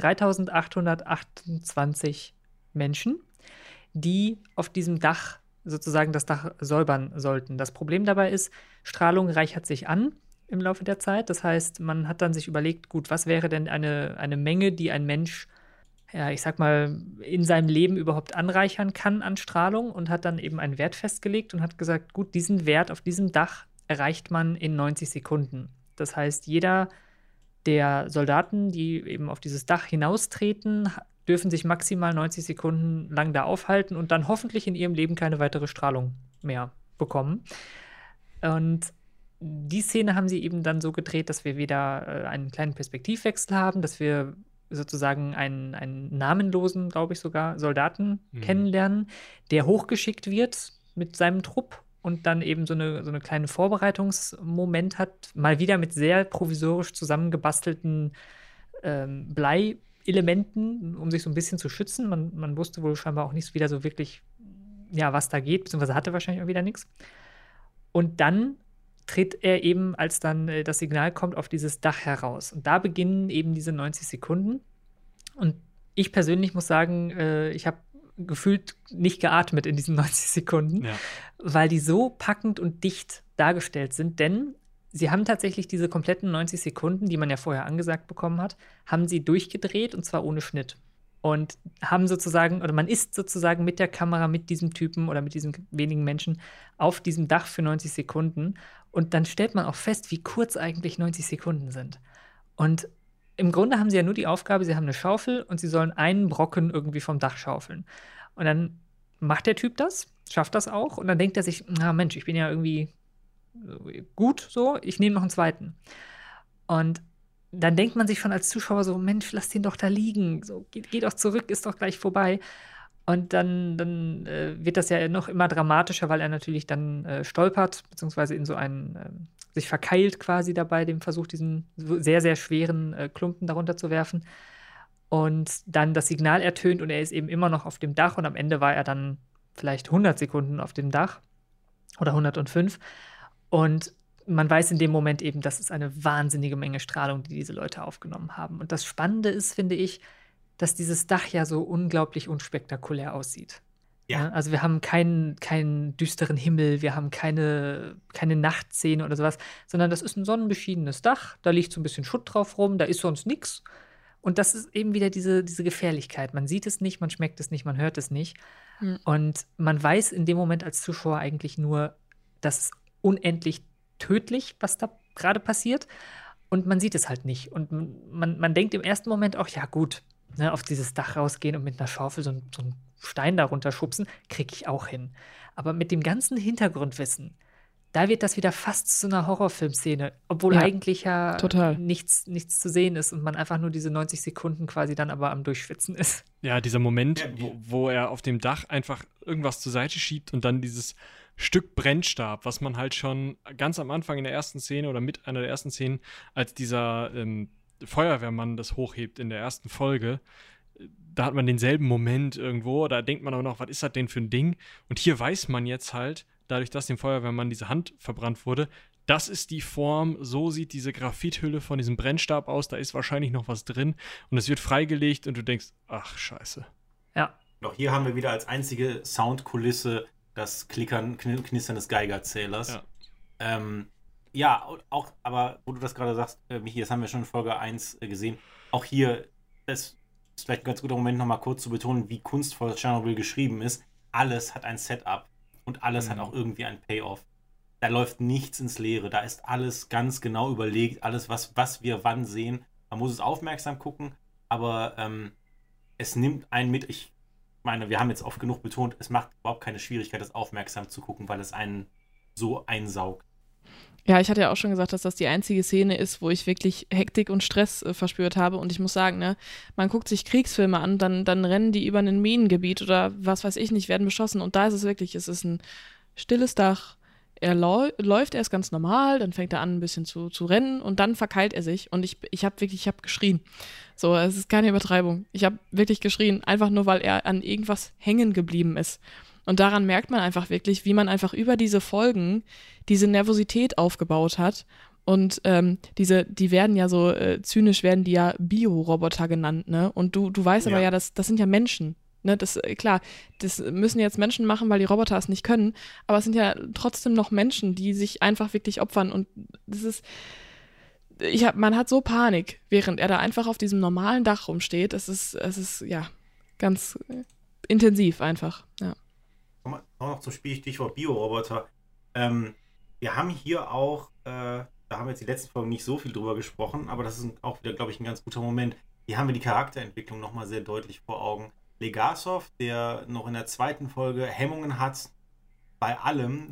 3.828 Menschen, die auf diesem Dach sozusagen das Dach säubern sollten. Das Problem dabei ist, Strahlung reichert sich an im Laufe der Zeit. Das heißt, man hat dann sich überlegt, gut, was wäre denn eine Menge, die ein Mensch, ja, ich sag mal, in seinem Leben überhaupt anreichern kann an Strahlung und hat dann eben einen Wert festgelegt und hat gesagt, gut, diesen Wert auf diesem Dach erreicht man in 90 Sekunden. Das heißt, jeder der Soldaten, die eben auf dieses Dach hinaustreten, dürfen sich maximal 90 Sekunden lang da aufhalten und dann hoffentlich in ihrem Leben keine weitere Strahlung mehr bekommen. Und die Szene haben sie eben dann so gedreht, dass wir wieder einen kleinen Perspektivwechsel haben, dass wir sozusagen einen namenlosen, glaube ich sogar, Soldaten kennenlernen, der hochgeschickt wird mit seinem Trupp und dann eben so eine kleine Vorbereitungsmoment hat, mal wieder mit sehr provisorisch zusammengebastelten Bleielementen, um sich so ein bisschen zu schützen. Man wusste wohl scheinbar auch nicht wieder so wirklich, ja, was da geht, beziehungsweise hatte wahrscheinlich auch wieder nichts. Und dann tritt er eben, als dann das Signal kommt, auf dieses Dach heraus. Und da beginnen eben diese 90 Sekunden. Und ich persönlich muss sagen, ich habe gefühlt nicht geatmet in diesen 90 Sekunden, weil die so packend und dicht dargestellt sind. Denn sie haben tatsächlich diese kompletten 90 Sekunden, die man ja vorher angesagt bekommen hat, haben sie durchgedreht und zwar ohne Schnitt. Und haben sozusagen, oder man ist sozusagen mit der Kamera, mit diesem Typen oder mit diesen wenigen Menschen auf diesem Dach für 90 Sekunden. Und dann stellt man auch fest, wie kurz eigentlich 90 Sekunden sind. Und im Grunde haben sie ja nur die Aufgabe, sie haben eine Schaufel und sie sollen einen Brocken irgendwie vom Dach schaufeln. Und dann macht der Typ das, schafft das auch. Und dann denkt er sich, na Mensch, ich bin ja irgendwie gut so, ich nehme noch einen zweiten. Und dann denkt man sich schon als Zuschauer so, Mensch, lass den doch da liegen. So, geh doch zurück, ist doch gleich vorbei. Und dann wird das ja noch immer dramatischer, weil er natürlich dann stolpert, beziehungsweise in so einen, sich verkeilt quasi dabei, dem Versuch, diesen sehr, sehr schweren Klumpen darunter zu werfen. Und dann das Signal ertönt und er ist eben immer noch auf dem Dach und am Ende war er dann vielleicht 100 Sekunden auf dem Dach oder 105. Und man weiß in dem Moment eben, das ist eine wahnsinnige Menge Strahlung, die diese Leute aufgenommen haben. Und das Spannende ist, finde ich, dass dieses Dach ja so unglaublich unspektakulär aussieht. Ja. Also wir haben keinen düsteren Himmel, wir haben keine Nachtszene oder sowas, sondern das ist ein sonnenbeschiedenes Dach, da liegt so ein bisschen Schutt drauf rum, da ist sonst nichts. Und das ist eben wieder diese Gefährlichkeit. Man sieht es nicht, man schmeckt es nicht, man hört es nicht. Und man weiß in dem Moment als Zuschauer eigentlich nur, das ist unendlich tödlich, was da gerade passiert. Und man sieht es halt nicht. Und man denkt im ersten Moment auch, ja gut, ne, auf dieses Dach rausgehen und mit einer Schaufel so einen Stein darunter schubsen, kriege ich auch hin. Aber mit dem ganzen Hintergrundwissen, da wird das wieder fast zu einer Horrorfilmszene, obwohl Ja, eigentlich ja total. nichts zu sehen ist und man einfach nur diese 90 Sekunden quasi dann aber am Durchschwitzen ist. Ja, dieser Moment, Ja, wo er auf dem Dach einfach irgendwas zur Seite schiebt und dann dieses Stück Brennstab, was man halt schon ganz am Anfang in der ersten Szene oder mit einer der ersten Szenen, als dieser Feuerwehrmann das hochhebt in der ersten Folge, da hat man denselben Moment irgendwo, da denkt man auch noch, was ist das denn für ein Ding? Und hier weiß man jetzt halt, dadurch, dass dem Feuerwehrmann diese Hand verbrannt wurde, das ist die Form, so sieht diese Graphithülle von diesem Brennstab aus, da ist wahrscheinlich noch was drin und es wird freigelegt und du denkst, ach, scheiße. Ja, Doch hier haben wir wieder als einzige Soundkulisse das Knistern des Geigerzählers. Ja. Ja, auch, aber wo du das gerade sagst, Michi, das haben wir schon in Folge 1 gesehen. Auch hier, das ist vielleicht ein ganz guter Moment, nochmal kurz zu betonen, wie kunstvoll Tschernobyl geschrieben ist. Alles hat ein Setup und alles hat auch irgendwie ein Payoff. Da läuft nichts ins Leere. Da ist alles ganz genau überlegt, alles, was wir wann sehen. Man muss es aufmerksam gucken, aber es nimmt einen mit. Ich meine, wir haben jetzt oft genug betont, es macht überhaupt keine Schwierigkeit, das aufmerksam zu gucken, weil es einen so einsaugt. Ja, ich hatte ja auch schon gesagt, dass das die einzige Szene ist, wo ich wirklich Hektik und Stress verspürt habe. Und ich muss sagen, ne, man guckt sich Kriegsfilme an, dann rennen die über ein Minengebiet oder was weiß ich nicht, werden beschossen. Und da ist es wirklich, es ist ein stilles Dach. Er läuft erst ganz normal, dann fängt er an, ein bisschen zu rennen und dann verkeilt er sich. Und ich habe geschrien. So, es ist keine Übertreibung. Ich habe wirklich geschrien, einfach nur, weil er an irgendwas hängen geblieben ist. Und daran merkt man einfach wirklich, wie man einfach über diese Folgen diese Nervosität aufgebaut hat. Und die werden ja so zynisch, werden die ja Bioroboter genannt, ne? Und du weißt aber ja, das sind ja Menschen. Ne? Klar, das müssen jetzt Menschen machen, weil die Roboter es nicht können. Aber es sind ja trotzdem noch Menschen, die sich einfach wirklich opfern. Und das ist, man hat so Panik, während er da einfach auf diesem normalen Dach rumsteht. Es ist ja ganz intensiv einfach, ja. Kommen wir noch zum Stichwort Bioroboter. Wir haben hier auch, da haben wir jetzt die letzten Folgen nicht so viel drüber gesprochen, aber das ist auch wieder, glaube ich, ein ganz guter Moment. Hier haben wir die Charakterentwicklung nochmal sehr deutlich vor Augen. Legasov, der noch in der zweiten Folge Hemmungen hat bei allem,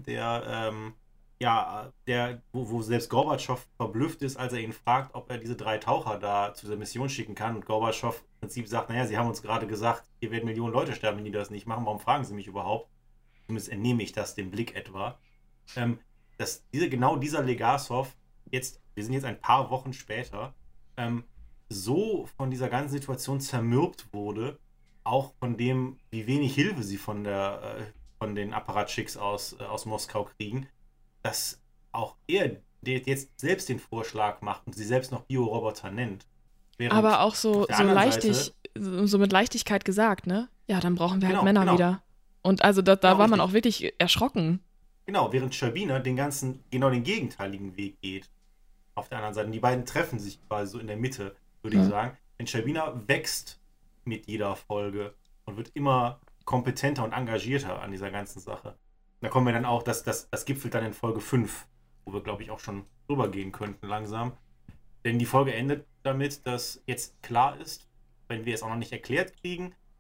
wo selbst Gorbatschow verblüfft ist, als er ihn fragt, ob er diese 3 Taucher da zu der Mission schicken kann. Und Gorbatschow im Prinzip sagt, naja, sie haben uns gerade gesagt, hier werden Millionen Leute sterben, wenn die das nicht machen. Warum fragen sie mich überhaupt? Zumindest entnehme ich das dem Blick etwa. Dieser Legasov, wir sind jetzt ein paar Wochen später, so von dieser ganzen Situation zermürbt wurde, auch von dem, wie wenig Hilfe sie von den Apparatschicks aus Moskau kriegen, dass auch er jetzt selbst den Vorschlag macht und sie selbst noch Bioroboter nennt. Aber auch so Seite, mit Leichtigkeit gesagt, ne? Ja, dann brauchen wir halt Männer genau. wieder. Und also da war man richtig. auch wirklich erschrocken. Genau, während Scherbina genau den gegenteiligen Weg geht. Auf der anderen Seite. Und die beiden treffen sich quasi so in der Mitte, würde ich sagen. Denn Scherbina wächst mit jeder Folge und wird immer kompetenter und engagierter an dieser ganzen Sache. Da kommen wir dann auch, das gipfelt dann in Folge 5, wo wir, glaube ich, auch schon drüber gehen könnten langsam. Denn die Folge endet damit, dass jetzt klar ist, wenn wir es auch noch nicht erklärt kriegen,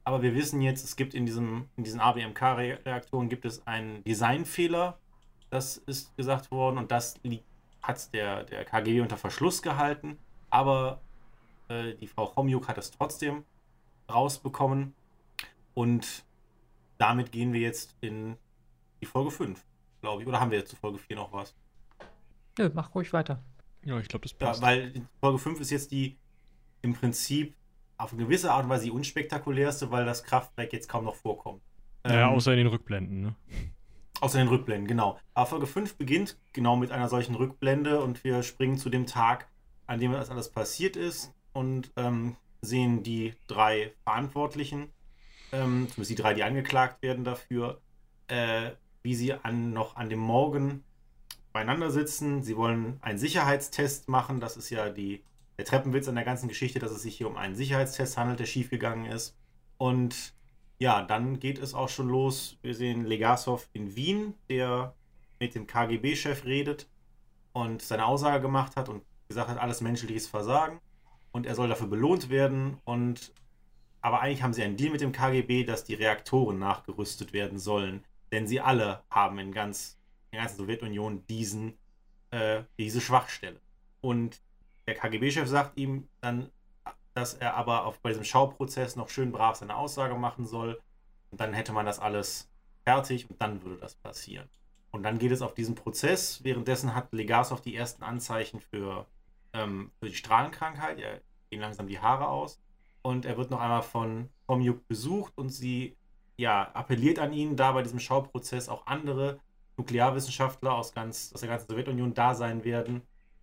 Aber wir wissen jetzt, es gibt in diesen ABMK-Reaktoren gibt es einen Designfehler, das ist gesagt worden, und das hat der KGB unter Verschluss gehalten. Aber die Frau Homyuk hat es trotzdem rausbekommen. Und damit gehen wir jetzt in die Folge 5, glaube ich. Oder haben wir jetzt zu Folge 4 noch was? Nö, mach ruhig weiter. Ja, ich glaube, das Ja, passt. weil Folge 5 ist jetzt die im Prinzip auf eine gewisse Art und Weise die unspektakulärste, weil das Kraftwerk jetzt kaum noch vorkommt. Ja, außer in den Rückblenden, ne? Außer den Rückblenden, genau. Aber Folge 5 beginnt genau mit einer solchen Rückblende und wir springen zu dem Tag, an dem das alles passiert ist und sehen die 3 Verantwortlichen, zumindest die 3, die angeklagt werden dafür, wie sie noch an dem Morgen beieinander sitzen. Sie wollen einen Sicherheitstest machen. Das ist ja der Treppenwitz an der ganzen Geschichte, dass es sich hier um einen Sicherheitstest handelt, der schiefgegangen ist. Und ja, dann geht es auch schon los. Wir sehen Legasov in Wien, der mit dem KGB-Chef redet und seine Aussage gemacht hat und gesagt hat, alles menschliches Versagen. Und er soll dafür belohnt werden. Aber eigentlich haben sie einen Deal mit dem KGB, dass die Reaktoren nachgerüstet werden sollen. Denn sie alle haben in der ganzen Sowjetunion diese Schwachstelle. Und der KGB-Chef sagt ihm dann, dass er aber bei diesem Schauprozess noch schön brav seine Aussage machen soll. Und dann hätte man das alles fertig und dann würde das passieren. Und dann geht es auf diesen Prozess. Währenddessen hat Legasov die ersten Anzeichen für die Strahlenkrankheit. Er gehen langsam die Haare aus. Und er wird noch einmal von Homyuk besucht und sie appelliert an ihn, da bei diesem Schauprozess auch andere Nuklearwissenschaftler aus der ganzen Sowjetunion da sein werden,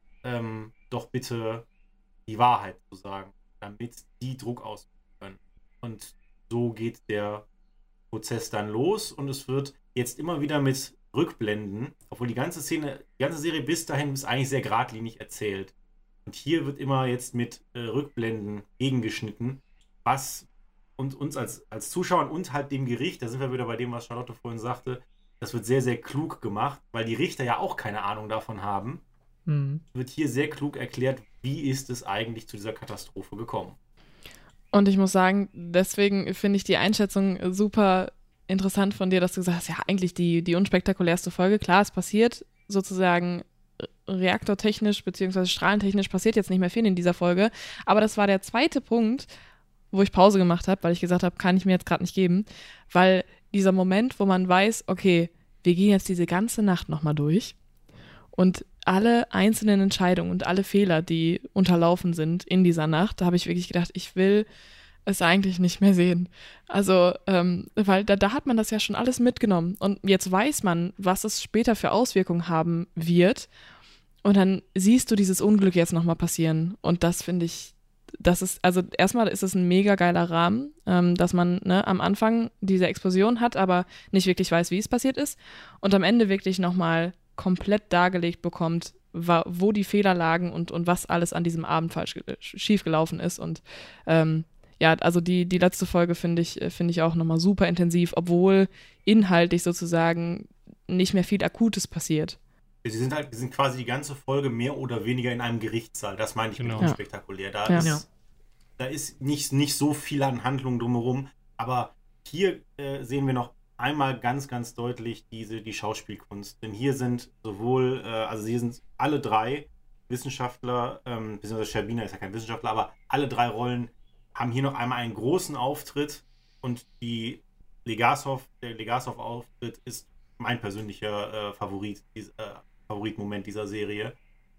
doch bitte die Wahrheit zu sagen, damit die Druck ausüben können. Und so geht der Prozess dann los und es wird jetzt immer wieder mit Rückblenden, obwohl die ganze Serie bis dahin ist eigentlich sehr geradlinig erzählt. Und hier wird immer jetzt mit Rückblenden gegengeschnitten, was uns als Zuschauern und halt dem Gericht, da sind wir wieder bei dem, was Charlotte vorhin sagte, das wird sehr, sehr klug gemacht, weil die Richter ja auch keine Ahnung davon haben. Wird hier sehr klug erklärt, wie ist es eigentlich zu dieser Katastrophe gekommen. Und ich muss sagen, deswegen finde ich die Einschätzung super interessant von dir, dass du gesagt hast, ja, eigentlich die unspektakulärste Folge. Klar, es passiert sozusagen reaktortechnisch bzw. strahlentechnisch passiert jetzt nicht mehr viel in dieser Folge, aber das war der zweite Punkt, wo ich Pause gemacht habe, weil ich gesagt habe, kann ich mir jetzt gerade nicht geben, weil dieser Moment, wo man weiß, okay, wir gehen jetzt diese ganze Nacht nochmal durch und alle einzelnen Entscheidungen und alle Fehler, die unterlaufen sind in dieser Nacht, da habe ich wirklich gedacht, ich will es eigentlich nicht mehr sehen. Also, weil da hat man das ja schon alles mitgenommen und jetzt weiß man, was es später für Auswirkungen haben wird und dann siehst du dieses Unglück jetzt nochmal passieren und das finde ich, also erstmal ist es ein mega geiler Rahmen, dass man am Anfang diese Explosion hat, aber nicht wirklich weiß, wie es passiert ist und am Ende wirklich nochmal komplett dargelegt bekommt, wo die Fehler lagen und was alles an diesem Abend schief gelaufen ist und also die letzte Folge finde ich auch nochmal super intensiv, obwohl inhaltlich sozusagen nicht mehr viel Akutes passiert. Die sind quasi die ganze Folge mehr oder weniger in einem Gerichtssaal. Das meine ich mit unspektakulär. Da ist nicht so viel an Handlung drumherum. Aber hier sehen wir noch einmal ganz, ganz deutlich die Schauspielkunst. Denn hier sind hier sind alle 3 Wissenschaftler, beziehungsweise Scherbina ist ja kein Wissenschaftler, aber alle 3 Rollen haben hier noch einmal einen großen Auftritt und der Legasov-Auftritt ist mein persönlicher Favoritmoment dieser Serie.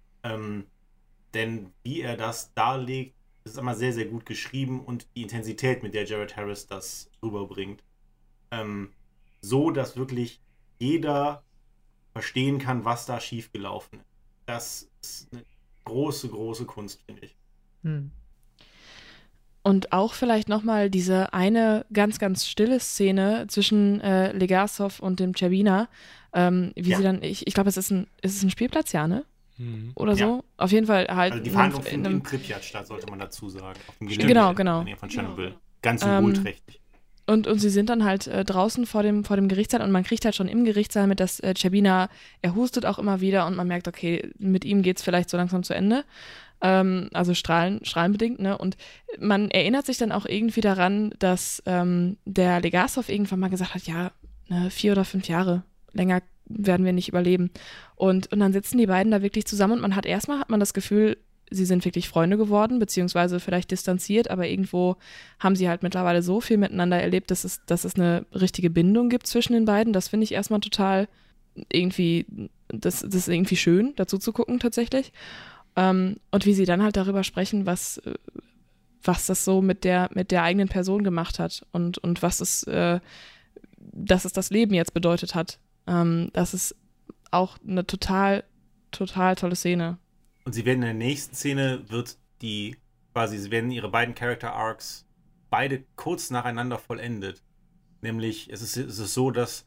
Denn wie er das darlegt, ist immer sehr, sehr gut geschrieben und die Intensität, mit der Jared Harris das rüberbringt, so, dass wirklich jeder verstehen kann, was da schiefgelaufen ist. Das ist eine große, große Kunst, finde ich. Und auch vielleicht nochmal diese eine ganz, ganz stille Szene zwischen Legasov und dem Scherbina, wie sie dann, ich glaube, ist es ein Spielplatz, ja, ne? Oder so? Ja. Auf jeden Fall halt. Also die Verhandlung findet in Pripyat statt, sollte man dazu sagen. Auf dem Gelände genau. In der Nähe von Tschernobyl. Ganz symbolträchtig. Und sie sind dann halt draußen vor dem Gerichtssaal und man kriegt halt schon im Gerichtssaal mit, dass Scherbina, er hustet auch immer wieder und man merkt, okay, mit ihm geht's vielleicht so langsam zu Ende. also strahlenbedingt, ne? Und man erinnert sich dann auch irgendwie daran, dass der Legasov irgendwann mal gesagt hat, ja, ne, 4 oder 5 Jahre länger werden wir nicht überleben. Und dann sitzen die beiden da wirklich zusammen und erstmal hat man das Gefühl, sie sind wirklich Freunde geworden, beziehungsweise vielleicht distanziert, aber irgendwo haben sie halt mittlerweile so viel miteinander erlebt, dass es eine richtige Bindung gibt zwischen den beiden. Das finde ich erstmal total irgendwie, das ist irgendwie schön, dazu zu gucken tatsächlich. Und wie sie dann halt darüber sprechen, was das so mit der eigenen Person gemacht hat und dass es das Leben jetzt bedeutet hat. Das ist auch eine total, total tolle Szene. Und sie werden in der nächsten Szene sie werden ihre beiden Character Arcs beide kurz nacheinander vollendet. Nämlich, es ist so, dass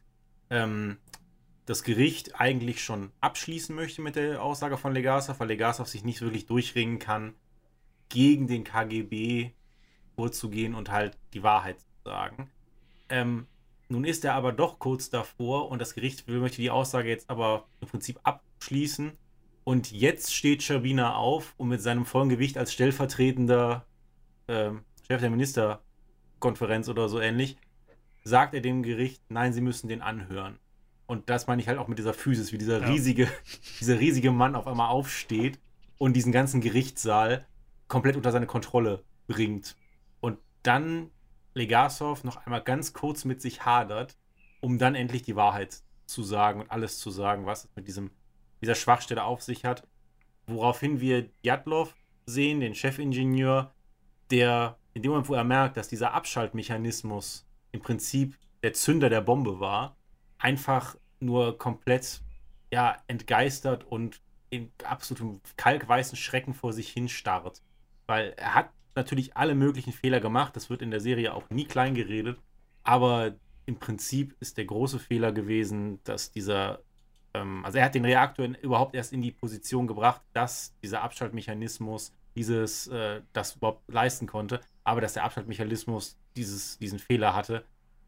das Gericht eigentlich schon abschließen möchte mit der Aussage von Legasov, weil Legasov sich nicht wirklich durchringen kann, gegen den KGB vorzugehen und halt die Wahrheit zu sagen. Nun ist er aber doch kurz davor und das Gericht möchte die Aussage jetzt aber im Prinzip abschließen. Und jetzt steht Scherbina auf und mit seinem vollen Gewicht als stellvertretender Chef der Ministerkonferenz oder so ähnlich, sagt er dem Gericht, nein, sie müssen den anhören. Und das meine ich halt auch mit dieser Physis, wie dieser riesige Mann auf einmal aufsteht und diesen ganzen Gerichtssaal komplett unter seine Kontrolle bringt. Und dann Legasov noch einmal ganz kurz mit sich hadert, um dann endlich die Wahrheit zu sagen und alles zu sagen, was es mit dieser Schwachstelle auf sich hat. Woraufhin wir Djatlov sehen, den Chefingenieur, der in dem Moment, wo er merkt, dass dieser Abschaltmechanismus im Prinzip der Zünder der Bombe war, einfach nur komplett entgeistert und in absolutem kalkweißen Schrecken vor sich hin starrt. Weil er hat natürlich alle möglichen Fehler gemacht, das wird in der Serie auch nie klein geredet, aber im Prinzip ist der große Fehler gewesen, dass also er hat den Reaktor überhaupt erst in die Position gebracht, dass dieser Abschaltmechanismus das überhaupt leisten konnte, aber dass der Abschaltmechanismus diesen Fehler hatte,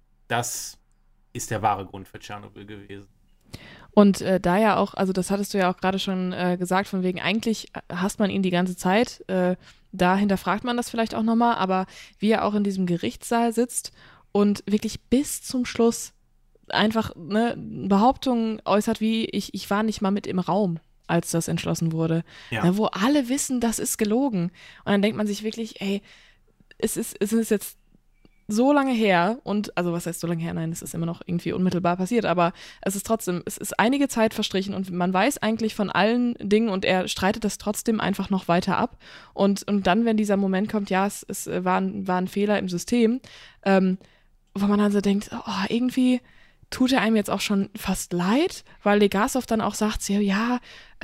das ist der wahre Grund für Tschernobyl gewesen. Und da ja auch, also das hattest du ja auch gerade schon gesagt, von wegen, eigentlich hasst man ihn die ganze Zeit, da hinterfragt man das vielleicht auch nochmal, aber wie er auch in diesem Gerichtssaal sitzt und wirklich bis zum Schluss einfach Behauptungen äußert wie, ich war nicht mal mit im Raum, als das entschlossen wurde. Ja. Wo alle wissen, das ist gelogen. Und dann denkt man sich wirklich, ey, es ist jetzt so lange her und, also was heißt so lange her? Nein, es ist immer noch irgendwie unmittelbar passiert, aber es ist einige Zeit verstrichen und man weiß eigentlich von allen Dingen und er streitet das trotzdem einfach noch weiter ab. Und dann, wenn dieser Moment kommt, ja, es war ein Fehler im System, wo man dann so denkt, oh, irgendwie tut er einem jetzt auch schon fast leid, weil Legasov dann auch sagt, ja,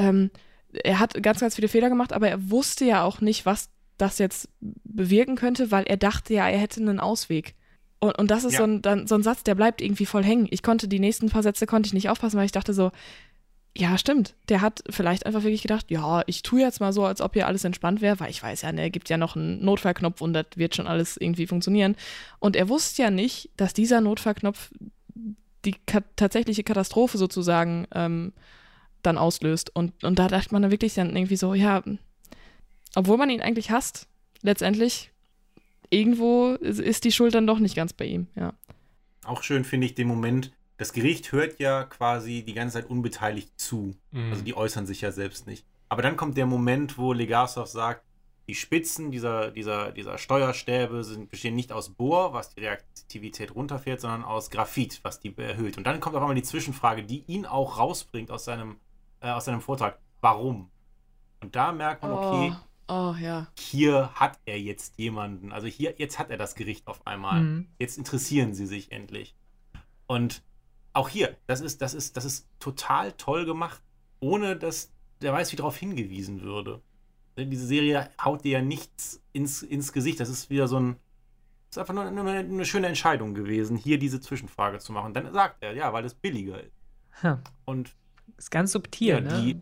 er hat ganz, ganz viele Fehler gemacht, aber er wusste ja auch nicht, was das jetzt bewirken könnte, weil er dachte ja, er hätte einen Ausweg. Und das ist so ein Satz, der bleibt irgendwie voll hängen. Die nächsten paar Sätze konnte ich nicht aufpassen, weil ich dachte so, ja, stimmt, der hat vielleicht einfach wirklich gedacht, ja, ich tue jetzt mal so, als ob hier alles entspannt wäre, weil ich weiß ja, er gibt ja noch einen Notfallknopf und das wird schon alles irgendwie funktionieren. Und er wusste ja nicht, dass dieser Notfallknopf die tatsächliche Katastrophe sozusagen dann auslöst. Und da dachte man dann wirklich dann irgendwie so, ja, obwohl man ihn eigentlich hasst, letztendlich irgendwo ist die Schuld dann doch nicht ganz bei ihm, ja. Auch schön finde ich den Moment, das Gericht hört ja quasi die ganze Zeit unbeteiligt zu. Also die äußern sich ja selbst nicht. Aber dann kommt der Moment, wo Legasov sagt, die Spitzen dieser Steuerstäbe bestehen nicht aus Bohr, was die Reaktivität runterfährt, sondern aus Graphit, was die erhöht. Und dann kommt auch einmal die Zwischenfrage, die ihn auch rausbringt aus seinem Vortrag. Warum? Und da merkt man, okay, ja. Hier hat er jetzt jemanden. Also jetzt hat er das Gericht auf einmal. Mhm. Jetzt interessieren sie sich endlich. Und auch hier, das ist total toll gemacht, ohne dass der weiß, wie darauf hingewiesen würde. Diese Serie haut dir ja nichts ins Gesicht. Das ist wieder ist einfach nur eine schöne Entscheidung gewesen, hier diese Zwischenfrage zu machen. Dann sagt er, ja, weil es billiger ist. Ja. Und ist ganz subtil, ne?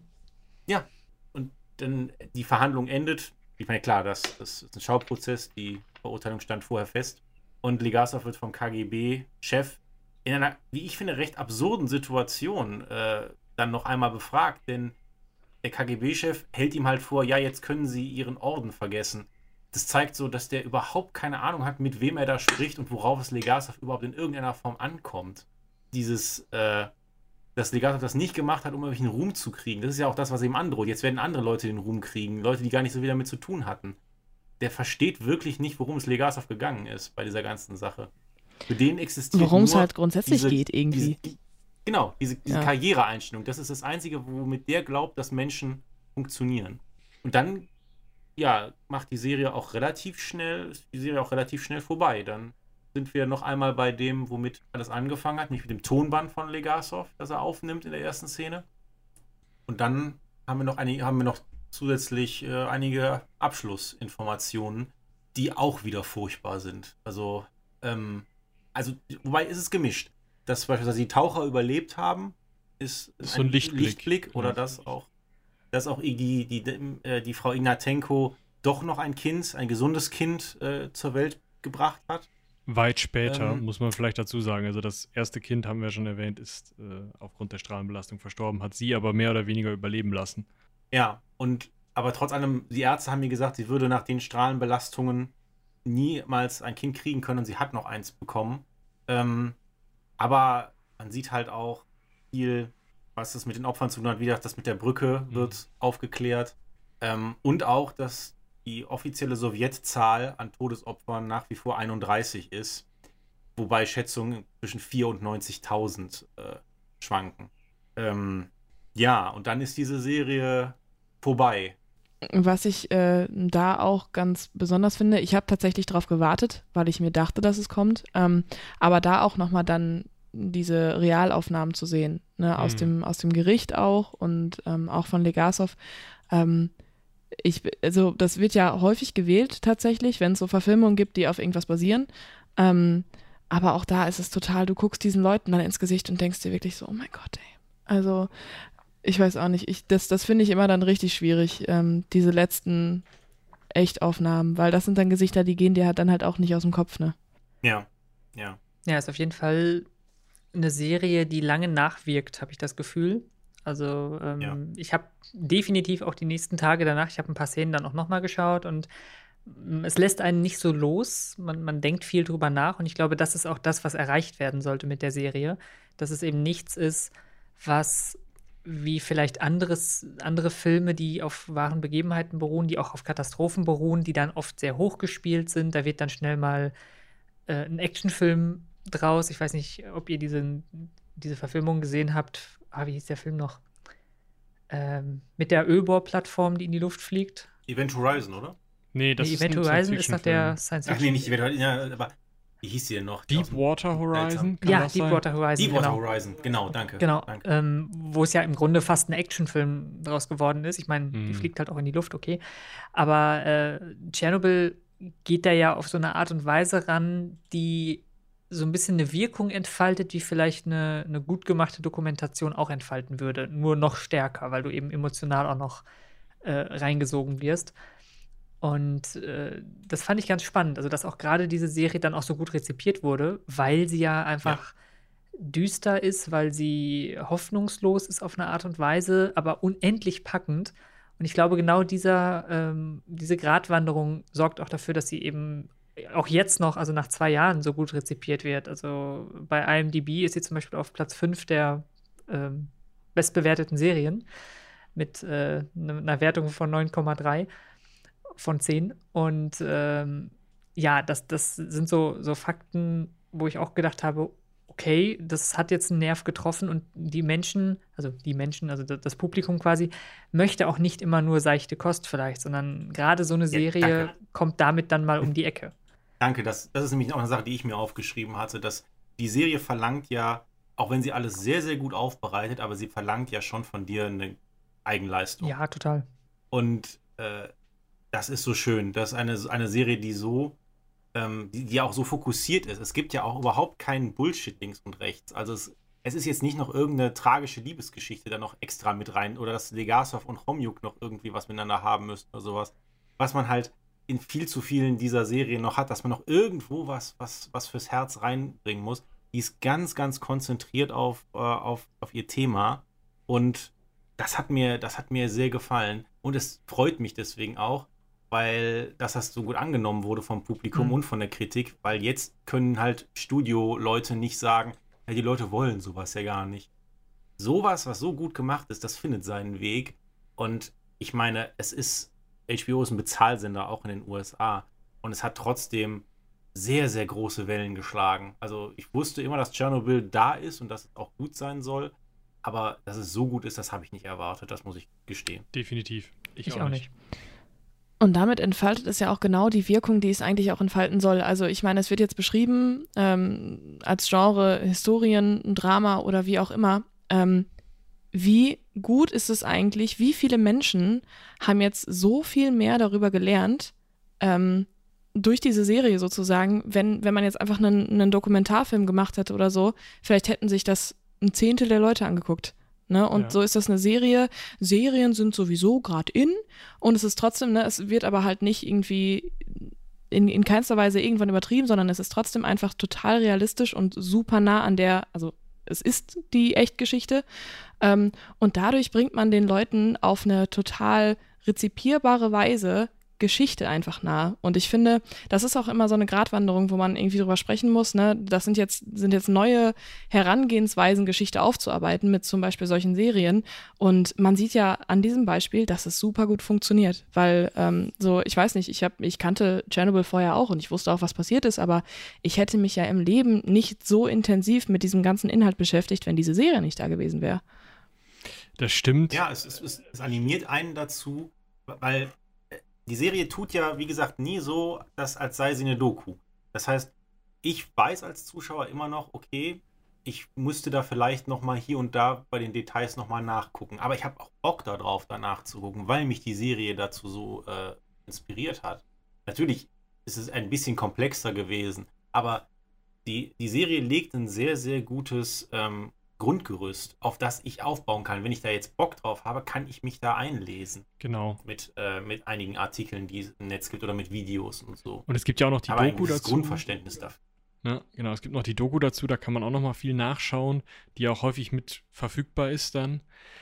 Und dann die Verhandlung endet. Ich meine, klar, das ist ein Schauprozess, die Verurteilung stand vorher fest. Und Legasov wird vom KGB-Chef in einer, wie ich finde, recht absurden Situation dann noch einmal befragt, denn der KGB-Chef hält ihm halt vor, ja, jetzt können Sie Ihren Orden vergessen. Das zeigt so, dass der überhaupt keine Ahnung hat, mit wem er da spricht und worauf es Legasov überhaupt in irgendeiner Form ankommt. Dass Legasov das nicht gemacht hat, um irgendwelchen Ruhm zu kriegen. Das ist ja auch das, was ihm androht. Jetzt werden andere Leute den Ruhm kriegen. Leute, die gar nicht so viel damit zu tun hatten. Der versteht wirklich nicht, worum es Legasov gegangen ist bei dieser ganzen Sache. Für den existiert Worum es nur halt grundsätzlich geht irgendwie. Diese Karriereeinstellung. Das ist das Einzige, womit der glaubt, dass Menschen funktionieren. Und dann, ja, macht die Serie auch relativ schnell vorbei. Dann sind wir noch einmal bei dem, womit alles angefangen hat, nicht mit dem Tonband von Legasov, das er aufnimmt in der ersten Szene. Und dann haben wir noch zusätzlich einige Abschlussinformationen, die auch wieder furchtbar sind. Also, wobei ist es gemischt. Dass beispielsweise die Taucher überlebt haben, ist so ein Lichtblick. Oder ja. dass auch die Frau Ignatenko doch noch ein gesundes Kind zur Welt gebracht hat. Weit später, muss man vielleicht dazu sagen. Also das erste Kind, haben wir schon erwähnt, ist aufgrund der Strahlenbelastung verstorben, hat sie aber mehr oder weniger überleben lassen. Ja, aber trotz allem, die Ärzte haben mir gesagt, sie würde nach den Strahlenbelastungen niemals ein Kind kriegen können und sie hat noch eins bekommen. Aber man sieht halt auch viel, was das mit den Opfern zu tun hat. Wie gesagt, das mit der Brücke wird aufgeklärt. Und auch, dass die offizielle Sowjetzahl an Todesopfern nach wie vor 31 ist. Wobei Schätzungen zwischen 4.000 und 90.000 schwanken. Ja, und dann ist diese Serie vorbei. Was ich da auch ganz besonders finde, ich habe tatsächlich drauf gewartet, weil ich mir dachte, dass es kommt, aber da auch nochmal dann diese Realaufnahmen zu sehen, ne, aus dem Gericht auch und auch von Legasov. Das wird ja häufig gewählt tatsächlich, wenn es so Verfilmungen gibt, die auf irgendwas basieren, aber auch da ist es total, du guckst diesen Leuten dann ins Gesicht und denkst dir wirklich so, oh mein Gott, ey. Also ich weiß auch nicht, das finde ich immer dann richtig schwierig, diese letzten Echtaufnahmen, weil das sind dann Gesichter, die gehen dir halt dann halt auch nicht aus dem Kopf, ne? Ja. Ja, ist auf jeden Fall eine Serie, die lange nachwirkt, habe ich das Gefühl. Also ich habe definitiv auch die nächsten Tage danach, ich habe ein paar Szenen dann auch nochmal geschaut und es lässt einen nicht so los. Man denkt viel drüber nach und ich glaube, das ist auch das, was erreicht werden sollte mit der Serie, dass es eben nichts ist, was wie vielleicht andere Filme, die auf wahren Begebenheiten beruhen, die auch auf Katastrophen beruhen, die dann oft sehr hoch gespielt sind. Da wird dann schnell mal ein Actionfilm draus. Ich weiß nicht, ob ihr diese Verfilmung gesehen habt. Wie hieß der Film noch? Mit der Ölbohrplattform, die in die Luft fliegt. Event Horizon, oder? Nee, das ist Event Horizon ist doch der Science-Fiction. Ach nee, nicht Event Horizon, ja, aber wie hieß die denn noch? Deepwater Horizon? Ja, Deepwater Horizon. Deepwater Horizon, genau, danke. Genau, danke. Wo es ja im Grunde fast ein Actionfilm draus geworden ist. Ich meine, die fliegt halt auch in die Luft, okay. Aber Tschernobyl geht da ja auf so eine Art und Weise ran, die so ein bisschen eine Wirkung entfaltet, wie vielleicht eine gut gemachte Dokumentation auch entfalten würde. Nur noch stärker, weil du eben emotional auch noch reingesogen wirst. Und das fand ich ganz spannend, also dass auch gerade diese Serie dann auch so gut rezipiert wurde, weil sie ja einfach düster ist, weil sie hoffnungslos ist auf eine Art und Weise, aber unendlich packend. Und ich glaube, genau diese Gratwanderung sorgt auch dafür, dass sie eben auch jetzt noch, also nach 2 Jahren, so gut rezipiert wird. Also bei IMDb ist sie zum Beispiel auf Platz 5 der bestbewerteten Serien mit einer Wertung von 9,3 von 10. Und das sind so Fakten, wo ich auch gedacht habe, okay, das hat jetzt einen Nerv getroffen und die Menschen, also das Publikum quasi, möchte auch nicht immer nur seichte Kost vielleicht, sondern gerade so eine Serie kommt damit dann mal um die Ecke. Danke, das ist nämlich auch eine Sache, die ich mir aufgeschrieben hatte, dass die Serie verlangt ja, auch wenn sie alles sehr, sehr gut aufbereitet, aber sie verlangt ja schon von dir eine Eigenleistung. Ja, total. Und das ist so schön. Das ist eine Serie, die so, die auch so fokussiert ist. Es gibt ja auch überhaupt keinen Bullshit links und rechts. Also es ist jetzt nicht noch irgendeine tragische Liebesgeschichte da noch extra mit rein oder dass Legasov und Homjuk noch irgendwie was miteinander haben müssen oder sowas. Was man halt in viel zu vielen dieser Serien noch hat, dass man noch irgendwo was fürs Herz reinbringen muss. Die ist ganz, ganz konzentriert auf ihr Thema und das hat mir sehr gefallen. Und es freut mich deswegen auch, weil das so gut angenommen wurde vom Publikum und von der Kritik, weil jetzt können halt Studio-Leute nicht sagen, ja, die Leute wollen sowas ja gar nicht. Sowas, was so gut gemacht ist, das findet seinen Weg. Und ich meine, HBO ist ein Bezahlsender, auch in den USA. Und es hat trotzdem sehr, sehr große Wellen geschlagen. Also ich wusste immer, dass Tschernobyl da ist und dass es auch gut sein soll. Aber dass es so gut ist, das habe ich nicht erwartet. Das muss ich gestehen. Definitiv. Ich auch nicht. Und damit entfaltet es ja auch genau die Wirkung, die es eigentlich auch entfalten soll. Also ich meine, es wird jetzt beschrieben als Genre, Historien, Drama oder wie auch immer. Wie gut ist es eigentlich, wie viele Menschen haben jetzt so viel mehr darüber gelernt, durch diese Serie sozusagen, wenn man jetzt einfach einen Dokumentarfilm gemacht hätte oder so, vielleicht hätten sich das ein Zehntel der Leute angeguckt. Ne? Und so ist das eine Serie. Serien sind sowieso gerade in und es ist trotzdem, ne, es wird aber halt nicht irgendwie in keinster Weise irgendwann übertrieben, sondern es ist trotzdem einfach total realistisch und super nah an also es ist die Echtgeschichte. Und dadurch bringt man den Leuten auf eine total rezipierbare Weise Geschichte einfach nah. Und ich finde, das ist auch immer so eine Gratwanderung, wo man irgendwie drüber sprechen muss. Ne? Das sind jetzt neue Herangehensweisen, Geschichte aufzuarbeiten mit zum Beispiel solchen Serien. Und man sieht ja an diesem Beispiel, dass es super gut funktioniert. Weil ich weiß nicht, ich kannte Chernobyl vorher auch und ich wusste auch, was passiert ist, aber ich hätte mich ja im Leben nicht so intensiv mit diesem ganzen Inhalt beschäftigt, wenn diese Serie nicht da gewesen wäre. Das stimmt. Ja, es animiert einen dazu, weil die Serie tut ja, wie gesagt, nie so, als sei sie eine Doku. Das heißt, ich weiß als Zuschauer immer noch, okay, ich müsste da vielleicht noch mal hier und da bei den Details noch mal nachgucken. Aber ich habe auch Bock darauf, danach zu gucken, weil mich die Serie dazu so inspiriert hat. Natürlich ist es ein bisschen komplexer gewesen, aber die Serie legt ein sehr, sehr gutes Grundgerüst, auf das ich aufbauen kann. Wenn ich da jetzt Bock drauf habe, kann ich mich da einlesen. Genau. Mit einigen Artikeln, die es im Netz gibt oder mit Videos und so. Und es gibt ja auch noch die Doku dazu. Grundverständnis dafür. Ja, genau, es gibt noch die Doku dazu, da kann man auch noch mal viel nachschauen, die auch häufig mit verfügbar ist dann.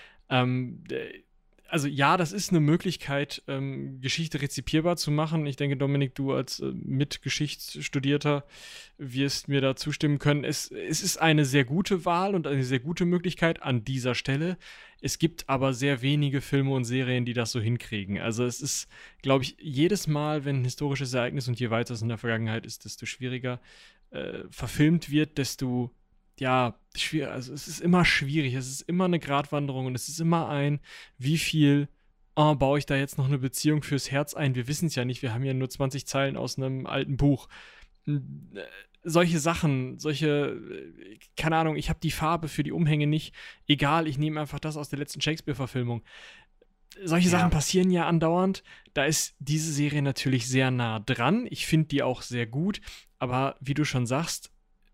Also ja, das ist eine Möglichkeit, Geschichte rezipierbar zu machen. Ich denke, Dominik, du als Mitgeschichtsstudierter wirst mir da zustimmen können. Es ist eine sehr gute Wahl und eine sehr gute Möglichkeit an dieser Stelle. Es gibt aber sehr wenige Filme und Serien, die das so hinkriegen. Also es ist, glaube ich, jedes Mal, wenn ein historisches Ereignis und je weiter es in der Vergangenheit ist, desto schwieriger verfilmt wird, desto schwierig. Also es ist immer schwierig, es ist immer eine Gratwanderung und es ist immer wie viel baue ich da jetzt noch eine Beziehung fürs Herz ein? Wir wissen es ja nicht, wir haben ja nur 20 Zeilen aus einem alten Buch. Solche Sachen, keine Ahnung, ich habe die Farbe für die Umhänge nicht, egal, ich nehme einfach das aus der letzten Shakespeare-Verfilmung. Solche Sachen passieren ja andauernd. Da ist diese Serie natürlich sehr nah dran. Ich finde die auch sehr gut. Aber wie du schon sagst,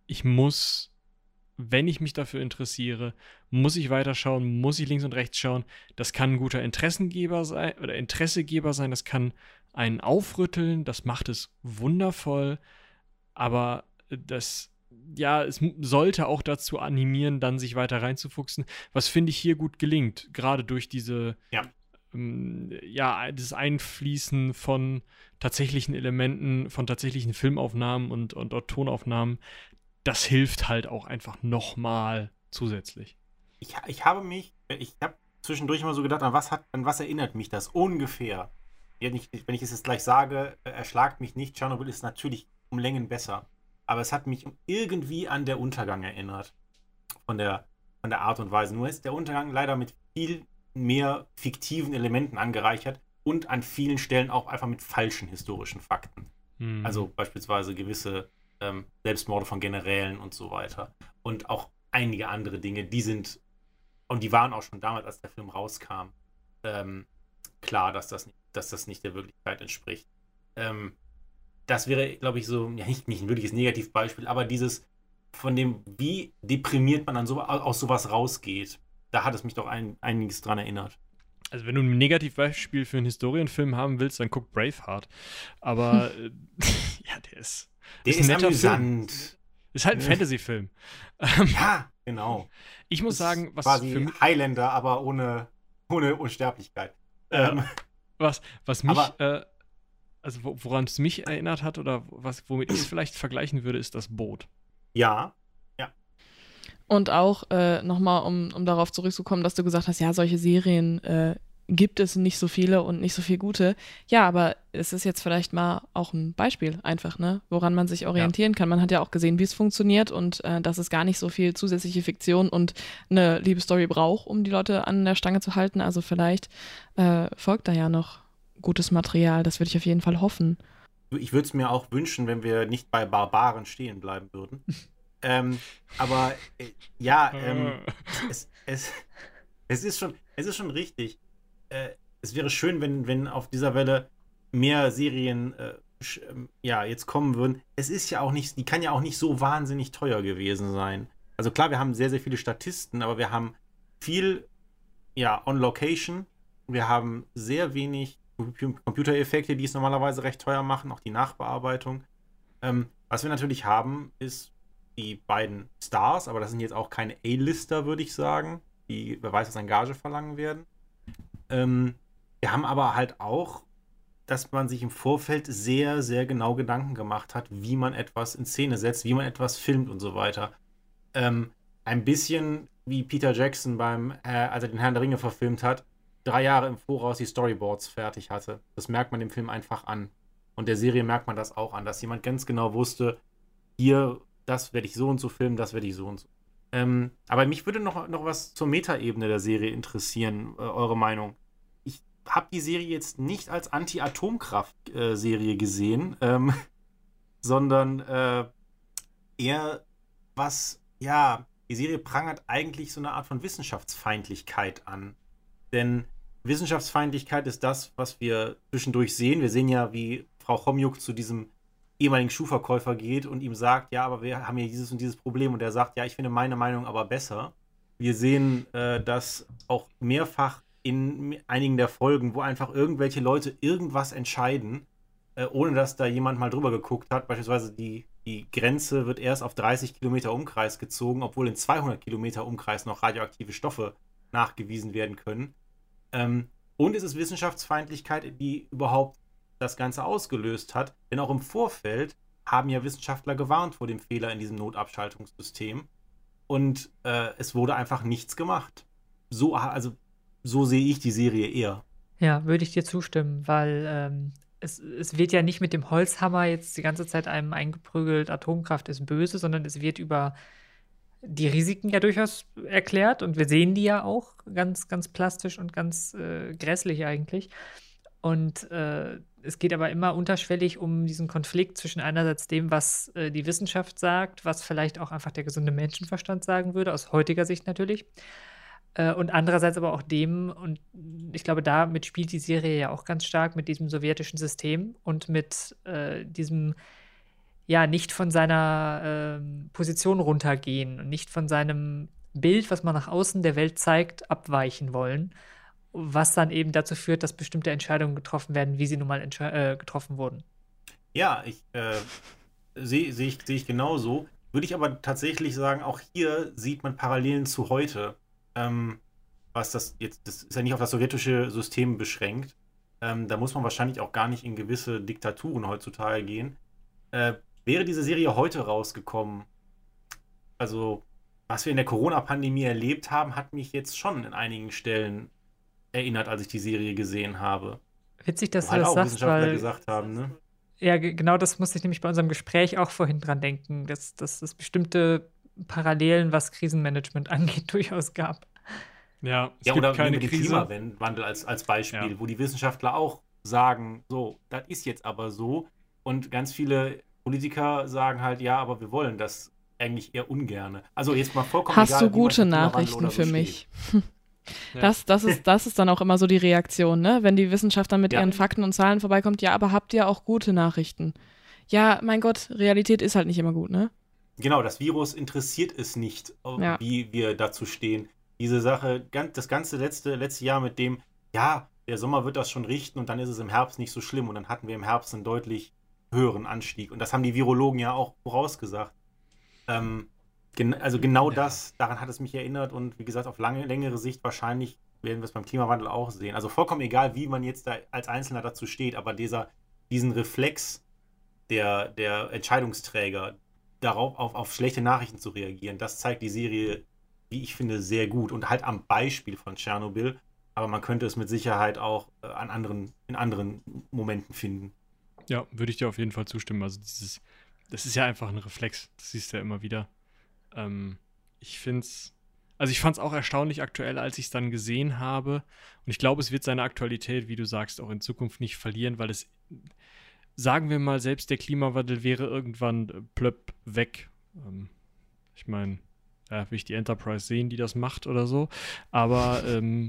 wenn ich mich dafür interessiere, muss ich weiterschauen, muss ich links und rechts schauen. Das kann ein guter Interessengeber sein oder Interessegeber sein. Das kann einen aufrütteln. Das macht es wundervoll. Aber es sollte auch dazu animieren, dann sich weiter reinzufuchsen. Was finde ich hier gut gelingt. Gerade durch dieses Einfließen von tatsächlichen Elementen, von tatsächlichen Filmaufnahmen und Tonaufnahmen, das hilft halt auch einfach nochmal zusätzlich. Ich habe zwischendurch immer so gedacht, an was erinnert mich das ungefähr? Ja, wenn ich es jetzt gleich sage, erschlagt mich nicht, Tschernobyl ist natürlich um Längen besser, aber es hat mich irgendwie an der Untergang erinnert, von der Art und Weise. Nur ist der Untergang leider mit viel mehr fiktiven Elementen angereichert und an vielen Stellen auch einfach mit falschen historischen Fakten. Also beispielsweise gewisse Selbstmorde von Generälen und so weiter. Und auch einige andere Dinge, die waren auch schon damals, als der Film rauskam, klar, dass das nicht der Wirklichkeit entspricht. Das wäre, glaube ich, so, ja, nicht ein wirkliches Negativbeispiel, aber dieses, von dem, wie deprimiert man dann aus sowas rausgeht, da hat es mich doch einiges dran erinnert. Also wenn du ein Negativbeispiel für einen Historienfilm haben willst, dann guck Braveheart. Aber ja, der ist ein netter amüsant. Film. Ist halt ein Fantasy-Film. Ja, genau. Ich muss sagen, was quasi für mich Highlander, aber ohne ohne Unsterblichkeit. Was mich, Aber- also woran es mich erinnert hat oder womit ich es vielleicht vergleichen würde, ist das Boot. Ja, Und auch nochmal, um darauf zurückzukommen, dass du gesagt hast, ja, solche Serien gibt es nicht so viele und nicht so viel gute. Ja, aber es ist jetzt vielleicht mal auch ein Beispiel einfach, ne, woran man sich orientieren kann. Man hat ja auch gesehen, wie es funktioniert und dass es gar nicht so viel zusätzliche Fiktion und eine Liebesstory braucht, um die Leute an der Stange zu halten. Also vielleicht folgt da ja noch gutes Material. Das würde ich auf jeden Fall hoffen. ich würde es mir auch wünschen, wenn wir nicht bei Barbaren stehen bleiben würden. Aber es ist schon richtig. Es wäre schön, wenn auf dieser Welle mehr Serien jetzt kommen würden. Es ist ja auch nicht, die kann ja auch nicht so wahnsinnig teuer gewesen sein. Also klar, wir haben sehr, sehr viele Statisten, aber wir haben viel on Location. Wir haben sehr wenig Computereffekte, die es normalerweise recht teuer machen, auch die Nachbearbeitung. Was wir natürlich haben, ist die beiden Stars, aber das sind jetzt auch keine A-Lister, würde ich sagen, die wer weiß, was an Gage verlangen werden. Wir haben aber halt auch, dass man sich im Vorfeld sehr, sehr genau Gedanken gemacht hat, wie man etwas in Szene setzt, wie man etwas filmt und so weiter. Ein bisschen wie Peter Jackson als er den Herrn der Ringe verfilmt hat, 3 Jahre im Voraus die Storyboards fertig hatte. Das merkt man dem Film einfach an. Und der Serie merkt man das auch an, dass jemand ganz genau wusste, hier, das werde ich so und so filmen, das werde ich so und so. Aber mich würde noch was zur Metaebene der Serie interessieren, eure Meinung. Ich habe die Serie jetzt nicht als Anti-Atomkraft-Serie gesehen, sondern eher die Serie prangert eigentlich so eine Art von Wissenschaftsfeindlichkeit an. Denn Wissenschaftsfeindlichkeit ist das, was wir zwischendurch sehen. Wir sehen ja, wie Frau Chomjuk zu diesem ehemaligen Schuhverkäufer geht und ihm sagt, ja, aber wir haben hier dieses und dieses Problem. Und er sagt, ja, ich finde meine Meinung aber besser. Wir sehen das auch mehrfach in einigen der Folgen, wo einfach irgendwelche Leute irgendwas entscheiden, ohne dass da jemand mal drüber geguckt hat. Beispielsweise die Grenze wird erst auf 30 Kilometer Umkreis gezogen, obwohl in 200 Kilometer Umkreis noch radioaktive Stoffe nachgewiesen werden können. Und es ist Wissenschaftsfeindlichkeit, die überhaupt das Ganze ausgelöst hat. Denn auch im Vorfeld haben ja Wissenschaftler gewarnt vor dem Fehler in diesem Notabschaltungssystem. Und es wurde einfach nichts gemacht. So sehe ich die Serie eher. Ja, würde ich dir zustimmen, weil es wird ja nicht mit dem Holzhammer jetzt die ganze Zeit einem eingeprügelt, Atomkraft ist böse, sondern es wird über die Risiken ja durchaus erklärt und wir sehen die ja auch ganz, ganz plastisch und ganz grässlich eigentlich. Und es geht aber immer unterschwellig um diesen Konflikt zwischen einerseits dem, was die Wissenschaft sagt, was vielleicht auch einfach der gesunde Menschenverstand sagen würde, aus heutiger Sicht natürlich. Und andererseits aber auch dem, und ich glaube, damit spielt die Serie ja auch ganz stark mit diesem sowjetischen System und mit diesem, ja, nicht von seiner Position runtergehen und nicht von seinem Bild, was man nach außen der Welt zeigt, abweichen wollen. Was dann eben dazu führt, dass bestimmte Entscheidungen getroffen werden, wie sie nun mal getroffen wurden. Ja, sehe ich genauso. Würde ich aber tatsächlich sagen, auch hier sieht man Parallelen zu heute. Das ist ja nicht auf das sowjetische System beschränkt. Da muss man wahrscheinlich auch gar nicht in gewisse Diktaturen heutzutage gehen. Wäre diese Serie heute rausgekommen, also was wir in der Corona-Pandemie erlebt haben, hat mich jetzt schon in einigen Stellen erinnert, als ich die Serie gesehen habe. Witzig, dass Wo du halt das auch sagst, Wissenschaftler weil gesagt haben, ne? ja, genau das musste ich nämlich bei unserem Gespräch auch vorhin dran denken, dass es bestimmte Parallelen, was Krisenmanagement angeht, durchaus gab. Ja, es Ja, gibt oder keine mit dem Krise. Klimawandel als Beispiel, Ja. wo die Wissenschaftler auch sagen, so, das ist jetzt aber so. Und ganz viele Politiker sagen halt, ja, aber wir wollen das eigentlich eher ungerne. Also jetzt mal vollkommen Hast egal, du wie man gute zum Klimawandel Nachrichten oder so für steht. mich? Ja. Das ist dann auch immer so die Reaktion, ne? Wenn die Wissenschaft dann mit Ja. ihren Fakten und Zahlen vorbeikommt, ja, aber habt ihr auch gute Nachrichten? Ja, mein Gott, Realität ist halt nicht immer gut, ne? Genau, das Virus interessiert es nicht, Ja. wie wir dazu stehen. Diese Sache, das ganze letzte Jahr mit dem, ja, der Sommer wird das schon richten und dann ist es im Herbst nicht so schlimm. Und dann hatten wir im Herbst einen deutlich höheren Anstieg. Und das haben die Virologen ja auch vorausgesagt. Also genau das, daran hat es mich erinnert. Und wie gesagt, auf längere Sicht wahrscheinlich werden wir es beim Klimawandel auch sehen. Also vollkommen egal, wie man jetzt da als Einzelner dazu steht, aber diesen Reflex der Entscheidungsträger, darauf auf schlechte Nachrichten zu reagieren, das zeigt die Serie, wie ich finde, sehr gut. Und halt am Beispiel von Tschernobyl, aber man könnte es mit Sicherheit auch in anderen Momenten finden. Ja, würde ich dir auf jeden Fall zustimmen. Also das ist ja einfach ein Reflex. Das siehst du ja immer wieder. Ich fand's auch erstaunlich aktuell, als ich es dann gesehen habe. Und ich glaube, es wird seine Aktualität, wie du sagst, auch in Zukunft nicht verlieren, weil es, sagen wir mal, selbst der Klimawandel wäre irgendwann plöpp weg. Ich meine, will ich die Enterprise sehen, die das macht oder so. Aber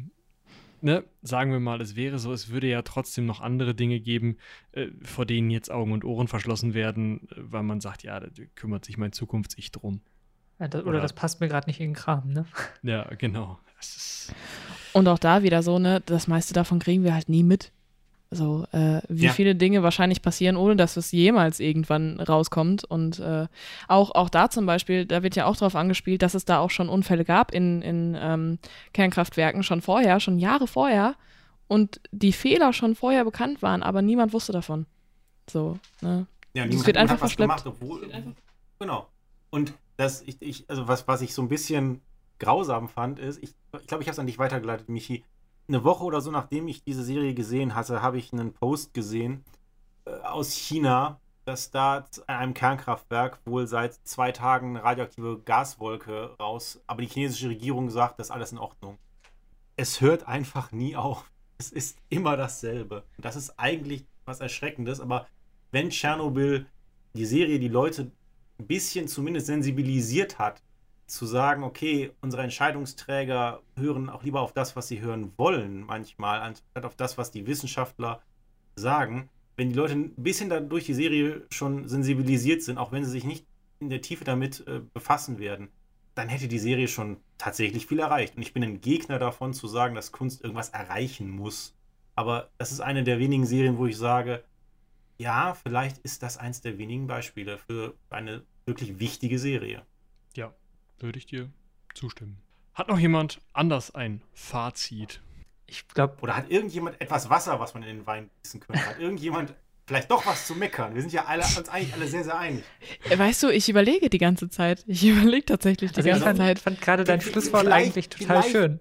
sagen wir mal, es wäre so, es würde ja trotzdem noch andere Dinge geben, vor denen jetzt Augen und Ohren verschlossen werden, weil man sagt, ja, da kümmert sich mein Zukunfts-Ich drum. Ja, das passt mir gerade nicht in den Kram, ne? Ja, genau. Und auch da wieder so, ne, das meiste davon kriegen wir halt nie mit. So, wie viele Dinge wahrscheinlich passieren, ohne dass es jemals irgendwann rauskommt. Und auch da zum Beispiel, da wird ja auch drauf angespielt, dass es da auch schon Unfälle gab in Kernkraftwerken schon Jahre vorher. Und die Fehler schon vorher bekannt waren, aber niemand wusste davon. So, ne? Ja, es wird einfach verschleppt. Genau. Und also was ich so ein bisschen grausam fand, ist, ich glaube, ich habe es an dich weitergeleitet, Michi. Eine Woche oder so, nachdem ich diese Serie gesehen hatte, habe ich einen Post gesehen aus China, dass da an einem Kernkraftwerk wohl seit 2 Tagen eine radioaktive Gaswolke raus, aber die chinesische Regierung sagt, das ist alles in Ordnung. Es hört einfach nie auf. Es ist immer dasselbe. Und das ist eigentlich was Erschreckendes, aber wenn Tschernobyl, die Serie, die Leute ein bisschen zumindest sensibilisiert hat, zu sagen, okay, unsere Entscheidungsträger hören auch lieber auf das, was sie hören wollen, manchmal, anstatt auf das, was die Wissenschaftler sagen. Wenn die Leute ein bisschen durch die Serie schon sensibilisiert sind, auch wenn sie sich nicht in der Tiefe damit befassen werden, dann hätte die Serie schon tatsächlich viel erreicht. Und ich bin ein Gegner davon, zu sagen, dass Kunst irgendwas erreichen muss. Aber das ist eine der wenigen Serien, wo ich sage, ja, vielleicht ist das eins der wenigen Beispiele für eine wirklich wichtige Serie. Ja, würde ich dir zustimmen. Hat noch jemand anders ein Fazit? Ich glaube. Oder hat irgendjemand etwas Wasser, was man in den Wein gießen könnte? Hat irgendjemand vielleicht doch was zu meckern? Wir sind ja uns eigentlich alle sehr, sehr einig. Weißt du, ich überlege die ganze Zeit. Ich überlege tatsächlich die ganze Zeit. Ich fand gerade dein Schlusswort eigentlich total schön.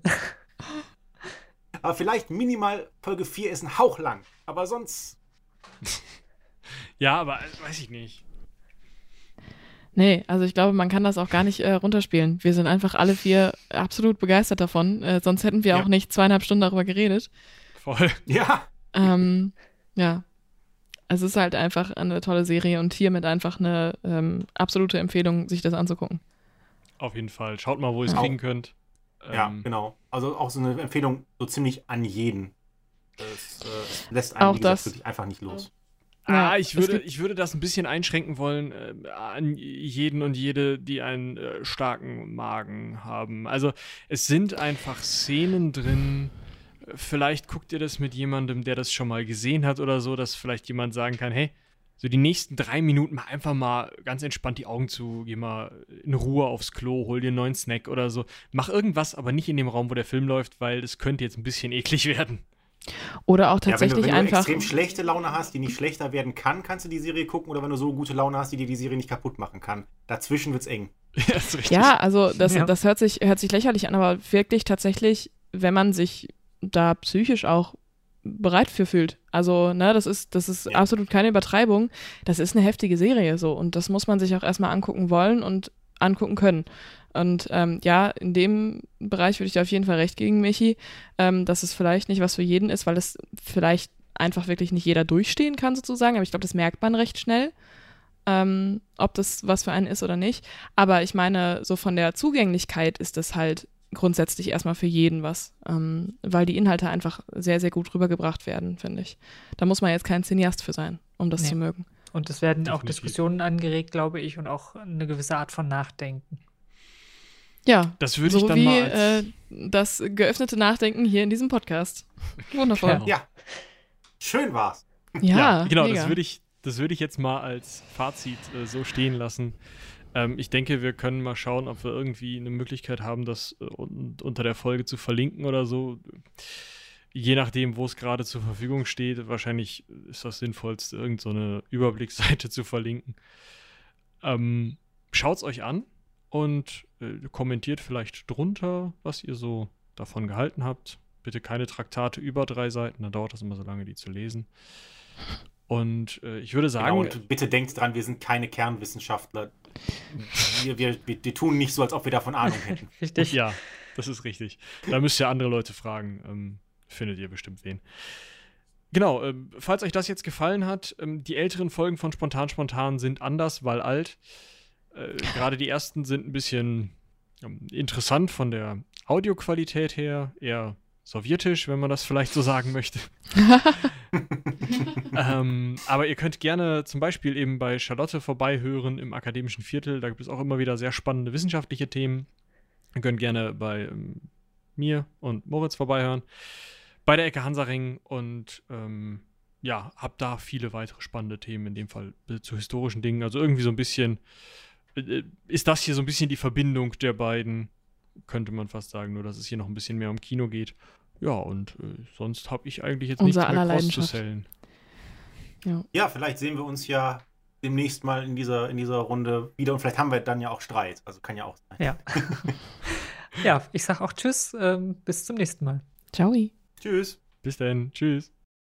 Aber vielleicht minimal Folge 4 ist ein Hauch lang. Aber sonst. Ja, aber weiß ich nicht. Nee, also ich glaube, man kann das auch gar nicht runterspielen. Wir sind einfach alle 4 absolut begeistert davon. Sonst hätten wir auch nicht 2,5 Stunden darüber geredet. Voll. Ja. Ja. Also es ist halt einfach eine tolle Serie und hiermit einfach eine absolute Empfehlung, sich das anzugucken. Auf jeden Fall. Schaut mal, wo ihr es kriegen könnt. Ja, genau. Also auch so eine Empfehlung so ziemlich an jeden. Es lässt einen, wie gesagt, wirklich einfach nicht los. Ja, ich würde das ein bisschen einschränken wollen an jeden und jede, die einen starken Magen haben. Also es sind einfach Szenen drin. Vielleicht guckt ihr das mit jemandem, der das schon mal gesehen hat oder so, dass vielleicht jemand sagen kann, hey, so die nächsten 3 Minuten mach einfach mal ganz entspannt die Augen zu, geh mal in Ruhe aufs Klo, hol dir einen neuen Snack oder so. Mach irgendwas, aber nicht in dem Raum, wo der Film läuft, weil das könnte jetzt ein bisschen eklig werden. Oder auch tatsächlich wenn du einfach. extrem schlechte Laune hast, die nicht schlechter werden kann, kannst du die Serie gucken. Oder wenn du so gute Laune hast, die dir die Serie nicht kaputt machen kann. Dazwischen wird's eng. Ja, ist richtig. Ja, also das hört sich lächerlich an, aber wirklich tatsächlich, wenn man sich da psychisch auch bereit für fühlt. Also, ne, das ist absolut keine Übertreibung. Das ist eine heftige Serie so und das muss man sich auch erstmal angucken wollen und angucken können. Und in dem Bereich würde ich dir auf jeden Fall recht gegen, Michi, dass es vielleicht nicht was für jeden ist, weil es vielleicht einfach wirklich nicht jeder durchstehen kann sozusagen. Aber ich glaube, das merkt man recht schnell, ob das was für einen ist oder nicht. Aber ich meine, so von der Zugänglichkeit ist das halt grundsätzlich erstmal für jeden was, weil die Inhalte einfach sehr, sehr gut rübergebracht werden, finde ich. Da muss man jetzt kein Cineast für sein, um das zu mögen. Und es werden auch Diskussionen angeregt, glaube ich, und auch eine gewisse Art von Nachdenken. Ja, das würde so ich dann wie mal das geöffnete Nachdenken hier in diesem Podcast. Wundervoll. Genau. Ja, schön war's. Ja, genau, mega. das würde ich jetzt mal als Fazit so stehen lassen. Ich denke, wir können mal schauen, ob wir irgendwie eine Möglichkeit haben, das unter der Folge zu verlinken oder so. Je nachdem, wo es gerade zur Verfügung steht. Wahrscheinlich ist das Sinnvollste, irgend so eine Überblicksseite zu verlinken. Schaut es euch an und kommentiert vielleicht drunter, was ihr so davon gehalten habt. Bitte keine Traktate über 3 Seiten, dann dauert das immer so lange, die zu lesen. Und ich würde sagen... Genau, und bitte denkt dran, wir sind keine Kernwissenschaftler. Wir tun nicht so, als ob wir davon Ahnung hätten. Richtig. Ja, das ist richtig. Da müsst ihr andere Leute fragen. Findet ihr bestimmt wen. Genau, falls euch das jetzt gefallen hat, die älteren Folgen von Spontan sind anders, weil alt. Gerade die ersten sind ein bisschen interessant von der Audioqualität her, eher sowjetisch, wenn man das vielleicht so sagen möchte. Aber ihr könnt gerne zum Beispiel eben bei Charlotte vorbeihören im akademischen Viertel. Da gibt es auch immer wieder sehr spannende wissenschaftliche Themen. Ihr könnt gerne bei mir und Moritz vorbeihören. Bei der Ecke Hansaring und habt da viele weitere spannende Themen, in dem Fall zu historischen Dingen. Also irgendwie so ein bisschen ist das hier so ein bisschen die Verbindung der beiden, könnte man fast sagen, nur dass es hier noch ein bisschen mehr um Kino geht. Ja, und sonst habe ich eigentlich jetzt nichts mehr cross-zu-sellen. Ja, vielleicht sehen wir uns ja demnächst mal in dieser Runde wieder und vielleicht haben wir dann ja auch Streit. Also kann ja auch sein. Ja. Ja, ich sag auch Tschüss, bis zum nächsten Mal. Ciao. Tschüss. Bis dann. Tschüss.